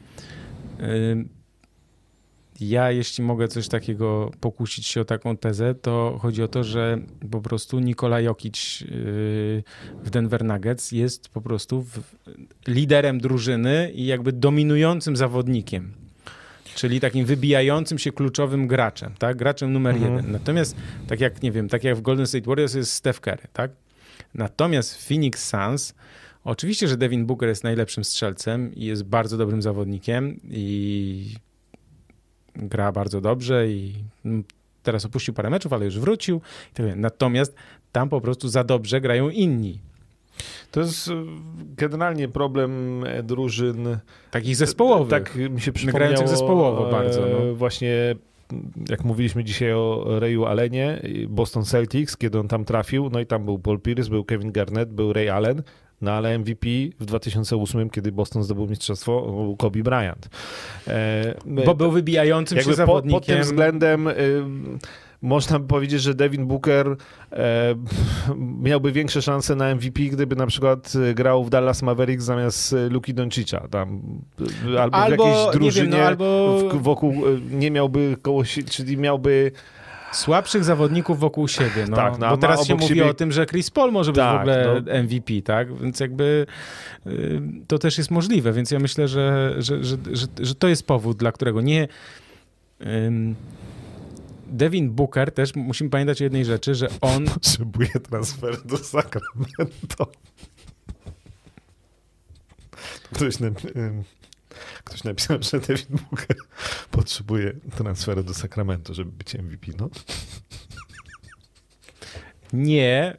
Ja, jeśli mogę coś takiego pokusić się o taką tezę, to chodzi o to, że po prostu Nikola Jokic w Denver Nuggets jest po prostu liderem drużyny i jakby dominującym zawodnikiem. Czyli takim wybijającym się kluczowym graczem, tak? Graczem numer mhm. jeden. Natomiast, tak jak, nie wiem, tak jak w Golden State Warriors jest Steph Curry, tak? Natomiast w Phoenix Suns oczywiście, że Devin Booker jest najlepszym strzelcem i jest bardzo dobrym zawodnikiem i gra bardzo dobrze i teraz opuścił parę meczów, ale już wrócił. Natomiast tam po prostu za dobrze grają inni. To jest generalnie problem drużyn... Takich zespołowych. Tak mi się przypomniało... Grających zespołowo bardzo. No. Właśnie jak mówiliśmy dzisiaj o Rayu Allenie, Boston Celtics, kiedy on tam trafił, no i tam był Paul Pierce, był Kevin Garnett, był Ray Allen, no ale M V P w dwa tysiące ósmym, kiedy Boston zdobył mistrzostwo, był Kobe Bryant. E, Bo był wybijającym się zawodnikiem. Pod tym względem... Y, można by powiedzieć, że Devin Booker e, miałby większe szanse na M V P, gdyby na przykład grał w Dallas Mavericks zamiast Luki Doncicza. Tam, albo, albo w jakiejś drużynie, nie wiem, no, albo... w, wokół nie miałby koło, czyli miałby... Słabszych zawodników wokół siebie, no. Tak, no, bo teraz się mówi siebie... o tym, że Chris Paul może być tak, w ogóle no. M V P, tak? Więc jakby y, to też jest możliwe, więc ja myślę, że, że, że, że, że to jest powód, dla którego nie... Ym, Devin Booker też, musimy pamiętać o jednej rzeczy, że on... Potrzebuje transferu do Sacramento. Ktoś, nam, ktoś Ktoś napisał, że Devin Booker potrzebuje transferu do Sacramento, żeby być M V P, no. Nie.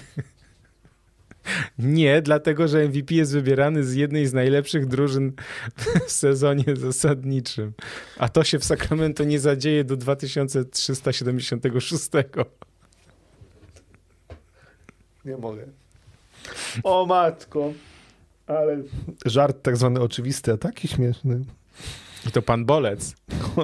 Nie, dlatego że M V P jest wybierany z jednej z najlepszych drużyn w sezonie zasadniczym. A to się w Sacramento nie zadzieje do dwa tysiące trzysta siedemdziesiątego szóstego. Nie mogę. O matko. Ale żart tak zwany oczywisty, a taki śmieszny. I to pan Bolec.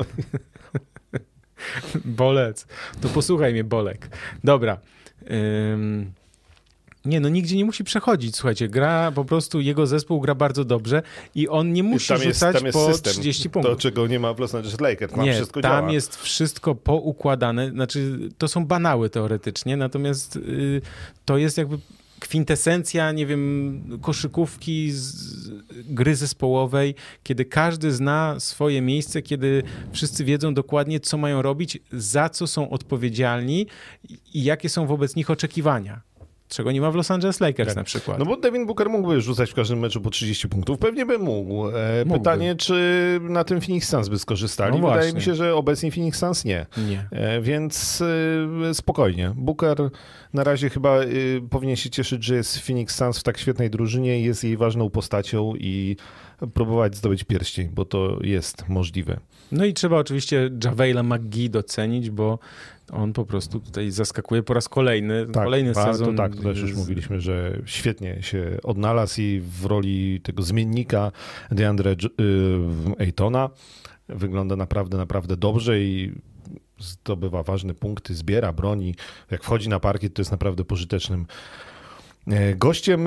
Bolec. To posłuchaj mnie, Bolek. Dobra. Ym... Nie, no nigdzie nie musi przechodzić. Słuchajcie, gra po prostu, jego zespół gra bardzo dobrze i on nie musi tam jest, rzucać tam jest po system, trzydzieści punktów. To, czego nie ma w Los Angeles Lakers. Tam nie, wszystko tam działa. jest wszystko poukładane. Znaczy, to są banały teoretycznie, natomiast y, to jest jakby kwintesencja, nie wiem, koszykówki, z, gry zespołowej, kiedy każdy zna swoje miejsce, kiedy wszyscy wiedzą dokładnie, co mają robić, za co są odpowiedzialni i, i jakie są wobec nich oczekiwania. Czego nie ma w Los Angeles Lakers tak. na przykład. No bo Devin Booker mógłby rzucać w każdym meczu po trzydzieści punktów. Pewnie by mógł. E, mógłby. Pytanie, czy na tym Phoenix Suns by skorzystali. No Wydaje właśnie. mi się, że obecnie Phoenix Suns nie. nie. E, więc e, spokojnie. Booker na razie chyba e, powinien się cieszyć, że jest Phoenix Suns w tak świetnej drużynie, jest jej ważną postacią i próbować zdobyć pierścień, bo to jest możliwe. No i trzeba oczywiście JaVale'a McGee docenić, bo on po prostu tutaj zaskakuje po raz kolejny. Tak, kolejny to, sezon. Tak, to też już mówiliśmy, że świetnie się odnalazł i w roli tego zmiennika DeAndre Aytona wygląda naprawdę, naprawdę dobrze i zdobywa ważne punkty, zbiera broni. Jak wchodzi na parkiet, to jest naprawdę pożytecznym gościem.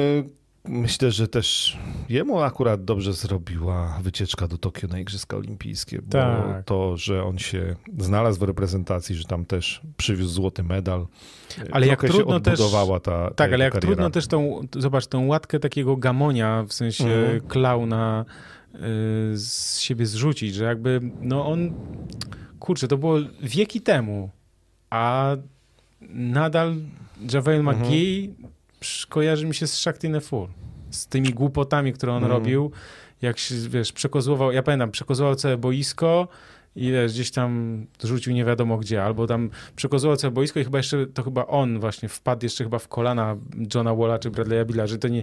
Myślę, że też jemu akurat dobrze zrobiła wycieczka do Tokio na Igrzyska Olimpijskie, bo tak. to, że on się znalazł w reprezentacji, że tam też przywiózł złoty medal, ale jak trudno się odbudowała też, ta, ta Tak, ale jak kariera. trudno też tą, zobacz, tą łatkę takiego gamonia, w sensie mm. klauna y, z siebie zrzucić, że jakby, no on, kurczę, to było wieki temu, a nadal JaVale mm-hmm. McGee kojarzy mi się z Shakti Nefur, z tymi głupotami, które on mm. robił, jak się, wiesz, przekozłował, ja pamiętam, przekozłował całe boisko i wiesz, gdzieś tam rzucił nie wiadomo gdzie, albo tam przekozłował całe boisko i chyba jeszcze, to chyba on właśnie wpadł jeszcze chyba w kolana Johna Walla czy Bradley'a Billa, że to nie,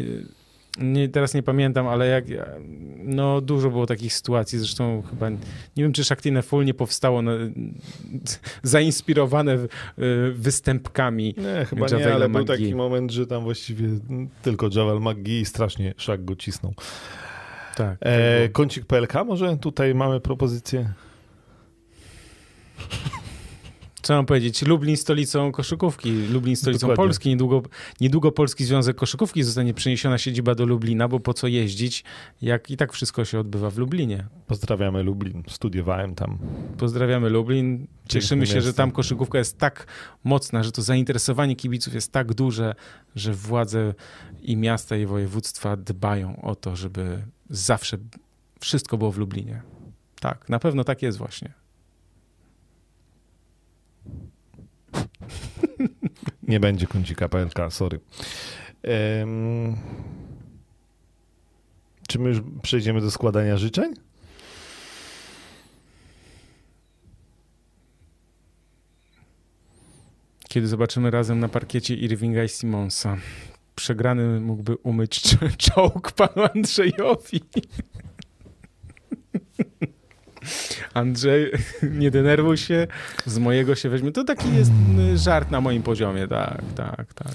nie, teraz nie pamiętam, ale jak, no dużo było takich sytuacji, zresztą chyba, nie wiem, czy Shakti Nefur nie powstało na, zainspirowane występkami Nie, chyba JaVale'a nie, ale McGee. był taki moment, że tam właściwie tylko JaVale McGee i strasznie Shaq go cisnął. Tak. E, Kącik P L K, może tutaj mamy propozycję? Co mam powiedzieć? Lublin stolicą koszykówki, Lublin stolicą Dokładnie. Polski. Niedługo, niedługo Polski Związek Koszykówki zostanie przeniesiona siedziba do Lublina, bo po co jeździć, jak i tak wszystko się odbywa w Lublinie. Pozdrawiamy Lublin, studiowałem tam. Pozdrawiamy Lublin. Cieszymy się, miasto. że tam koszykówka jest tak mocna, że to zainteresowanie kibiców jest tak duże, że władze i miasta, i województwa dbają o to, żeby zawsze wszystko było w Lublinie. Tak, na pewno tak jest właśnie. Nie będzie kącika P L K, sorry. Um, czy my już przejdziemy do składania życzeń? Kiedy zobaczymy razem na parkiecie Irvinga i Simonsa. Przegrany mógłby umyć czołg panu Andrzejowi. Andrzej, nie denerwuj się, z mojego się weźmie. To taki jest żart na moim poziomie, tak, tak, tak.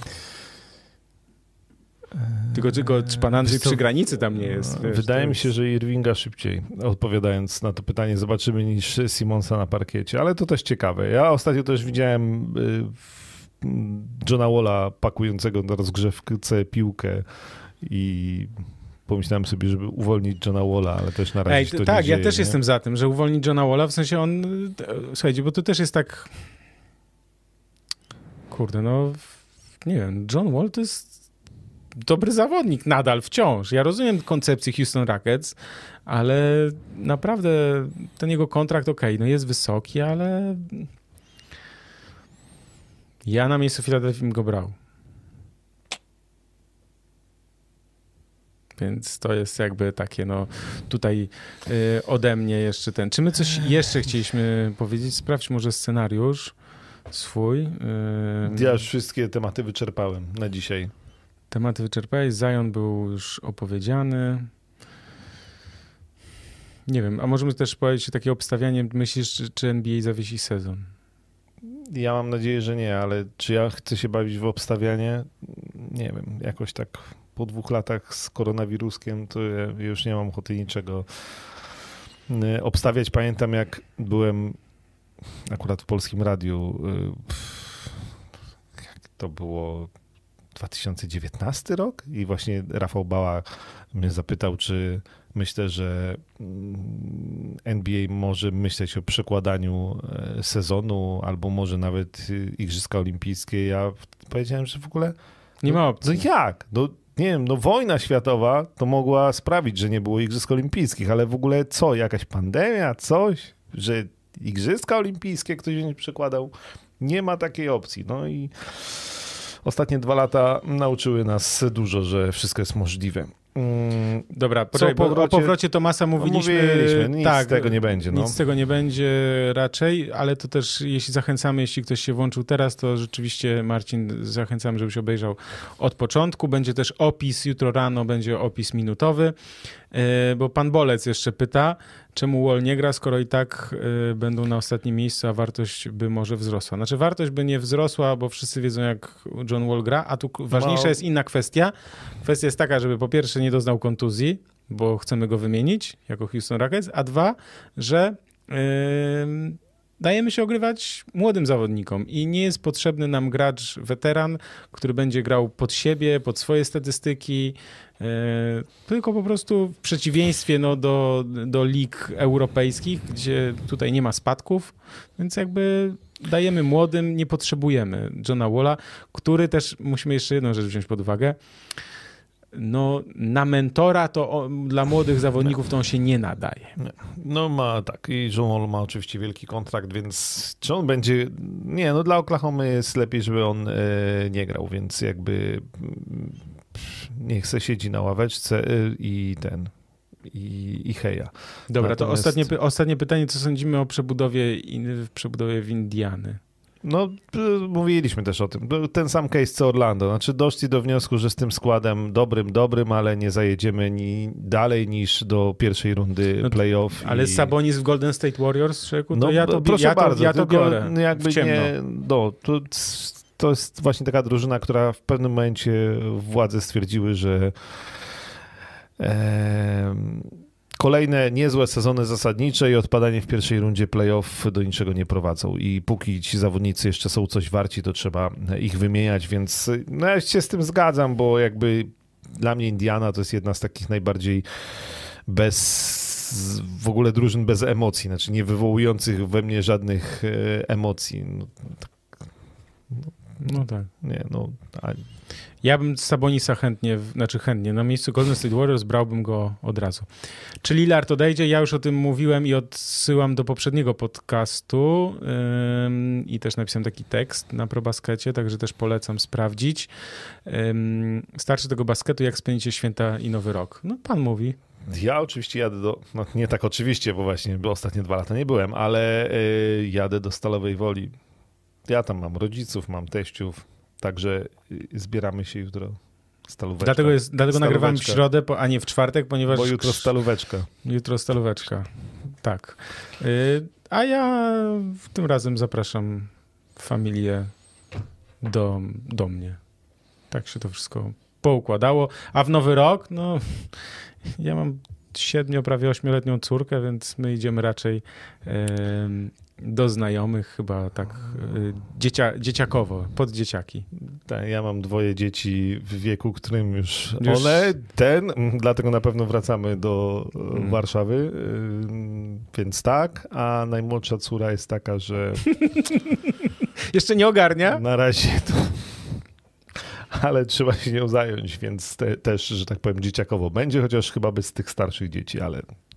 Tylko, tylko czy pan Andrzej przy granicy tam nie jest? Wiesz, Wydaje mi jest... się, że Irvinga szybciej, odpowiadając na to pytanie, zobaczymy niż Simonsa na parkiecie, ale to też ciekawe. Ja ostatnio też widziałem Johna Walla pakującego na rozgrzewce piłkę i pomyślałem sobie, żeby uwolnić Johna Walla, ale też na razie Ej, to tak, nie ja dzieje, też nie? jestem za tym, że uwolnić Johna Walla, w sensie on, słuchajcie, bo to też jest tak, kurde, no, nie wiem, John Wall to jest dobry zawodnik nadal, wciąż. Ja rozumiem koncepcję Houston Rockets, ale naprawdę ten jego kontrakt, okej, okay, no jest wysoki, ale ja na miejscu Filadelfii bym go brał. Więc to jest jakby takie, no tutaj y, ode mnie jeszcze ten. Czy my coś jeszcze chcieliśmy powiedzieć? Sprawdź może scenariusz swój. Y, ja już wszystkie tematy wyczerpałem na dzisiaj. Tematy wyczerpałeś, Zion był już opowiedziany. Nie wiem, a możemy też powiedzieć takie obstawianie, myślisz, czy, czy N B A zawiesi sezon? Ja mam nadzieję, że nie, ale czy ja chcę się bawić w obstawianie? Nie wiem, jakoś tak po dwóch latach z koronawiruskiem to ja już nie mam ochoty niczego obstawiać. Pamiętam, jak byłem akurat w Polskim Radiu, jak to było dwa tysiące dziewiętnasty rok i właśnie Rafał Bała mnie zapytał, czy myślę, że N B A może myśleć o przekładaniu sezonu albo może nawet Igrzyska Olimpijskie. Ja powiedziałem, że w ogóle... Nie ma opcji. No jak? No nie wiem, no wojna światowa to mogła sprawić, że nie było Igrzysk Olimpijskich, ale w ogóle co? Jakaś pandemia? Coś? Że Igrzyska Olimpijskie ktoś nie przekładał? Nie ma takiej opcji. No i ostatnie dwa lata nauczyły nas dużo, że wszystko jest możliwe. Mm, Dobra, poczekaj, po powrocie, o powrocie Tomasa mówiliśmy. mówiliśmy nic tak, z tego nie będzie. No. Nic z tego nie będzie raczej, ale to też jeśli zachęcamy, jeśli ktoś się włączył teraz, to rzeczywiście Marcin, zachęcam, żebyś obejrzał od początku. Będzie też opis, jutro rano będzie opis minutowy, bo pan Bolec jeszcze pyta, czemu Wall nie gra, skoro i tak będą na ostatnim miejscu, a wartość by może wzrosła. Znaczy wartość by nie wzrosła, bo wszyscy wiedzą, jak John Wall gra, a tu ważniejsza no. jest inna kwestia. Kwestia jest taka, żeby po pierwsze nie doznał kontuzji, bo chcemy go wymienić jako Houston Rockets, a dwa, że yy, dajemy się ogrywać młodym zawodnikom i nie jest potrzebny nam gracz weteran, który będzie grał pod siebie, pod swoje statystyki, yy, tylko po prostu w przeciwieństwie no, do, do lig europejskich, gdzie tutaj nie ma spadków, więc jakby dajemy młodym, nie potrzebujemy Johna Walla, który też, musimy jeszcze jedną rzecz wziąć pod uwagę, no na mentora to on, dla młodych zawodników to on się nie nadaje. No ma tak i John Wall ma oczywiście wielki kontrakt, więc czy on będzie, nie no dla Oklahomy jest lepiej, żeby on e, nie grał, więc jakby niech se siedzi na ławeczce e, i ten i, i heja. Dobra, Natomiast... to ostatnie, ostatnie pytanie, co sądzimy o przebudowie, przebudowie w Indiany? No, mówiliśmy też o tym. Ten sam case co Orlando. Znaczy doszli do wniosku, że z tym składem dobrym, dobrym, ale nie zajedziemy ni dalej niż do pierwszej rundy no, playoff. Ale i... Sabonis w Golden State Warriors, Szyku, to no, ja to, proszę ja to, bardzo, ja to biorę jakby nie, no, to, to jest właśnie taka drużyna, która w pewnym momencie władze stwierdziły, że e, kolejne niezłe sezony zasadnicze i odpadanie w pierwszej rundzie playoff do niczego nie prowadzą i póki ci zawodnicy jeszcze są coś warci, to trzeba ich wymieniać, więc no ja się z tym zgadzam, bo jakby dla mnie Indiana to jest jedna z takich najbardziej bez w ogóle drużyn bez emocji, znaczy nie wywołujących we mnie żadnych emocji. No, no, no tak. Nie, no... A... Ja bym Sabonisa chętnie, znaczy chętnie, na miejscu Golden State Warriors brałbym go od razu. Czy Lillard odejdzie? Ja już o tym mówiłem i odsyłam do poprzedniego podcastu ym, i też napisałem taki tekst na ProBaskecie, także też polecam sprawdzić. Ym, starczy tego basketu, jak spędzicie święta i Nowy Rok. No pan mówi. Ja oczywiście jadę do, no nie tak oczywiście, bo właśnie bo ostatnie dwa lata nie byłem, ale yy, jadę do Stalowej Woli. Ja tam mam rodziców, mam teściów. Także zbieramy się jutro stalóweczka. Dlatego, jest, dlatego nagrywamy w środę, a nie w czwartek, ponieważ... Bo jutro stalóweczka. Jutro stalóweczka, tak. Yy, a ja tym razem zapraszam familię do, do mnie. Tak się to wszystko poukładało. A w Nowy Rok, no ja mam siedmiu, prawie ośmioletnią córkę, więc my idziemy raczej... Yy, do znajomych chyba tak y, dziecia, dzieciakowo, pod dzieciaki. Tak, ja mam dwoje dzieci w wieku, którym już, już... one, ten, dlatego na pewno wracamy do hmm. Warszawy, y, więc tak, a najmłodsza córa jest taka, że... Jeszcze nie ogarnia? Na razie to... Ale trzeba się nią zająć, więc te, też, że tak powiem, dzieciakowo będzie, chociaż chyba bez tych starszych dzieci, ale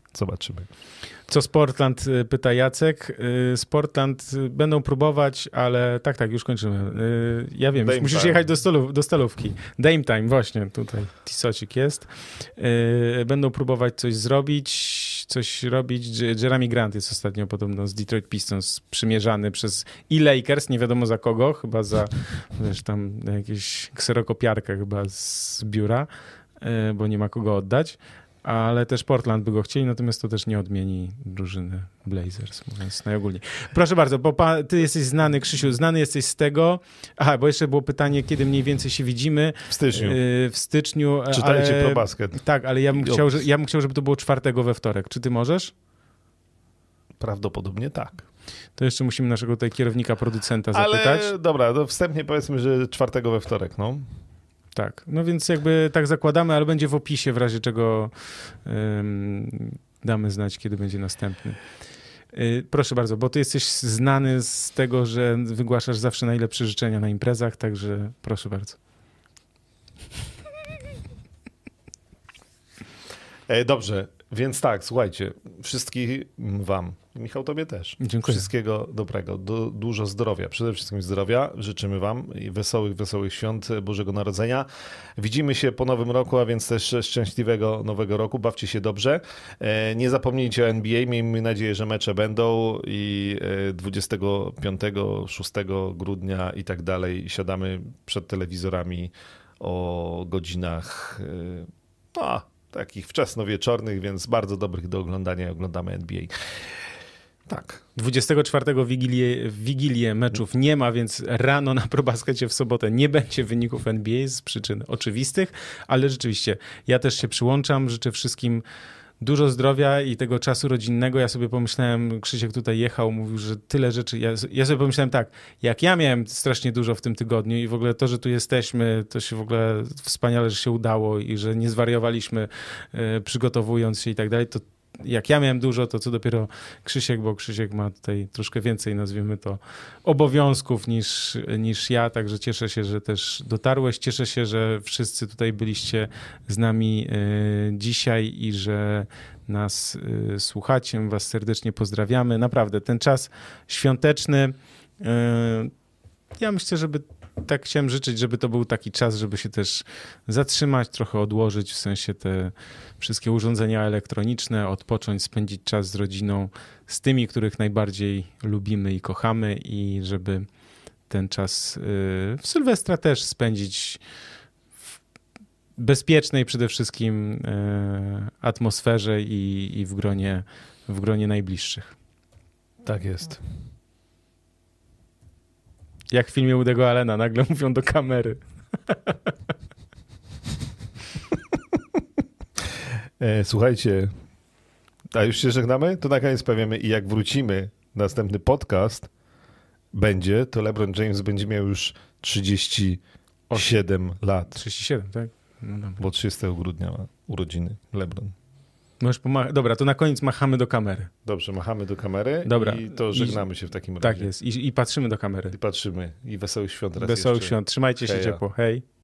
Zobaczymy. Co z Portland, pyta Jacek. Z Portland będą próbować, ale tak, tak, już kończymy. Ja wiem, już musisz time. jechać do, stolów, do stalówki. Dame time, właśnie, tutaj Tisocik jest. Będą próbować coś zrobić, coś robić. Jeremy Grant jest ostatnio podobno z Detroit Pistons przymierzany przez i Lakers, nie wiadomo za kogo, chyba za wiesz, tam jakieś kserokopiarkę chyba z biura, bo nie ma kogo oddać. Ale też Portland by go chcieli, natomiast to też nie odmieni drużyny Blazers, mówiąc najogólniej. Proszę bardzo, bo pa, ty jesteś znany, Krzysiu, znany jesteś z tego. Aha, bo jeszcze było pytanie, kiedy mniej więcej się widzimy. W styczniu. Yy, w styczniu. Czytajcie ale, Pro Basket. Tak, ale ja bym, chciał, że, ja bym chciał, żeby to było czwartego we wtorek. Czy ty możesz? Prawdopodobnie tak. To jeszcze musimy naszego tutaj kierownika, producenta zapytać. Ale dobra, to wstępnie powiedzmy, że czwartego we wtorek, no. Tak, no więc jakby tak zakładamy, ale będzie w opisie, w razie czego um, damy znać, kiedy będzie następny. Yy, proszę bardzo, bo ty jesteś znany z tego, że wygłaszasz zawsze najlepsze życzenia na imprezach, także proszę bardzo. E, dobrze, więc tak, słuchajcie, wszystkim wam, Michał, tobie też. Dziękuję. Wszystkiego dobrego, du- dużo zdrowia, przede wszystkim zdrowia. Życzymy wam i wesołych, wesołych świąt Bożego Narodzenia. Widzimy się po nowym roku, a więc też szczęśliwego nowego roku. Bawcie się dobrze. E, nie zapomnijcie o N B A. Miejmy nadzieję, że mecze będą i dwudziestego piątego, szóstego grudnia i tak dalej siadamy przed telewizorami o godzinach e, a, takich wczesnowieczornych, więc bardzo dobrych do oglądania i oglądamy N B A. Tak. dwudziestego czwartego Wigilię, Wigilię meczów nie ma, więc rano na ProBaskecie w sobotę nie będzie wyników N B A z przyczyn oczywistych, ale rzeczywiście ja też się przyłączam, życzę wszystkim dużo zdrowia i tego czasu rodzinnego. Ja sobie pomyślałem, Krzysiek tutaj jechał, mówił, że tyle rzeczy. Ja, ja sobie pomyślałem tak, jak ja miałem strasznie dużo w tym tygodniu i w ogóle to, że tu jesteśmy, to się w ogóle wspaniale, że się udało i że nie zwariowaliśmy e, przygotowując się i tak dalej, to jak ja miałem dużo, to co dopiero Krzysiek, bo Krzysiek ma tutaj troszkę więcej, nazwijmy to, obowiązków niż, niż ja, także cieszę się, że też dotarłeś, cieszę się, że wszyscy tutaj byliście z nami y, dzisiaj i że nas y, słuchacie, was serdecznie pozdrawiamy. Naprawdę, ten czas świąteczny, y, ja myślę, żeby tak chciałem życzyć, żeby to był taki czas, żeby się też zatrzymać, trochę odłożyć, w sensie te wszystkie urządzenia elektroniczne, odpocząć, spędzić czas z rodziną, z tymi, których najbardziej lubimy i kochamy i żeby ten czas w Sylwestra też spędzić w bezpiecznej przede wszystkim atmosferze i, i w gronie, w gronie najbliższych. Tak jest. Jak w filmie Woody'ego Allena, nagle mówią do kamery. e, słuchajcie, a już się żegnamy? To na koniec powiemy i jak wrócimy, następny podcast będzie, to LeBron James będzie miał już trzydzieści siedem lat. trzydzieści siedem, tak? No dobra. Bo trzydziestego grudnia ma urodziny LeBron. Możesz pomach- Dobra, to na koniec machamy do kamery. Dobrze, machamy do kamery. Dobra. I to żegnamy I, się w takim razie. Tak jest. I, I patrzymy do kamery. I patrzymy. I wesołych świąt raz Wesołych jeszcze. świąt. Trzymajcie się Heja. ciepło. Hej.